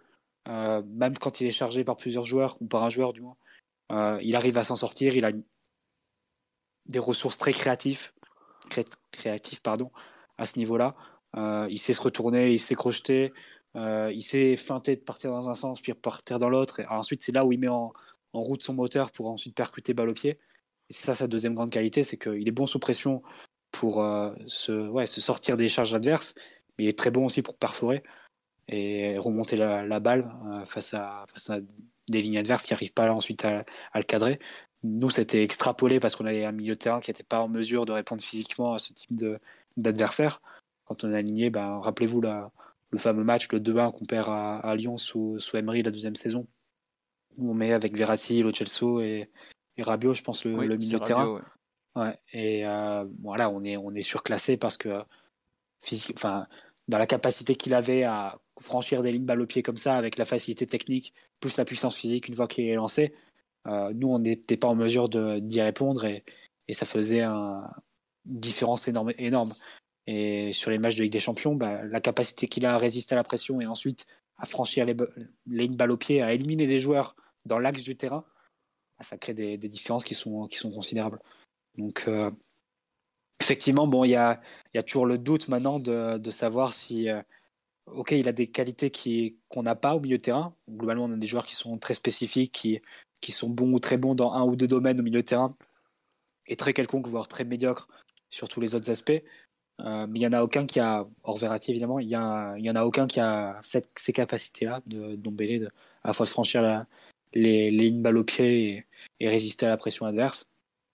euh, même quand il est chargé par plusieurs joueurs, ou par un joueur du moins, euh, il arrive à s'en sortir, il a une- des ressources très créatives, cré- créatives pardon, à ce niveau-là. Euh, il sait se retourner, il sait crocheter, euh, il sait feinter de partir dans un sens, puis partir dans l'autre. Et ensuite, c'est là où il met en, en route son moteur pour ensuite percuter balle au pied. Et c'est ça sa deuxième grande qualité, c'est qu'il est bon sous pression pour euh, se, ouais, se sortir des charges adverses, mais il est très bon aussi pour perforer et remonter la, la balle euh, face, à, face à des lignes adverses qui n'arrivent pas là, ensuite à, à le cadrer. Nous, c'était extrapolé parce qu'on avait un milieu de terrain qui n'était pas en mesure de répondre physiquement à ce type de, d'adversaire. Quand on a aligné, ben, rappelez-vous la, le fameux match, le deux un qu'on perd à, à Lyon sous, sous Emery la deuxième saison, où on met avec Verratti, Lo Celso et, et Rabiot, je pense, le, Oui, le c'est milieu de Rabiot, terrain. ouais. Ouais. Et euh, voilà, on est, on est surclassé parce que physique, enfin, dans la capacité qu'il avait à franchir des lignes balle au pied comme ça, avec la facilité technique, plus la puissance physique une fois qu'il est lancé, euh, nous, on n'était pas en mesure de, d'y répondre et, et ça faisait un, une différence énorme, énorme. Et sur les matchs de Ligue des Champions, bah, la capacité qu'il a à résister à la pression et ensuite à franchir les, les lignes balle au pied, à éliminer des joueurs dans l'axe du terrain, bah, ça crée des, des différences qui sont, qui sont considérables. Donc, euh, effectivement, bon, il y a, y a toujours le doute maintenant de, de savoir si, euh, ok, il a des qualités qui, qu'on n'a pas au milieu de terrain. Globalement, on a des joueurs qui sont très spécifiques, qui, qui sont bons ou très bons dans un ou deux domaines au milieu de terrain, et très quelconques, voire très médiocres sur tous les autres aspects. Euh, mais il n'y en a aucun qui a, hors Verratti évidemment, il y, a, il y en a aucun qui a cette, ces capacités-là de Ndombele, de, à la fois de franchir la, les, les lignes balle au pied et, et résister à la pression adverse.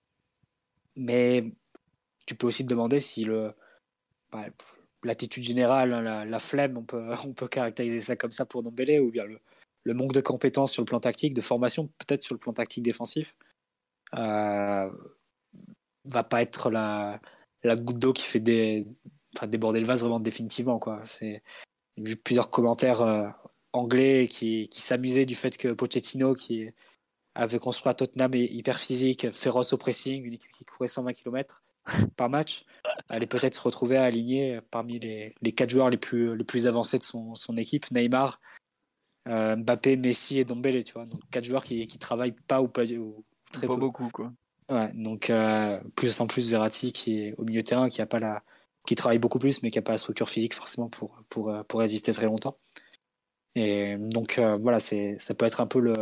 Mais tu peux aussi te demander si le, bah, l'attitude générale, hein, la, la flemme, on peut, on peut caractériser ça comme ça pour Ndombele, ou bien le, le manque de compétences sur le plan tactique, de formation peut-être sur le plan tactique défensif, euh, va pas être la, la goutte d'eau qui fait des, enfin, déborder le vase vraiment définitivement, quoi. C'est, j'ai vu plusieurs commentaires euh, anglais qui, qui s'amusaient du fait que Pochettino, qui avait construit à Tottenham, est hyper physique, féroce au pressing, une équipe qui courait cent vingt kilomètres par match, allait peut-être se retrouver à aligner parmi les, les quatre joueurs les plus, les plus avancés de son, son équipe, Neymar, euh, Mbappé, Messi et Ndombele, tu vois. Donc quatre joueurs qui, qui travaillent pas ou, pas, ou très Pas peu. beaucoup, quoi. Ouais, donc euh, plus en plus Verratti qui est au milieu de terrain, qui a pas la, qui travaille beaucoup plus, mais qui a pas la structure physique forcément pour pour pour résister très longtemps. Et donc euh, voilà, c'est ça peut être un peu le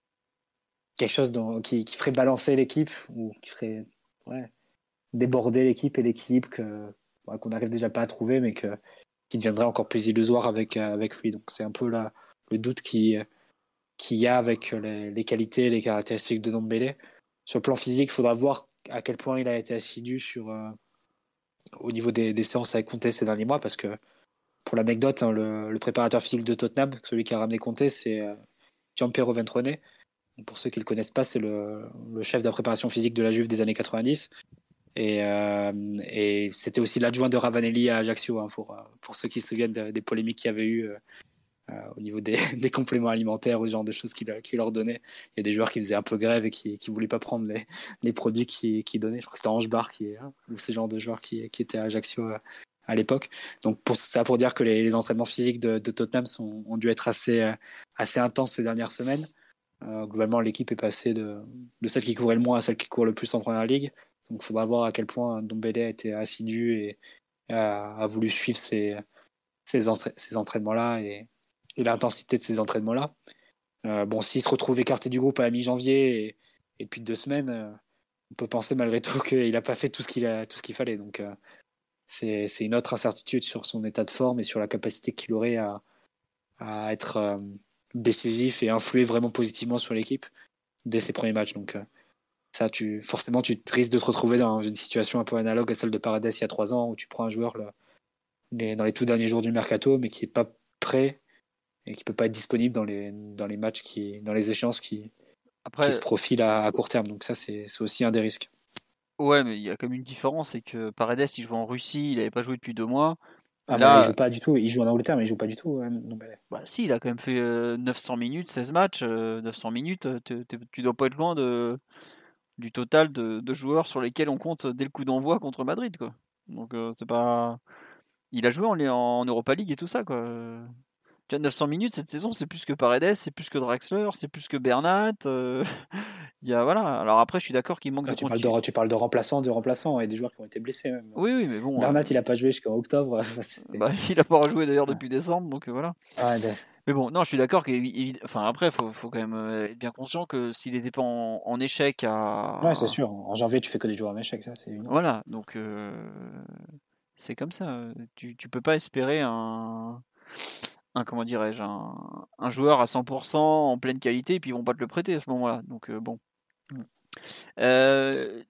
quelque chose dont, qui, qui ferait balancer l'équipe ou qui ferait ouais, déborder l'équipe et l'équilibre que ouais, qu'on n'arrive déjà pas à trouver, mais que qui deviendrait encore plus illusoire avec avec lui. Donc c'est un peu la, le doute qui qu'il y a avec les, les qualités, les caractéristiques de Ndombele. Sur le plan physique, il faudra voir à quel point il a été assidu sur, euh, au niveau des, des séances avec Conte ces derniers mois, parce que pour l'anecdote, hein, le, le préparateur physique de Tottenham, celui qui a ramené Conte, c'est euh, Gianpiero Ventrone. Pour ceux qui ne le connaissent pas, c'est le, le chef de la préparation physique de la Juve des années quatre-vingt-dix. Et, euh, et c'était aussi l'adjoint de Ravanelli à Ajaccio, hein, pour, pour ceux qui se souviennent de, des polémiques qu'il y avait eu euh, euh, au niveau des, des compléments alimentaires ou ce genre de choses qu'il, qu'il leur donnait. Il y a des joueurs qui faisaient un peu grève et qui ne voulaient pas prendre les, les produits qu'il, qu'il donnait. Je crois que c'était Ange Bar qui, hein, ou ce genre de joueurs qui, qui étaient à Ajaccio à, à l'époque. Donc pour ça, pour dire que les, les entraînements physiques de, de Tottenham sont, ont dû être assez, assez intenses ces dernières semaines. Euh, globalement, l'équipe est passée de, de celle qui courait le moins à celle qui court le plus en première ligue. Donc il faudra voir à quel point Ndombele a été assidu et a, a voulu suivre ces, ces, entra- ces entraînements-là et, et l'intensité de ces entraînements-là. Euh, bon, s'il se retrouve écarté du groupe à la mi-janvier et, et depuis deux semaines, euh, on peut penser malgré tout qu'il n'a pas fait tout ce qu'il, a, tout ce qu'il fallait. Donc euh, c'est, c'est une autre incertitude sur son état de forme et sur la capacité qu'il aurait à, à être euh, décisif et influer vraiment positivement sur l'équipe dès ses premiers matchs. Donc euh, ça, tu, forcément, tu risques de te retrouver dans une situation un peu analogue à celle de Paredes il y a trois ans, où tu prends un joueur là, les, dans les tout derniers jours du mercato, mais qui n'est pas prêt et qui peut pas être disponible dans les, dans les matchs, qui, dans les échéances qui, Après, qui se profilent à, à court terme. Donc ça, c'est, c'est aussi un des risques. ouais, mais il y a quand même une différence, c'est que Paredes, il joue en Russie, il n'avait pas joué depuis deux mois. Ah, mais Là, là, il joue pas du tout. Il joue en Angleterre, mais il joue pas du tout. Hein, non, mais... bah, si, il a quand même fait euh, neuf cents minutes, seize matchs, euh, neuf cents minutes, euh, t'es- t'es- tu dois pas être loin de, du total de, de joueurs sur lesquels on compte dès le coup d'envoi contre Madrid, quoi. Donc euh, c'est pas... Il a joué en, en Europa League et tout ça, quoi. Tu as neuf cents minutes cette saison, c'est plus que Paredes, c'est plus que Draxler, c'est plus que Bernat. euh, Il y a, voilà. Alors après, je suis d'accord qu'il manque Ah, de tu, parles continuité. de, tu parles de remplaçants, de remplaçants et des joueurs qui ont été blessés même. Oui, oui, mais bon, Bernat, euh, il a pas joué jusqu'en octobre. C'était- bah, il a pas rejoué d'ailleurs Ouais. depuis décembre, donc euh, voilà. Ah, de- Mais bon, non, je suis d'accord que, évi- enfin après, faut, faut quand même euh, être bien conscient que s'il n'était pas en, en échec ouais, c'est à, sûr. En janvier, tu fais que des joueurs en échec, ça, c'est évident. voilà, donc euh, c'est comme ça. euh, Tu, tu peux pas espérer un, un comment dirais-je, un, un joueur à cent pour cent en pleine qualité et puis ils vont pas te le prêter à ce moment-là. Donc euh, bon. Mm. Euh,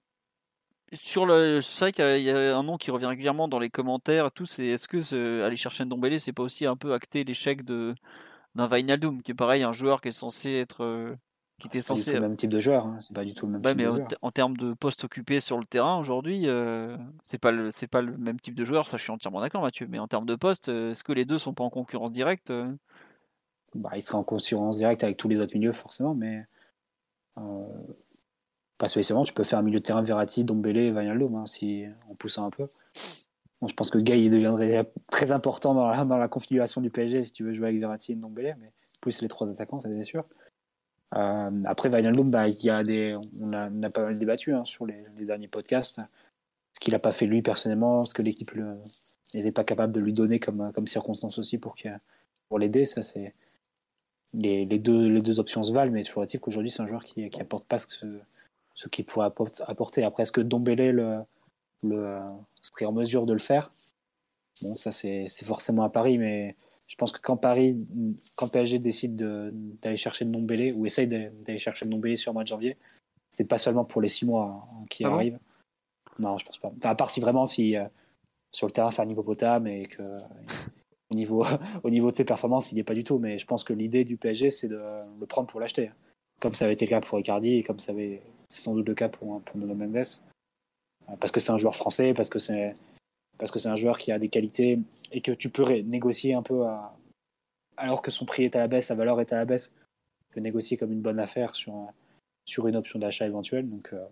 Sur le, c'est vrai qu'il y a- il y a un nom qui revient régulièrement dans les commentaires. et Tout, c'est est-ce que ce- aller chercher Ndombele, c'est pas aussi un peu acter l'échec de d'un Wijnaldum, qui est pareil, un joueur qui est censé être, euh, qui était C'est pas du tout censé, le même type de joueur. Hein. C'est pas du tout le même ouais, type mais de en, joueur. te- en termes de poste occupé sur le terrain aujourd'hui, euh, c'est pas le, c'est pas le même type de joueur. Ça, je suis entièrement d'accord, Mathieu. Mais en termes de poste, euh, est-ce que les deux sont pas en concurrence directe euh Bah, il sera en concurrence directe avec tous les autres milieux, forcément, mais euh, pas spécialement. Tu peux faire un milieu de terrain Verratti, Dombele et Wijnaldum, hein, si, en poussant un peu. Bon, je pense que Gay il deviendrait très important dans la, dans la configuration du P S G si tu veux jouer avec Verratti et Ndombele, mais plus les trois attaquants, ça c'est sûr. Euh, après Wijnaldum, bah, il y a des, on a, on a pas mal débattu hein, sur les, les derniers podcasts. Ce qu'il n'a pas fait lui personnellement, ce que l'équipe n'est pas capable de lui donner comme, comme circonstance aussi pour, qu'il- pour l'aider, ça c'est les, les, deux, les deux options se valent, mais toujours est-il qu'aujourd'hui c'est un joueur qui qui apporte pas ce, ce qu'il pourrait apporter. Après, est-ce que Dombele le, le, serait en mesure de le faire? Bon, ça c'est c'est forcément à Paris, mais je pense que quand Paris, quand P S G décide de- d'aller chercher le Ndombele ou essaye de- d'aller chercher le Ndombele sur le mois de janvier, c'est pas seulement pour les six mois hein, qui Ah bon arrivent. Non, je pense pas. Enfin, à part si vraiment si euh, sur le terrain c'est un niveau potable et que euh, au niveau au niveau de ses performances il n'y est pas du tout. Mais je pense que l'idée du P S G c'est de le prendre pour l'acheter, comme ça avait été le cas pour Icardi et comme ça avait c'est sans doute le cas pour pour Nuno Mendes, parce que c'est un joueur français, parce que c'est parce que c'est un joueur qui a des qualités et que tu peux ré- négocier un peu à, alors que son prix est à la baisse, sa valeur est à la baisse, tu peux négocier comme une bonne affaire sur sur une option d'achat éventuelle. Donc euh,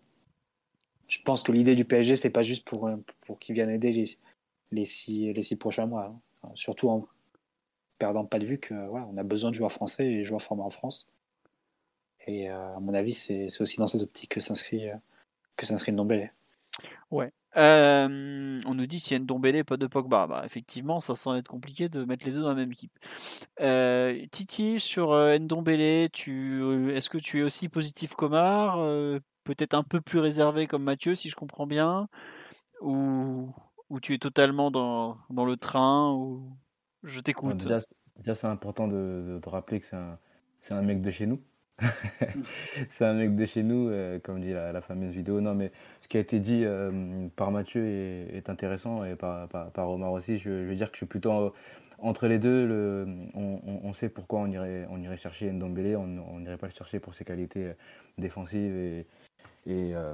je pense que l'idée du P S G c'est pas juste pour pour qu'il vienne aider les les six, les six prochains mois. Hein. Enfin, surtout en perdant pas de vue que voilà, on a besoin de joueurs français et de joueurs formés en France. Et euh, à mon avis, c'est, c'est aussi dans cette optique que s'inscrit, euh, que s'inscrit Ndombele. Ouais. Euh, on nous dit si Ndombele, pas de Pogba. Bah, effectivement, ça semble être compliqué de mettre les deux dans la même équipe. Euh, Titi, sur euh, Ndombele, tu, euh, est-ce que tu es aussi positif qu'Omar euh, peut-être un peu plus réservé comme Mathieu, si je comprends bien, ou, ou tu es totalement dans, dans le train, ou je Non, t'écoute. déjà, c'est- déjà, c'est important de, de- de rappeler que c'est un, c'est un mec de chez nous. C'est un mec de chez nous, euh, comme dit la, la fameuse vidéo. Non, mais ce qui a été dit euh, par Mathieu est, est intéressant et par, par, par Omar aussi. Je, je veux dire que je suis plutôt en- entre les deux. Le, on, on- on sait pourquoi on irait, on irait chercher Ndombele. On on n'irait pas le chercher pour ses qualités euh, défensives et, et, euh,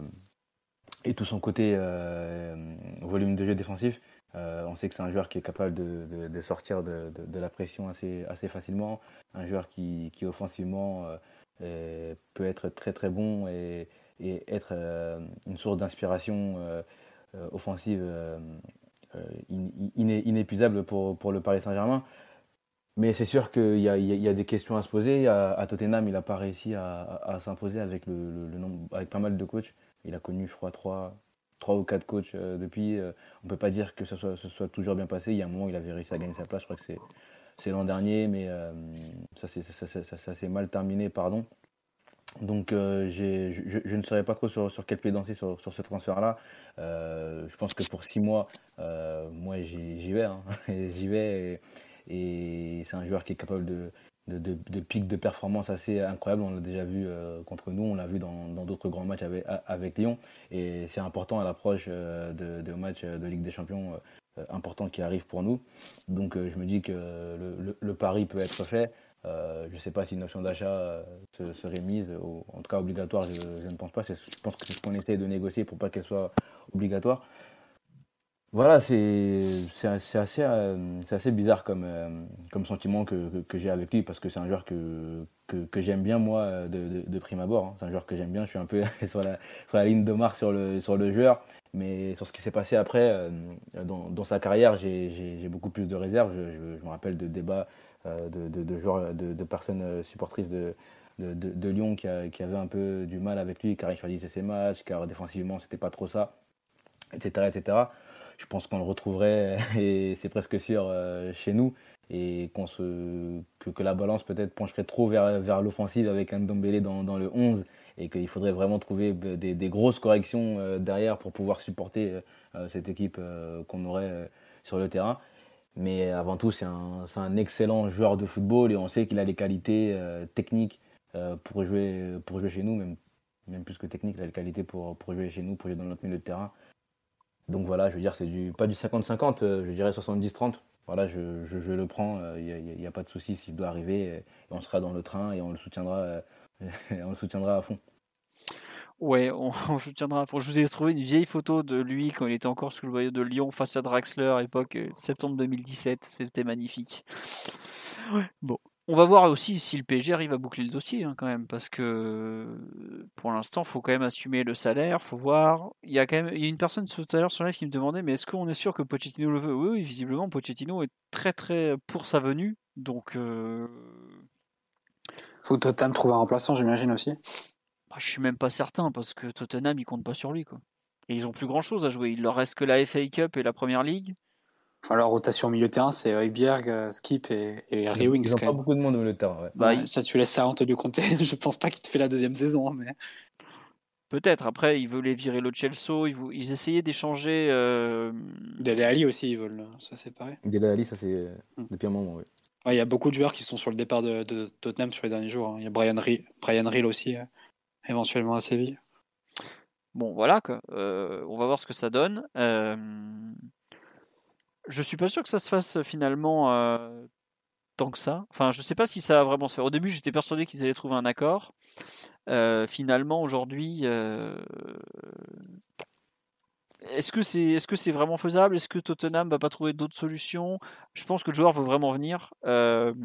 et tout son côté euh, volume de jeu défensif. Euh, on sait que c'est un joueur qui est capable de, de- de sortir de, de- de la pression assez, assez facilement. Un joueur qui, qui offensivement euh, est- peut être très très bon et, et être euh, une source d'inspiration euh, euh, offensive euh, euh, in- iné- inépuisable pour, pour le Paris Saint-Germain. Mais c'est sûr qu'il y a, il y a- il y a des questions à se poser. À, à Tottenham, il n'a pas réussi à, à- à s'imposer avec, le, le- le nombre, avec pas mal de coachs. Il a connu, je crois, trois, trois ou quatre coachs euh, depuis. Euh, on ne peut pas dire que ce soit, ce soit toujours bien passé. Il y a un moment, il avait réussi à gagner sa place. Je crois que c'est, c'est l'an dernier, mais euh, ça, c'est- ça, ça- ça- ça s'est mal terminé, pardon. Donc euh, j'ai- je, je- je ne saurais pas trop sur, sur quel pied danser sur, sur ce transfert-là. Euh, je pense que pour six mois, euh, moi j'y j'y vais. Hein. J'y vais et, et c'est un joueur qui est capable de, de, de, de pics de performance assez incroyables. On l'a déjà vu euh, contre nous, on l'a vu dans dans d'autres grands matchs avec, avec Lyon. Et c'est important à l'approche euh, de, de matchs de Ligue des Champions euh, importants qui arrivent pour nous. Donc euh, je me dis que le, le, le pari peut être fait. Euh, je ne sais pas si une option d'achat euh, se- serait mise, ou, en tout cas obligatoire, je, je ne pense pas. C'est- Je pense que c'est ce qu'on essaie de négocier pour pas qu'elle soit obligatoire. Voilà, c'est c'est c'est assez, euh, c'est assez bizarre comme, euh, comme sentiment que, que, que j'ai avec lui parce que c'est un joueur que, que, que j'aime bien moi euh, de, de, de prime abord. Hein. C'est un joueur que j'aime bien. Je suis un peu sur la, sur la ligne de marque sur le, sur le joueur, mais sur ce qui s'est passé après euh, dans, dans sa carrière, j'ai j'ai- j'ai beaucoup plus de réserves. Je, je- je me rappelle de débats euh, de, de, de joueurs, de, de personnes supportrices de, de, de, de Lyon qui, a, qui avaient un peu du mal avec lui, car il choisissait ses matchs, car défensivement c'était pas trop ça, et cetera, et cetera. Je pense qu'on le retrouverait, et c'est presque sûr, euh, chez nous, et qu'on se, que, que la balance peut-être pencherait trop vers, vers l'offensive avec un Ndombele dans, dans le onze, et qu'il faudrait vraiment trouver des, des grosses corrections euh, derrière pour pouvoir supporter euh, cette équipe euh, qu'on aurait euh, sur le terrain. Mais avant tout, c'est un, c'est un excellent joueur de football, et on sait qu'il a les qualités euh, techniques euh, pour, jouer, pour jouer chez nous, même, même plus que technique, il a les qualités pour, pour jouer chez nous, pour jouer dans notre milieu de terrain. Donc voilà, je veux dire, c'est du, pas du cinquante cinquante, euh, je dirais soixante-dix trente. Voilà, je, je, je le prends, il euh, n'y a, a, a pas de souci s'il doit arriver, et, et on sera dans le train et on le soutiendra, euh, on le soutiendra à fond. Ouais, on, on soutiendra à fond. Je vous ai trouvé une vieille photo de lui quand il était encore sous le maillot de Lyon face à Draxler, à l'époque, euh, septembre deux mille dix-sept. C'était magnifique. Ouais. Bon. On va voir aussi si le P S G arrive à boucler le dossier hein, quand même, parce que pour l'instant, il faut quand même assumer le salaire, faut voir. Il y a quand même, il y a une personne tout à l'heure sur live qui me demandait, mais est-ce qu'on est sûr que Pochettino le veut ? Oui, oui, visiblement, Pochettino est très très pour sa venue, donc. Euh... Faut que Tottenham trouve un remplaçant, j'imagine aussi. Bah, je suis même pas certain parce que Tottenham ils comptent pas sur lui quoi. Et ils ont plus grand chose à jouer. Il leur reste que la F A Cup et la Première Ligue. Enfin, leur rotation au milieu de terrain, c'est Højbjerg, Skip et, et Harry Winks. Ils n'ont pas même. beaucoup de monde au milieu de terrain. Ouais. Bah, ouais, il... Ça, tu laisses ça à Antonio Conte. Je pense pas qu'il te fait la deuxième saison. Hein, mais... Peut-être. Après, ils veulent les virer Lo Celso. Ils, ils essayaient d'échanger. Euh... Dele Alli aussi, ils veulent ça séparer. Dele Alli, ça c'est hmm. depuis un moment, oui. Ouais, il y a beaucoup de joueurs qui sont sur le départ de, de Tottenham sur les derniers jours. Hein. Il y a Brian Reel, Brian Reel aussi, euh, éventuellement à Séville. Bon, voilà quoi. Euh, on va voir ce que ça donne. Euh... Je suis pas sûr que ça se fasse finalement euh, tant que ça. Enfin, je sais pas si ça va vraiment se faire. Au début, j'étais persuadé qu'ils allaient trouver un accord. Euh, finalement, aujourd'hui, euh... est-ce que c'est est-ce que c'est vraiment faisable ? Est-ce que Tottenham va pas trouver d'autres solutions ? Je pense que le joueur veut vraiment venir. Euh...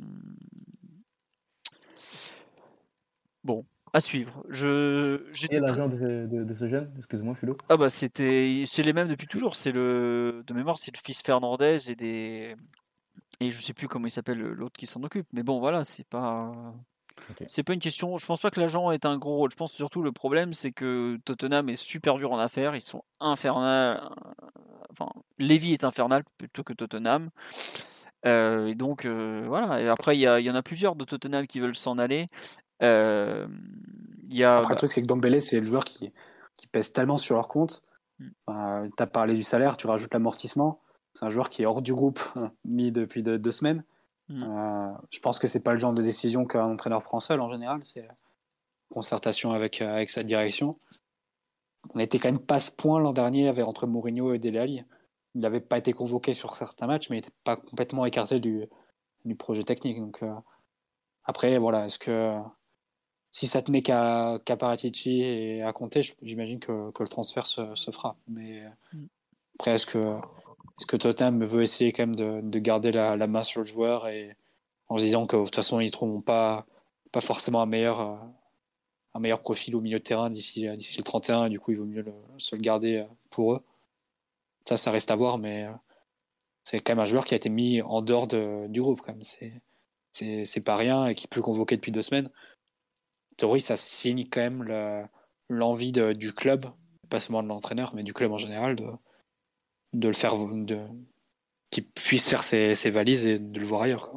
Bon. À suivre. Je, j'étais et l'agent de, de, de ce jeune, excuse-moi, Philo. Ah bah c'était, c'est les mêmes depuis toujours. C'est le, de mémoire, c'est le fils Fernandez et des, et je sais plus comment il s'appelle l'autre qui s'en occupe. Mais bon, voilà, c'est pas, okay. c'est pas une question. Je pense pas que l'agent ait un gros rôle. Je pense surtout le problème, c'est que Tottenham est super dur en affaires. Ils sont infernal. Enfin, Lévy est infernal plutôt que Tottenham. Euh, et donc euh, voilà. Et après, il y, y en a plusieurs de Tottenham qui veulent s'en aller. Euh, y a, Après, bah... le truc, c'est que Ndombele, c'est le joueur qui, qui pèse tellement sur leur compte. Mm. Euh, tu as parlé du salaire, tu rajoutes l'amortissement. C'est un joueur qui est hors du groupe, mis depuis de, deux semaines. Mm. Euh, je pense que c'est pas le genre de décision qu'un entraîneur prend seul en général. C'est concertation avec, euh, avec sa direction. On n'était quand même pas à ce point l'an dernier avec, entre Mourinho et Dele Alli. Il n'avait pas été convoqué sur certains matchs, mais il n'était pas complètement écarté du, du projet technique. Donc, euh, après, voilà, est-ce que. Si ça tenait qu'à, qu'à Paratici et à Conte, j'imagine que, que le transfert se, se fera. Mais après, est-ce que, est-ce que Tottenham veut essayer quand même de, de garder la, la main sur le joueur et en se disant que de toute façon, ils ne trouveront pas, pas forcément un meilleur, un meilleur profil au milieu de terrain d'ici, d'ici le trente et un, et du coup, il vaut mieux le, se le garder pour eux. Ça, ça reste à voir, mais c'est quand même un joueur qui a été mis en dehors de, du groupe. Quand même. C'est, c'est, c'est pas rien et qui peut convoquer depuis deux semaines. Théorie, ça signe quand même le, l'envie de, du club, pas seulement de l'entraîneur, mais du club en général, de, de le faire, de, qu'il puisse faire ses, ses valises et de le voir ailleurs. Quoi.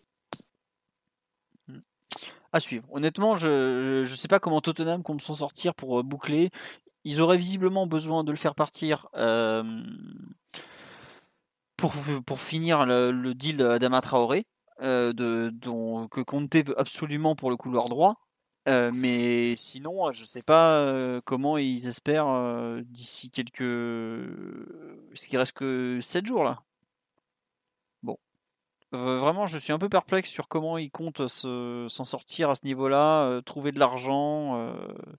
À suivre. Honnêtement, je ne sais pas comment Tottenham compte s'en sortir pour boucler. Ils auraient visiblement besoin de le faire partir euh, pour, pour finir le, le deal d'Adama Traoré, euh, de, dont, que Conte veut absolument pour le couloir droit. Euh, mais sinon, je sais pas euh, comment ils espèrent euh, d'ici quelques. Ce qui reste que sept jours là. Bon. Euh, vraiment, je suis un peu perplexe sur comment ils comptent se, s'en sortir à ce niveau-là, euh, trouver de l'argent. Euh...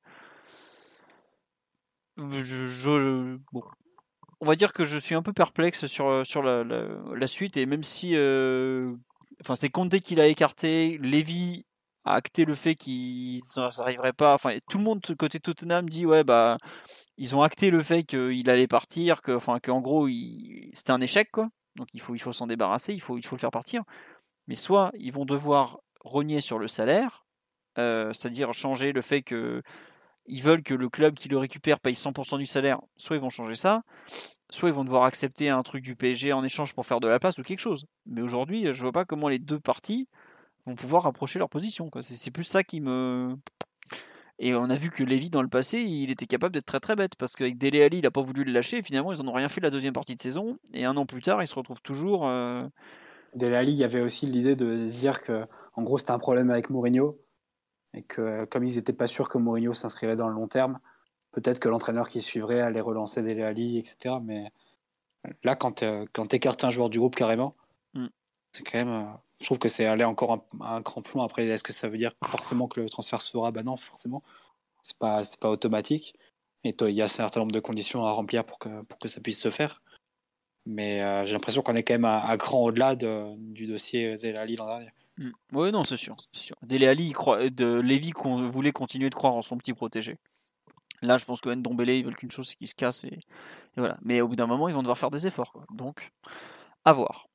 Je, je, bon. On va dire que je suis un peu perplexe sur, sur la, la, la suite, et même si. Euh... Enfin, c'est Conte qui l'a écarté, Lévy a acté le fait qu'ils n'arriveraient pas. Enfin, tout le monde côté Tottenham dit ouais bah ils ont acté le fait qu'il allait partir, que enfin qu'en gros il, c'était un échec quoi. Donc il faut il faut s'en débarrasser, il faut il faut le faire partir. Mais soit ils vont devoir rogner sur le salaire, euh, c'est-à-dire changer le fait que ils veulent que le club qui le récupère paye cent pour cent du salaire, soit ils vont changer ça, soit ils vont devoir accepter un truc du P S G en échange pour faire de la place ou quelque chose. Mais aujourd'hui, je vois pas comment les deux parties vont pouvoir rapprocher leur position. Quoi. C'est, c'est plus ça qui me... Et on a vu que Lévy, dans le passé, il était capable d'être très très bête, parce qu'avec Dele Alli, il n'a pas voulu le lâcher, et finalement, ils n'en ont rien fait la deuxième partie de saison, et un an plus tard, ils se retrouvent toujours... euh, Dele Alli, il y avait aussi l'idée de se dire que, en gros, c'était un problème avec Mourinho, et que comme ils n'étaient pas sûrs que Mourinho s'inscrivait dans le long terme, peut-être que l'entraîneur qui suivrait allait relancer Dele Alli, et cetera. Mais là, quand tu écartes un joueur du groupe carrément, Mm. c'est quand même... euh, je trouve que c'est aller encore un, un cran plus loin. Après, est-ce que ça veut dire forcément que le transfert se fera? Bah non, forcément. C'est pas, c'est pas automatique. Et toi, il y a un certain nombre de conditions à remplir pour que, pour que ça puisse se faire. Mais euh, j'ai l'impression qu'on est quand même un, un cran au-delà de, du dossier Dele Alli l'an dernier. Mm. Oui, non, c'est sûr. C'est sûr. Dele Alli, il croit... de Lévy qu'on voulait continuer de croire en son petit protégé. Là, je pense que Ndombele, ils veulent qu'une chose, c'est qu'il se casse. Et... et voilà. Mais au bout d'un moment, ils vont devoir faire des efforts. Quoi. Donc, à voir.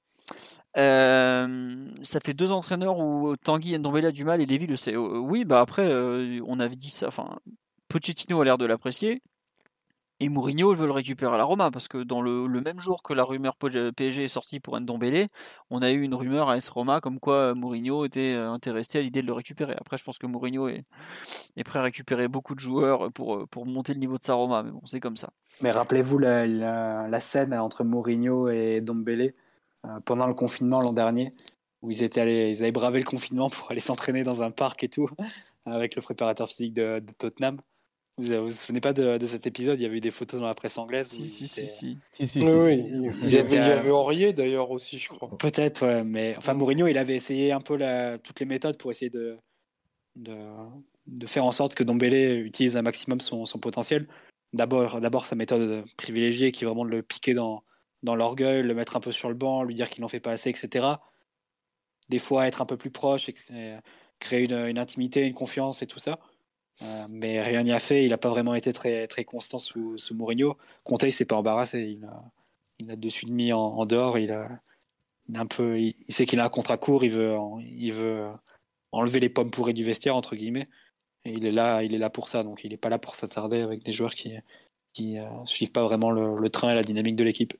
Euh, ça fait deux entraîneurs où Tanguy Ndombele a du mal et Lévy le sait. Euh, oui, bah après, euh, on avait dit ça. Enfin, Pochettino a l'air de l'apprécier. Et Mourinho veut le récupérer à la Roma, parce que dans le, le même jour que la rumeur P S G est sortie pour Ndombele, on a eu une rumeur à S Roma comme quoi Mourinho était intéressé à l'idée de le récupérer. Après, je pense que Mourinho est, est prêt à récupérer beaucoup de joueurs pour, pour monter le niveau de sa Roma, mais bon, c'est comme ça. Mais rappelez-vous la, la, la scène entre Mourinho et Ndombele euh, pendant le confinement l'an dernier, où ils, étaient allés, ils avaient bravé le confinement pour aller s'entraîner dans un parc et tout, avec le préparateur physique de, de Tottenham. Vous vous, vous souvenez pas de, de cet épisode? Il y avait eu des photos dans la presse anglaise. Si, où si, ils si, étaient... si. Si, si, Oui, si, oui, si. il y Ils avait, il y étaient, avait euh, Aurier d'ailleurs aussi, je crois. Peut-être, ouais, mais enfin Mourinho, il avait essayé un peu la, toutes les méthodes pour essayer de, de, de faire en sorte que Ndombele utilise un maximum son, son potentiel. D'abord, d'abord sa méthode privilégiée, qui est vraiment de le piquer dans, dans l'orgueil, le mettre un peu sur le banc, lui dire qu'il n'en fait pas assez, et cetera. Des fois, être un peu plus proche, et, et créer une, une intimité, une confiance et tout ça. Euh, mais rien n'y a fait. Il n'a pas vraiment été très, très constant sous, sous Mourinho. Conte, il s'est pas embarrassé. Il a, il a dessus demi en, en dehors. Il a, il a un peu, il, il sait qu'il a un contrat court. Il veut, il veut enlever les pommes pourries du vestiaire entre guillemets. Et il est là, il est là pour ça. Donc il n'est pas là pour s'attarder avec des joueurs qui, qui euh, suivent pas vraiment le, le train et la dynamique de l'équipe.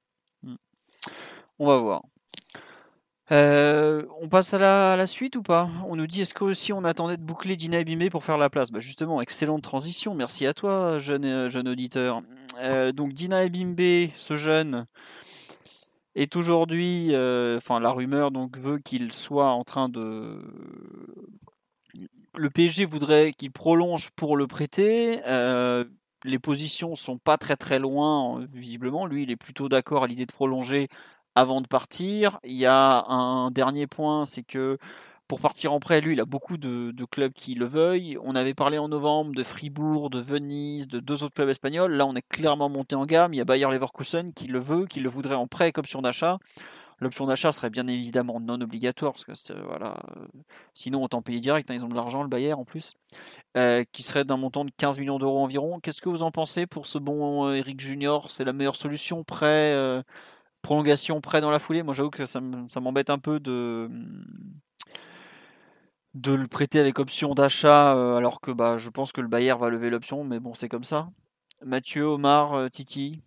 On va voir. Euh, on passe à la, à la suite ou pas? On nous dit, est-ce que aussi on attendait de boucler Dina Ebimbe pour faire la place? Bah justement, excellente transition, merci à toi, jeune, jeune auditeur. Euh, donc Dina Ebimbe, ce jeune, est aujourd'hui, euh, enfin la rumeur donc veut qu'il soit en train de... Le P S G voudrait qu'il prolonge pour le prêter. Euh, les positions sont pas très très loin, visiblement. Lui, il est plutôt d'accord à l'idée de prolonger avant de partir. Il y a un dernier point, c'est que pour partir en prêt, lui, il a beaucoup de, de clubs qui le veuillent. On avait parlé en novembre de Fribourg, de Venise, de deux autres clubs espagnols. Là, on est clairement monté en gamme. Il y a Bayer Leverkusen qui le veut, qui le voudrait en prêt comme option d'achat. L'option d'achat serait bien évidemment non obligatoire, parce que euh, voilà, euh, sinon autant payer direct, hein, ils ont de l'argent, le Bayer en plus, euh, qui serait d'un montant de quinze millions d'euros environ. Qu'est-ce que vous en pensez pour ce bon euh, Eric Junior? C'est la meilleure solution, prêt, euh, prolongation, prêt dans la foulée? Moi j'avoue que ça m'embête un peu de, de le prêter avec option d'achat, euh, alors que bah, je pense que le Bayer va lever l'option, mais bon c'est comme ça. Mathieu, Omar, euh, Titi?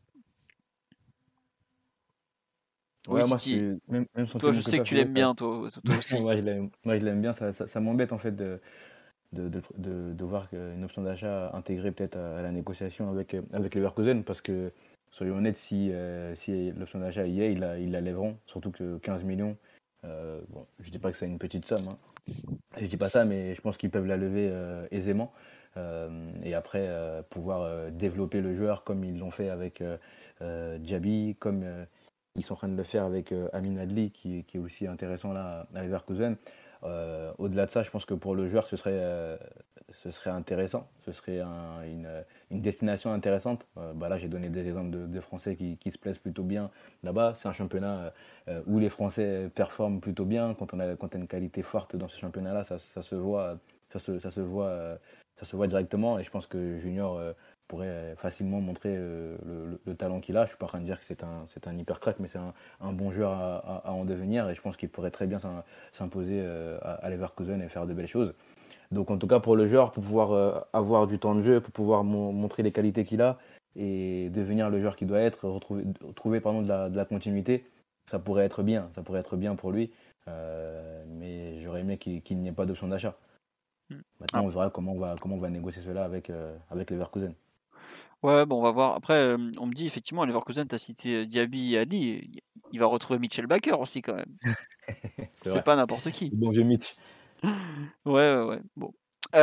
Oui, Ouais, moi, Titi. c'est même, même son Toi, film je que sais que tu l'aimes préféré, bien, toi, toi aussi. ça... moi, je l'aime, moi, je l'aime bien. Ça, ça, ça m'embête en fait de, de, de, de, de voir une option d'achat intégrée peut-être à, à la négociation avec, avec Leverkusen, parce que, soyons honnêtes, si, euh, si l'option d'achat y est, ils la, ils la lèveront, surtout que quinze millions, euh, bon, je dis pas que c'est une petite somme, hein. Et je dis pas ça, mais je pense qu'ils peuvent la lever euh, aisément. Euh, et après, euh, pouvoir euh, développer le joueur comme ils l'ont fait avec euh, euh, Diaby, comme euh, ils sont en train de le faire avec euh, Amin Adli, qui, qui est aussi intéressant là à Leverkusen. Euh, au-delà de ça, je pense que pour le joueur, ce serait, euh, ce serait intéressant. Ce serait un, une, une destination intéressante. Euh, bah là, j'ai donné des exemples de, de Français qui, qui se plaisent plutôt bien là-bas. C'est un championnat euh, où les Français performent plutôt bien. Quand on a, quand on a une qualité forte dans ce championnat-là, ça, ça se voit, ça se, ça se voit euh, ça se voit directement et je pense que Junior euh, pourrait facilement montrer euh, le, le- le talent qu'il a. Je suis pas en train de dire que c'est un, c'est un hyper crack, mais c'est un, un bon joueur à, à- à en devenir et je pense qu'il pourrait très bien s'im- s'imposer euh, à, à Leverkusen et faire de belles choses. Donc en tout cas pour le joueur, pour pouvoir euh, avoir du temps de jeu, pour pouvoir mon- montrer les qualités qu'il a et devenir le joueur qu'il doit être, retrouver, retrouver pardon, de la, de la continuité, ça pourrait être bien, ça pourrait être bien pour lui. Euh, mais j'aurais aimé qu'il qu'il n'y ait pas d'option d'achat. Mm. Maintenant, Ah, on verra comment on va, comment on va négocier cela avec, euh, avec Leverkusen. ouais, bon, on va voir. Après, euh, on me dit effectivement, à Leverkusen, tu as cité euh, Diaby et Ali. Il il va retrouver Mitchell Baker aussi, quand même. C'est C'est vrai. pas n'importe qui. Le bon vieux Mitch. Ouais, ouais, ouais. Bon.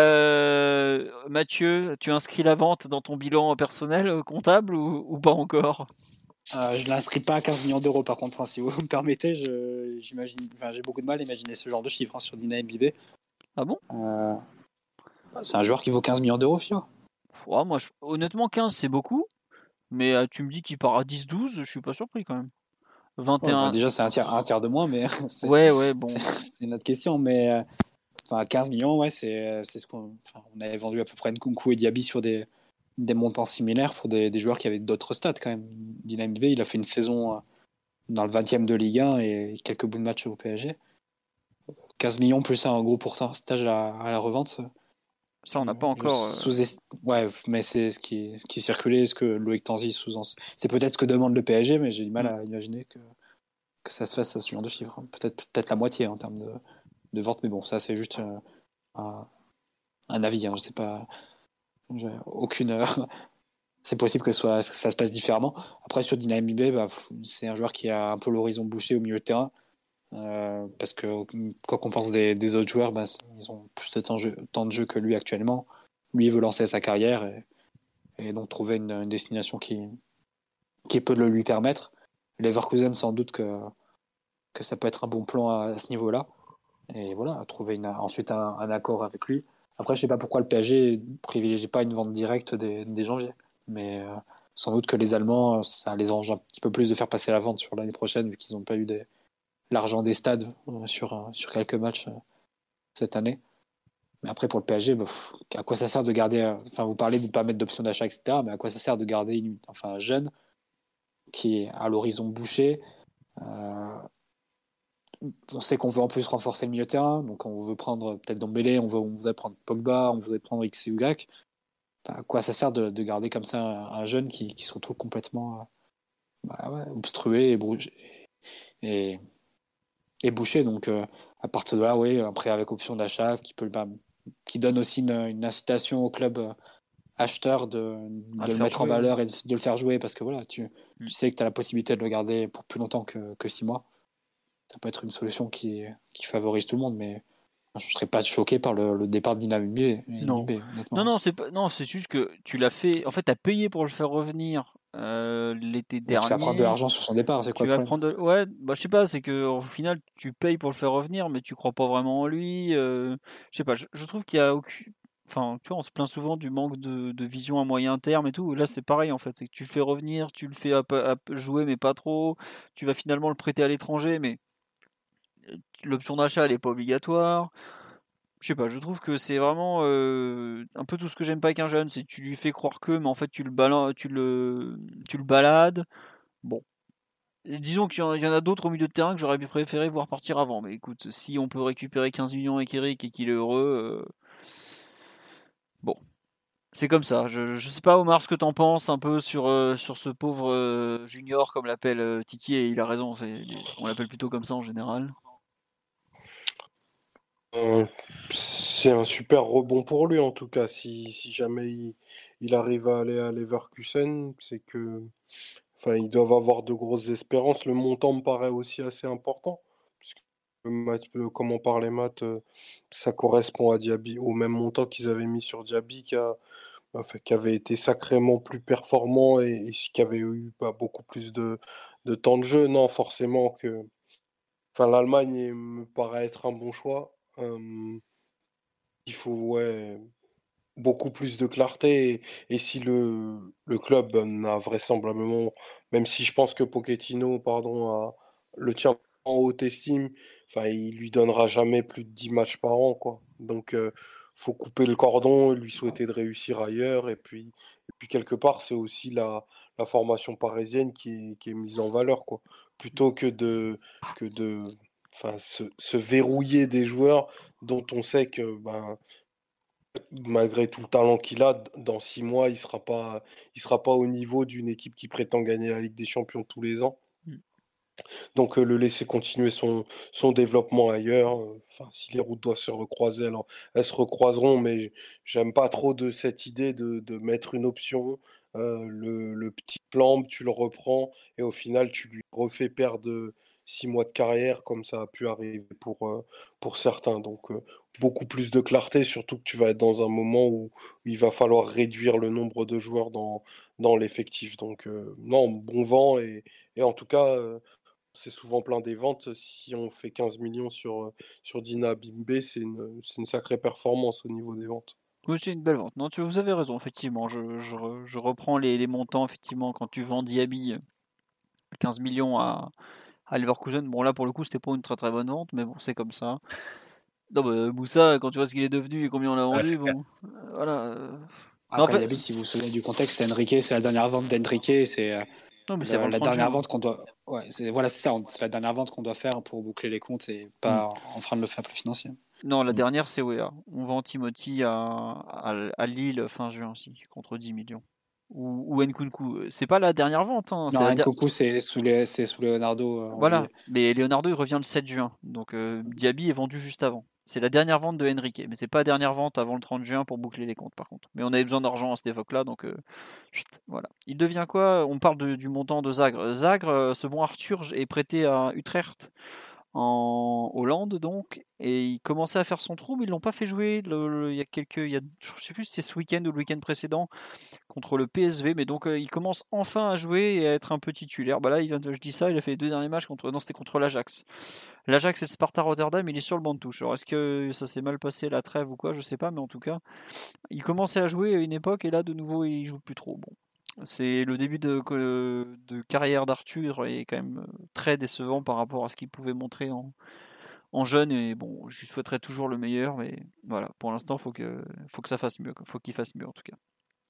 Euh, Mathieu, tu inscris la vente dans ton bilan personnel euh, comptable ou, ou pas encore? Euh, je ne l'inscris pas à quinze millions d'euros par contre, hein, si vous me permettez. Je, j'imagine, enfin, j'ai beaucoup de mal à imaginer ce genre de chiffre hein, sur Dina M B B. Ah bon? Euh, c'est un joueur qui vaut quinze millions d'euros, Fio. Ouais, moi, je- honnêtement, quinze, c'est beaucoup. Mais euh, tu me dis qu'il part à dix douze, je suis pas surpris quand même. Ouais, bah, vingt et un. déjà, c'est un tiers, un tiers de moins, mais c'est, Ouais, ouais, c'est, bon. c'est une autre question. Mais euh, enfin, quinze millions, ouais, c'est, c'est ce qu'on enfin, on avait vendu à peu près Nkunku et Diaby sur des, des montants similaires pour des, des joueurs qui avaient d'autres stats quand même. Dina M B B, il a fait une saison euh, dans le vingtième de Ligue un et quelques bouts de match au P S G. quinze millions plus un gros pourcentage à la, à la revente. Ça, on n'a pas Je encore. euh, sous Ouais, mais c'est ce qui, ce qui circulait, ce que Loïc Tanzi sous c'est peut-être ce que demande le P S G, mais j'ai du mal hmm. à imaginer que, que ça se fasse à ce genre de chiffres. hein. Peut-être peut-être la moitié en termes de, de vente, mais bon, ça c'est juste euh, un, un avis. Hein, je sais pas, j'ai aucune. euh, c'est possible que, ce soit, que ça se passe différemment. Après sur Dynamo B, bah, pff, c'est un joueur qui a un peu l'horizon bouché au milieu de terrain. euh, parce que quand on pense des, des autres joueurs, bah, ils ont plus de temps, jeu- temps de jeu que lui actuellement. Lui, il veut lancer sa carrière et, et donc trouver une, une destination qui, qui peut le lui permettre. Leverkusen, sans doute que, que ça peut être un bon plan à, à ce niveau-là. Et voilà, trouver une, ensuite un, un accord avec lui. Après, je sais pas pourquoi le P S G ne privilégie pas une vente directe dès, dès janvier. Mais euh, sans doute que les Allemands, ça les arrange un petit peu plus de faire passer la vente sur l'année prochaine, vu qu'ils n'ont pas eu des, l'argent des stades euh, sur, euh, sur quelques matchs euh, cette année. Mais après, pour le P S G, bah, pff, à quoi ça sert de garder. euh, Enfin, vous parlez de ne pas mettre d'option d'achat, et cetera. Mais à quoi ça sert de garder une, enfin, un jeune qui est à l'horizon bouché. euh, on sait qu'on veut en plus renforcer le milieu de terrain, donc on veut prendre peut-être Dombélé, on, veut, on voudrait prendre Pogba, on voudrait prendre X ou Y. Enfin, à quoi ça sert de, de garder comme ça un, un jeune qui, qui se retrouve complètement euh, bah ouais, obstrué et, brouché, et, et bouché. Donc euh, à partir de là, oui, après avec option d'achat qui, peut, bah, qui donne aussi une, une incitation au club euh, acheteur de, à de le le faire mettre en jouer. Ouais. valeur et de, de le faire jouer parce que voilà, tu, Hmm. tu sais que tu as la possibilité de le garder pour plus longtemps que, que six mois. Ça peut être une solution qui, qui favorise tout le monde, mais je ne serais pas choqué par le, le départ d'Inabé, Non. Non, honnêtement. non, c'est pas. Non, c'est juste que tu l'as fait. En fait, tu as payé pour le faire revenir euh, l'été Mais tu vas prendre de dernier. l'argent sur son départ, c'est quoi Tu le vas problème? prendre. de- Ouais, bah je sais pas, c'est que au final, tu payes pour le faire revenir, mais tu crois pas vraiment en lui. euh, Je sais pas, je, je trouve qu'il y a aucun. Enfin, tu vois, on se plaint souvent du manque de, de vision à moyen terme et tout. Là, c'est pareil en fait. C'est que tu le fais revenir, tu le fais à peu- à peu jouer, mais pas trop. Tu vas finalement le prêter à l'étranger, mais euh, l'option d'achat, elle est pas obligatoire. Je sais pas, je trouve que c'est vraiment euh, un peu tout ce que j'aime pas avec un jeune, c'est que tu lui fais croire que, mais en fait tu le bala- tu le, tu le balades. Bon, et disons qu'il y en il y en a d'autres au milieu de terrain que j'aurais préféré voir partir avant. Mais écoute, si on peut récupérer quinze millions avec Eric et qu'il est heureux, euh, bon, c'est comme ça. Je, je sais pas Omar ce que t'en penses un peu sur, euh, sur ce pauvre euh, junior comme l'appelle euh, Titi, et il a raison, c'est- on l'appelle plutôt comme ça en général. Euh, c'est un super rebond pour lui en tout cas. Si, si jamais il, il arrive à aller à Leverkusen, c'est que, enfin, ils doivent avoir de grosses espérances. Le montant me paraît aussi assez important, puisque Math- euh, comme on parlait Matt, euh, ça correspond à Diaby, au même montant qu'ils avaient mis sur Diaby, qui a, enfin, qui avait été sacrément plus performant et, et qui avait eu bah, beaucoup plus de, de temps de jeu. Non, forcément que, enfin, l'Allemagne est- me paraît être un bon choix. Euh, il faut ouais, beaucoup plus de clarté. Et, et si le, le club n'a vraisemblablement, même si je pense que Pochettino, pardon, a- le tient en haute estime, enfin, il lui donnera jamais plus de dix matchs par an, quoi. Donc, euh, faut couper le cordon, lui souhaiter de réussir ailleurs. Et puis, et puis quelque part, c'est aussi la, la formation parisienne qui est, qui est mise en valeur, quoi. Plutôt que de, que de enfin, se, se verrouiller des joueurs dont on sait que ben, malgré tout le talent qu'il a, d- dans six mois, il sera pas, il sera pas au niveau d'une équipe qui prétend gagner la Ligue des Champions tous les ans. Mm. Donc euh, le laisser continuer son, son développement ailleurs. euh, Enfin, si les routes doivent se recroiser, alors elles se recroiseront, mais j- j'aime pas trop de cette idée de, de mettre une option, euh, le, le petit plan, tu le reprends, et au final tu lui refais perdre euh, six mois de carrière, comme ça a pu arriver pour, euh, pour certains. Donc euh, beaucoup plus de clarté, surtout que tu vas être dans un moment où, où il va falloir réduire le nombre de joueurs dans, dans l'effectif. Donc euh, non, bon vent, et, et en tout cas. euh, c'est souvent plein des ventes. Si on fait quinze millions sur, euh, sur Dina Bimbe, c'est une, c'est une sacrée performance au niveau des ventes. Oui, c'est une belle vente. Non, tu, vous avez raison, effectivement. Je, je re- je reprends les, les montants, effectivement, quand tu vends Diaby euh, quinze millions à, à Leverkusen. Bon, là, pour le coup, c'était pas une très très bonne vente, mais bon, c'est comme ça. Non, bah, Moussa, quand tu vois ce qu'il est devenu et combien on l'a Ouais, vendu, c'est clair. bon, euh, voilà. euh. Non, en Après, fait, Diaby, si vous vous souvenez du contexte, c'est Enrique, c'est la dernière vente d'Enrique, c'est euh, non, mais c'est avant la, le la trente dernière juin. vente qu'on doit. Ouais, c'est voilà, c'est ça, on- c'est la dernière vente qu'on doit faire pour boucler les comptes et Hmm. pas enfreindre le fair play financier. Non, la Mm. dernière, c'est O E A. On vend Timothy à, à, à Lille fin juin aussi, contre dix millions. Ou, ou Nkunku. C'est pas la dernière vente, hein, c'est Non, la der- Nkunku, c'est sous, les, c'est sous Leonardo euh, en Voilà, juillet. mais Leonardo il revient le sept juin, donc euh, Diaby est vendu juste avant. C'est la dernière vente de Henrique, mais c'est pas la dernière vente avant le trente juin pour boucler les comptes par contre. Mais on avait besoin d'argent à cette époque-là, donc euh, chut, voilà. Il devient quoi? On parle de- du montant de Zagre. Zagre, euh, ce bon Arthur est prêté à Utrecht en Hollande donc, et il commençait à faire son trou, mais ils l'ont pas fait jouer. le- le- il y a quelques, il y a, je sais plus si c'est ce week-end ou le week-end précédent contre le P S V, mais donc euh, il commence enfin à jouer et à être un peu titulaire. Bah là, il vient de- je dis ça, il a fait les deux derniers matchs contre, non, c'était contre l'Ajax. L'Ajax et le Sparta Rotterdam, il est sur le banc de touche. Alors est-ce que ça s'est mal passé la trêve ou quoi, je sais pas, mais en tout cas, il commençait à jouer à une époque et là de nouveau il joue plus trop. Bon, c'est le début de, que- de carrière d'Arthur est quand même euh, très décevant par rapport à ce qu'il pouvait montrer en, en jeune et bon, je lui souhaiterais toujours le meilleur, mais voilà, pour l'instant, faut que, faut que ça fasse mieux, faut qu'il fasse mieux en tout cas.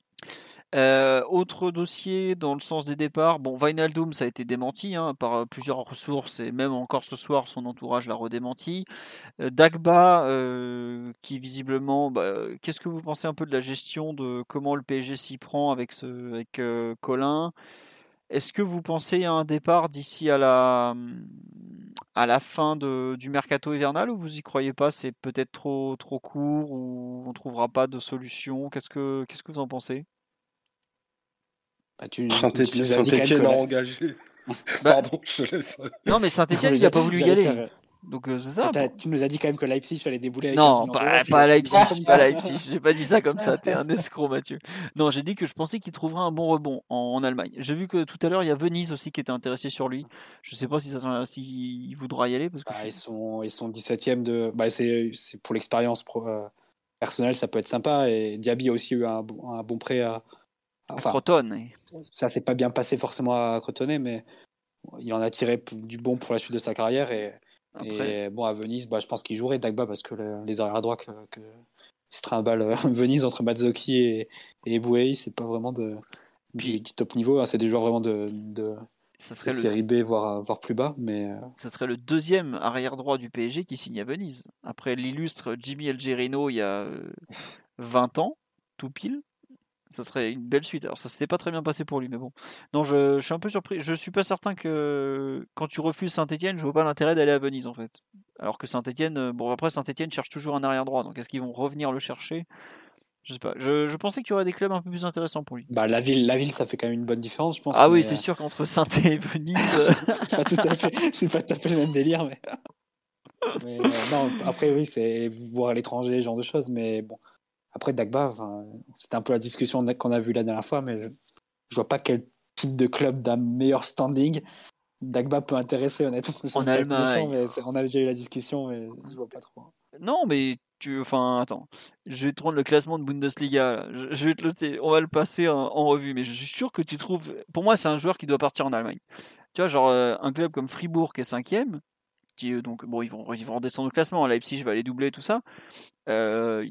Euh, autre dossier dans le sens des départs, bon, Wijnaldum, ça a été démenti hein, par euh, plusieurs ressources et même encore ce soir, son entourage l'a redémenti. Euh, Dagba, euh, qui visiblement, bah, euh, qu'est-ce que vous pensez un peu de la gestion de comment le P S G s'y prend avec ce, avec euh, Colin? Est-ce que vous pensez à un départ d'ici à la, à la fin de, du mercato hivernal ou vous y croyez pas? C'est peut-être trop, trop court ou on trouvera pas de solution? Qu'est-ce que, qu'est-ce que vous en pensez? Bah, tu, tu Saint-Étienne, nous as dit quand même que Saint-Étienne a la... engagé. Bah, Pardon, je te laisse. non, mais Non, Saint-Etienne, mais il a j'a- pas voulu y j'allais aller. faire. Donc euh, c'est Mais ça. t'as- Bon. tu nous as dit quand même que Leipzig fallait débouler avec quinze Non, millions d'euros. pas, Puis pas à là, tu nous as Leipzig, promis pas à ça. Leipzig. J'ai pas dit ça comme ça. T'es un escroc, Mathieu. Non, j'ai dit que je pensais qu'il trouverait un bon rebond en, en Allemagne. J'ai vu que tout à l'heure il y a Venise aussi qui était intéressé sur lui. Je sais pas si ça, si il voudra y aller parce que je Bah, suis ils sont, ils sont dix-septième de. Bah, c'est, c'est pour l'expérience pro- euh, personnelle, ça peut être sympa. Et Diaby a aussi eu un, bon- un bon prêt à. à Enfin, Crotone. Et ça s'est pas bien passé forcément à Crotone, mais il en a tiré p- du bon pour la suite de sa carrière. Et, après, et bon, à Venise, bah, je pense qu'il jouerait Dagba parce que le- les arrières droits que, que il se trimballe euh, Venise entre Mazzocchi et, et Eboué, c'est pas vraiment de, du, puis du top niveau. Hein, c'est des joueurs vraiment de, de, ce de serait le, série B, voire, voire plus bas. Mais euh, ce serait le deuxième arrière droit du P S G qui signe à Venise. Après l'illustre Jimmy Elgerino il y a euh, vingt ans, tout pile. Ça serait une belle suite. Alors ça s'était pas très bien passé pour lui, mais bon. Non, je, je suis un peu surpris. Je suis pas certain que quand tu refuses Saint-Etienne, je vois pas l'intérêt d'aller à Venise en fait. Alors que Saint-Etienne, bon après Saint-Etienne cherche toujours un arrière droit, donc est-ce qu'ils vont revenir le chercher? Je sais pas. Je, je pensais qu'il y aurait des clubs un peu plus intéressants pour lui. bah, la ville, la ville, ça fait quand même une bonne différence, je pense. Ah oui, Mais c'est euh, sûr qu'entre Saint et Venise. euh, c'est pas tout à fait, c'est pas tout à fait le même délire. Mais, mais, euh, non, après oui, c'est voir à l'étranger, ce genre de choses. Mais bon, après Dagba, enfin, c'était un peu la discussion qu'on a vue la dernière fois, mais je, je vois pas quel type de club d'un meilleur standing Dagba peut intéresser, honnêtement. Je En veux pas être méchant, Allemagne. mais c'est- on a déjà eu la discussion, mais je vois pas trop. Non, mais tu. Enfin, attends. Je vais te rendre le classement de Bundesliga. Là. Je, je vais te le. On va le passer en, en revue, mais je suis sûr que tu trouves. Pour moi, c'est un joueur qui doit partir en Allemagne. Tu vois, genre euh, un club comme Fribourg qui est cinquième, qui euh, donc bon, ils vont ils vont redescendre au classement. Leipzig va les doubler, tout ça. Euh,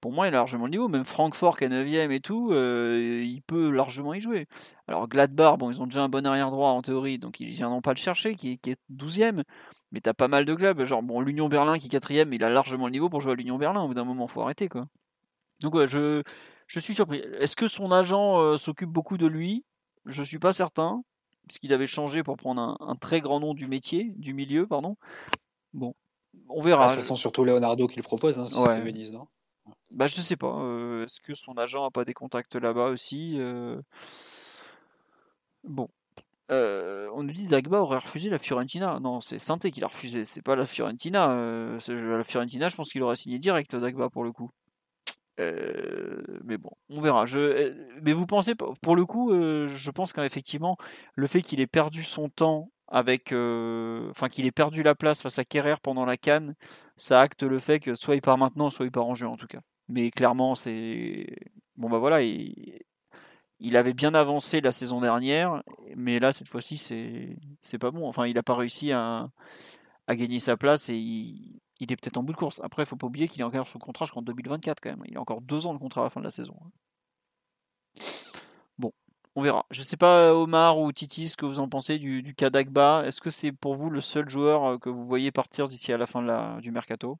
pour moi, il a largement le niveau. Même Francfort, qui est neuvième et tout, euh, il peut largement y jouer. Alors Gladbach, bon, ils ont déjà un bon arrière droit en théorie, donc ils viendront pas le chercher, qui est, qui est douzième. Mais t'as pas mal de clubs, genre bon, l'Union Berlin qui est quatrième, il a largement le niveau pour jouer à l'Union Berlin. Au bout d'un moment, faut arrêter quoi. Donc ouais, je, je suis surpris. Est-ce que son agent euh, s'occupe beaucoup de lui? Je suis pas certain, parce qu'il avait changé pour prendre un, un très grand nom du métier, du milieu, pardon. Bon, on Ah, verra. ça sent surtout Leonardo qui le propose, hein, si c'est Ouais. Venise, non? Bah je sais pas. euh, Est-ce que son agent a pas des contacts là-bas aussi? euh, Bon. Euh, on nous dit Dagba aurait refusé la Fiorentina. Non, c'est Sainté qui l'a refusé, c'est pas la Fiorentina. euh, c'est- La Fiorentina, je pense qu'il aurait signé direct Dagba pour le coup. Euh, mais bon, on verra. Je, euh, mais vous pensez, pour le coup, euh, je pense qu'effectivement, le fait qu'il ait perdu son temps avec, euh, enfin qu'il ait perdu la place face à Kerrer pendant la CAN, ça acte le fait que soit il part maintenant, soit il part en jeu en tout cas. Mais clairement, c'est bon bah voilà, il, il avait bien avancé la saison dernière, mais là cette fois-ci c'est c'est pas bon. Enfin, il a pas réussi à, à gagner sa place et il, il est peut-être en bout de course. Après, il faut pas oublier qu'il est encore sous contrat jusqu'en deux mille vingt-quatre quand même. Il a encore deux ans de contrat à la fin de la saison. Bon, on verra. Je sais pas, Omar ou Titi, ce que vous en pensez du, du cas d'Agba. Est-ce que c'est pour vous le seul joueur euh, que vous voyez partir d'ici à la fin de la, du mercato?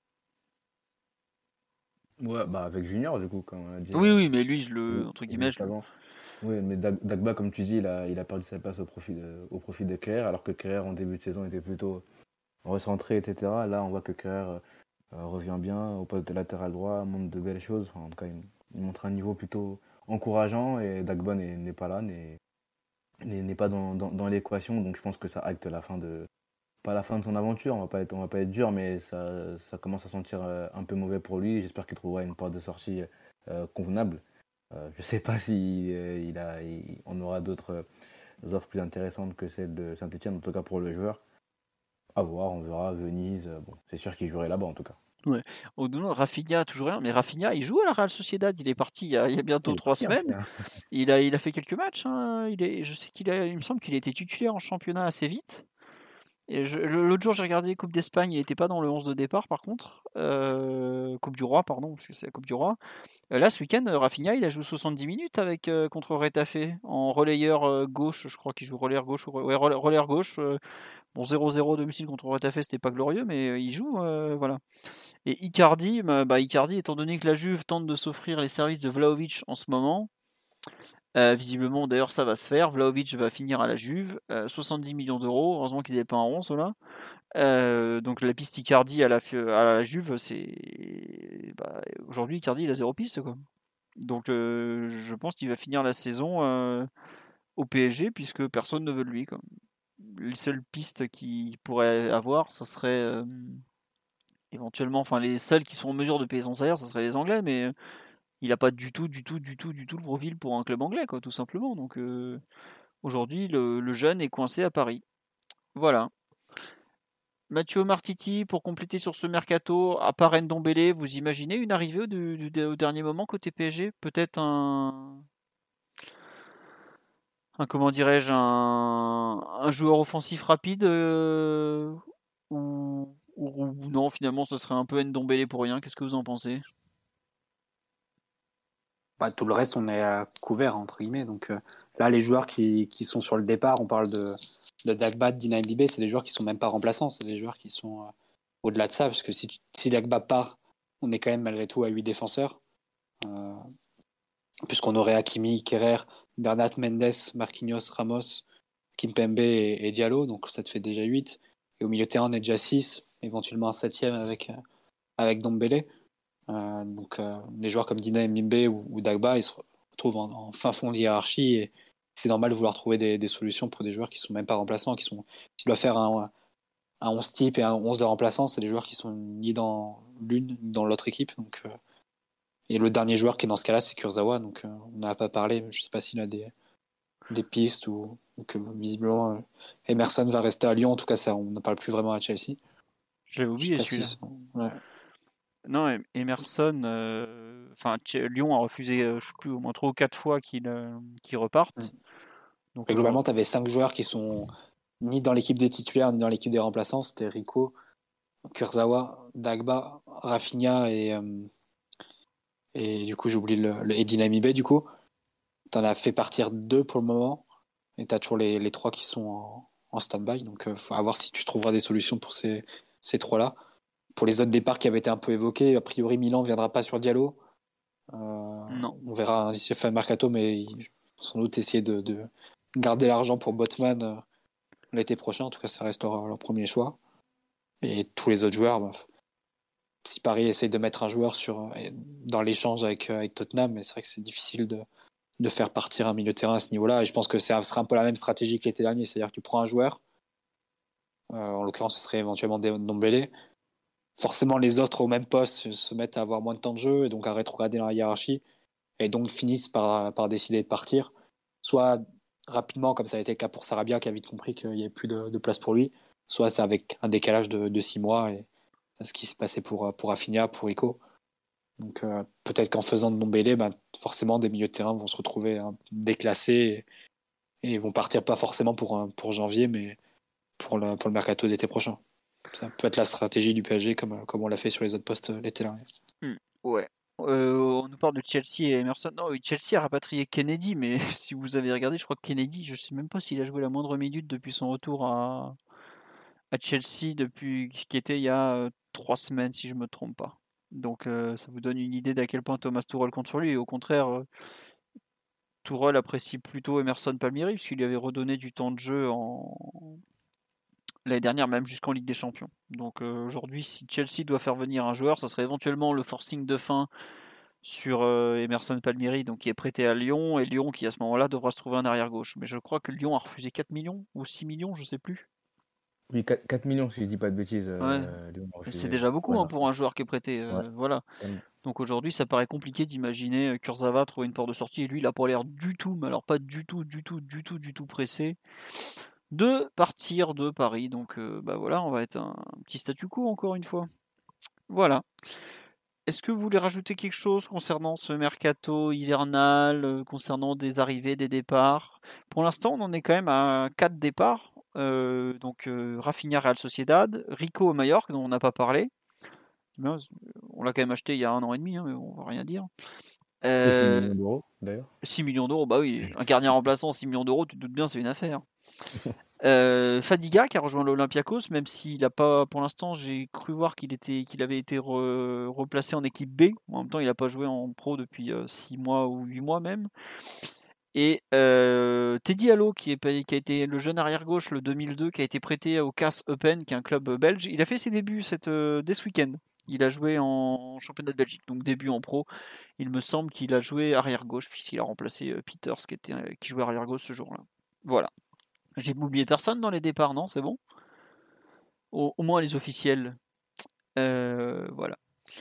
Ouais, bah avec Junior, du coup, comme on a dit Oui, euh, oui, mais lui, je le, entre guillemets, juste je le... avant. Oui, mais Dag- Dagba, comme tu dis, il a, il a perdu sa place au profit de, au profit de Kerrer, alors que Kerrer, en début de saison, était plutôt recentré, et cetera. Là, on voit que Kerrer euh, revient bien au poste de latéral droit, montre de belles choses. Enfin, en tout cas, il, il montre un niveau plutôt encourageant et Dagba n'est, n'est pas là, n'est, n'est, n'est pas dans, dans, dans l'équation. Donc, je pense que ça acte la fin de, pas la fin de son aventure. On va pas être, on va pas être dur, mais ça, ça commence à sentir euh, un peu mauvais pour lui. J'espère qu'il trouvera une porte de sortie euh, convenable. Euh, je ne sais pas si euh, il a, il, on aura d'autres euh, offres plus intéressantes que celle de Saint-Etienne, en tout cas pour le joueur. À voir, on verra. Venise, euh, bon, c'est sûr qu'il jouerait là-bas en tout cas. Ouais. Oh, non, Rafinha, toujours rien. Mais Rafinha, il joue à la Real Sociedad. Il est parti il y a, il y a bientôt Il est trois parti, hein, semaines. Il a, il a fait quelques matchs. Hein. Il est, je sais qu'il a, il me semble qu'il a été titulaire en championnat assez vite. Et je- le- l'autre jour, j'ai regardé Coupe d'Espagne. Il n'était pas dans le onze de départ, par contre. Euh, Coupe du Roi, pardon, parce que c'est la Coupe du Roi. Euh, Là, ce week-end, euh, Rafinha, il a joué soixante-dix minutes avec, euh, contre Retafe en relayeur euh, gauche. Je crois qu'il joue relayeur gauche. Ou re- ouais, relais- relayeur gauche. euh, Bon, zéro zéro domicile contre Retafe, c'était pas glorieux, mais euh, il joue. euh, voilà. Et Icardi, bah, bah, Icardi, étant donné que la Juve tente de s'offrir les services de Vlahovic en ce moment, euh, visiblement, d'ailleurs, ça va se faire. Vlahovic va finir à la Juve, euh, soixante-dix millions d'euros. Heureusement qu'ils n'avaient pas un rond, ceux-là. Euh, donc la piste Icardi à la, à la Juve, c'est bah, aujourd'hui Icardi il a zéro piste quoi. Donc euh, je pense qu'il va finir la saison euh, au P S G puisque personne ne veut de lui quoi. Les seules pistes qu'il pourrait avoir, ça serait euh, éventuellement, enfin les seuls qui sont en mesure de payer son salaire, ça serait les Anglais, mais il n'a pas du tout, du tout, du tout, du tout le profil pour un club anglais quoi, tout simplement. Donc euh, aujourd'hui le, le jeune est coincé à Paris. Voilà. Mathieu Martiti, pour compléter sur ce mercato, à part Ndombele, vous imaginez une arrivée au, du- du- au dernier moment côté P S G? Peut-être un, un comment dirais-je, un, un joueur offensif rapide euh, ou, ou- ou non, finalement, ce serait un peu Ndombele pour rien. Qu'est-ce que vous en pensez? Bah, tout le reste, on est à couvert, entre guillemets. Donc euh, là, les joueurs qui, qui sont sur le départ, on parle de, de Dagba, de Dina Mbibé, c'est des joueurs qui sont même pas remplaçants, c'est des joueurs qui sont euh, au-delà de ça, parce que si, tu- si Dagba part, on est quand même malgré tout à huit défenseurs, euh, puisqu'on aurait Hakimi, Kerrer, Bernat Mendes, Marquinhos, Ramos, Kimpembe et, et Diallo, donc ça te fait déjà huit. Et au milieu de terrain, on est déjà six, éventuellement un septième avec, euh, avec Dombele. Euh, donc euh, les joueurs comme Dina Mbimbe ou, ou Dagba, ils se retrouvent en, en fin fond de hiérarchie et c'est normal de vouloir trouver des, des solutions pour des joueurs qui sont même pas remplaçants, qui sont, tu dois faire un, un onze type et un onze de remplaçants, c'est des joueurs qui sont ni dans l'une ni dans l'autre équipe. Donc, euh, et le dernier joueur qui est dans ce cas-là, c'est Kurzawa, donc euh, on n'en a pas parlé, mais je sais pas s'il a des, des pistes ou, ou que visiblement euh, Emerson va rester à Lyon, en tout cas ça, on ne parle plus vraiment à Chelsea. Je l'avais Je sais oublié pas celui-là. si... ouais. Non, Em- Emerson, euh, enfin Ch- Lyon a refusé, euh, je sais plus, au moins trois ou quatre fois qu'il euh, qu'il reparte. Donc Et globalement, aujourd'hui, tu avais cinq joueurs qui sont ni dans l'équipe des titulaires ni dans l'équipe des remplaçants. C'était Rico, Kurzawa, Dagba, Rafinha et, euh, et du coup, j'ai oublié le, le Eddie Namibé, du coup. Tu en as fait partir deux pour le moment, et tu as toujours les, les trois qui sont en, en stand-by. Donc, il euh, faut voir si tu trouveras des solutions pour ces, ces trois-là. Pour les autres départs qui avaient été un peu évoqués, a priori, Milan ne viendra pas sur Diallo. Euh, Non. On verra si c'est fait le mercato, mais ils vont sans doute essayer de, de garder l'argent pour Botman euh, l'été prochain. En tout cas, ça reste leur, leur premier choix. Et tous les autres joueurs, bah, si Paris essaye de mettre un joueur sur, dans l'échange avec, avec Tottenham, mais c'est vrai que c'est difficile de, de faire partir un milieu de terrain à ce niveau-là. Et je pense que ça sera un peu la même stratégie que l'été dernier. C'est-à-dire que tu prends un joueur, euh, en l'occurrence, ce serait éventuellement Ndombele. Forcément, les autres au même poste se mettent à avoir moins de temps de jeu et donc à rétrograder dans la hiérarchie et donc finissent par, par décider de partir. Soit rapidement, comme ça a été le cas pour Sarabia, qui a vite compris qu'il n'y avait plus de, de place pour lui, soit c'est avec un décalage de, de six mois. Et c'est ce qui s'est passé pour, pour Rafinha, pour Ico. Donc euh, peut-être qu'en faisant de Ndombele, ben, forcément des milieux de terrain vont se retrouver hein, déclassés et, et vont partir pas forcément pour, pour janvier, mais pour le, pour le mercato d'été prochain. Ça peut être la stratégie du P S G comme, comme on l'a fait sur les autres postes l'été dernier. Mmh, ouais. Euh, on nous parle de Chelsea et Emerson. Non, Chelsea a rapatrié Kennedy, mais si vous avez regardé, je crois que Kennedy, je sais même pas s'il a joué la moindre minute depuis son retour à, à Chelsea, depuis qui était il y a euh, trois semaines, si je me trompe pas. Donc euh, ça vous donne une idée d'à quel point Thomas Tuchel compte sur lui. Et au contraire, euh, Tuchel apprécie plutôt Emerson Palmieri, puisqu'il lui avait redonné du temps de jeu en l'année dernière, même jusqu'en Ligue des Champions. Donc euh, aujourd'hui, si Chelsea doit faire venir un joueur, ça serait éventuellement le forcing de fin sur euh, Emerson Palmieri, donc qui est prêté à Lyon, et Lyon qui à ce moment-là devra se trouver un arrière-gauche. Mais je crois que Lyon a refusé quatre millions ou six millions, je sais plus. Oui, quatre millions si je dis pas de bêtises. Euh, Ouais. Lyon a refusé. C'est déjà beaucoup Ouais, hein, pour un joueur qui est prêté. Euh, ouais. Voilà. Donc aujourd'hui, ça paraît compliqué d'imaginer Kurzawa trouver une porte de sortie, et lui, il n'a pas l'air du tout, mais alors pas du tout, du tout, du tout, du tout pressé de partir de Paris. Donc euh, bah voilà, on va être un, un petit statu quo encore une fois. Voilà. Est-ce que vous voulez rajouter quelque chose concernant ce mercato hivernal, euh, concernant des arrivées, des départs? Pour l'instant, on en est quand même à quatre départs. Euh, donc euh, Rafinha, Real Sociedad, Rico au Mallorca, dont on n'a pas parlé. Bien, on l'a quand même acheté il y a un an et demi, hein, mais on va rien dire. Et six Euh, millions d'euros, d'ailleurs. six millions d'euros, bah oui, un gardien remplaçant, six millions d'euros, tu te doutes bien, c'est une affaire. Euh, Fadiga qui a rejoint l'Olympiakos, même s'il n'a pas, pour l'instant, j'ai cru voir qu'il était, qu'il avait été re- replacé en équipe B. En même temps, il n'a pas joué en pro depuis six mois ou huit mois même. Et euh, Teddy Allo, qui, est, qui a été le jeune arrière-gauche, le deux mille deux, qui a été prêté au K A S Eupen, qui est un club belge. Il a fait ses débuts cette, euh, dès ce week-end. Il a joué en championnat de Belgique, donc début en pro. Il me semble qu'il a joué arrière-gauche, puisqu'il a remplacé euh, Peters, qui, était, euh, qui jouait arrière-gauche ce jour-là. Voilà. J'ai oublié personne dans les départs, non? C'est bon? Au, au moins les officiels. Euh, voilà.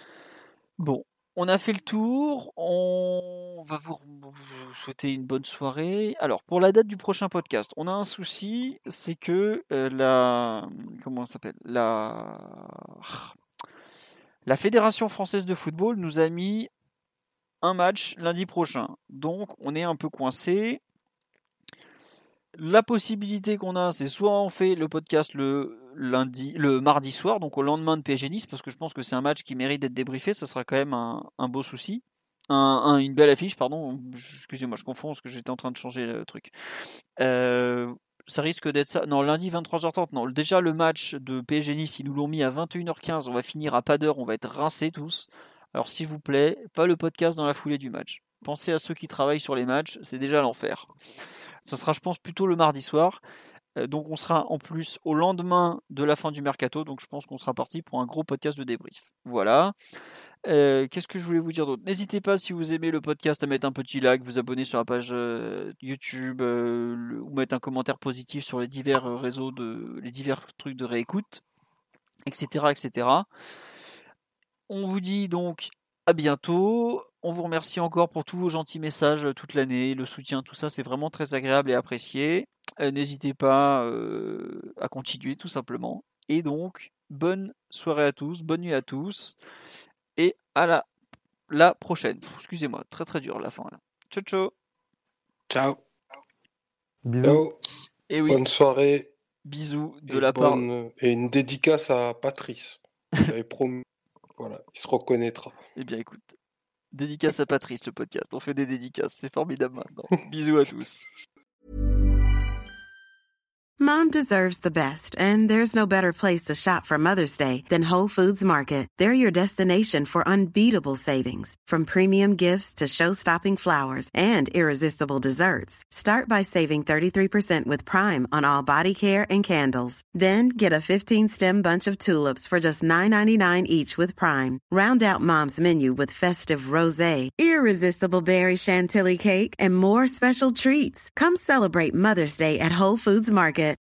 Bon, on a fait le tour. On va vous, vous souhaiter une bonne soirée. Alors, pour la date du prochain podcast, on a un souci, c'est que euh, la... Comment ça s'appelle? La... La Fédération française de football nous a mis un match lundi prochain. Donc, on est un peu coincé. La possibilité qu'on a, c'est soit on fait le podcast le lundi, le mardi soir, donc au lendemain de P S G Nice, parce que je pense que c'est un match qui mérite d'être débriefé. Ça sera quand même un, un beau souci, un, un, une belle affiche, pardon. Excusez-moi, je confonds parce que j'étais en train de changer le truc. Euh, ça risque d'être ça. Non, lundi vingt-trois heures trente. Non, déjà le match de P S G Nice, ils nous l'ont mis à vingt et une heures quinze. On va finir à pas d'heure, on va être rincés tous. Alors s'il vous plaît, pas le podcast dans la foulée du match. Pensez à ceux qui travaillent sur les matchs, c'est déjà l'enfer. Ce sera, je pense, plutôt le mardi soir. Euh, donc on sera en plus au lendemain de la fin du mercato. Donc je pense qu'on sera parti pour un gros podcast de débrief. Voilà. Euh, qu'est-ce que je voulais vous dire d'autre? N'hésitez pas, si vous aimez le podcast, à mettre un petit like, vous abonner sur la page euh, YouTube, euh, le, ou mettre un commentaire positif sur les divers euh, réseaux, de, les divers trucs de réécoute, et cetera, et cetera. On vous dit donc à bientôt. On vous remercie encore pour tous vos gentils messages toute l'année, le soutien, tout ça, c'est vraiment très agréable et apprécié. Euh, n'hésitez pas euh, à continuer tout simplement. Et donc, bonne soirée à tous, bonne nuit à tous, et à la, la prochaine. Excusez-moi, très très dur la fin là. Ciao ciao. Ciao. Bisous. Ciao. Et oui, Bonne soirée. bisous de et la bonne... part. Et une dédicace à Patrice. J'avais promis. Voilà, il se reconnaîtra. Eh bien écoute, Dédicace à Patrice, le podcast. On fait des dédicaces, c'est formidable maintenant. Bisous à tous. Mom deserves the best, and there's no better place to shop for Mother's Day than Whole Foods Market. They're your destination for unbeatable savings, from premium gifts to show-stopping flowers and irresistible desserts. Start by saving thirty-three percent with Prime on all body care and candles. Then get a fifteen-stem bunch of tulips for just nine ninety-nine each with Prime. Round out Mom's menu with festive rosé, irresistible berry chantilly cake, and more special treats. Come celebrate Mother's Day at Whole Foods Market.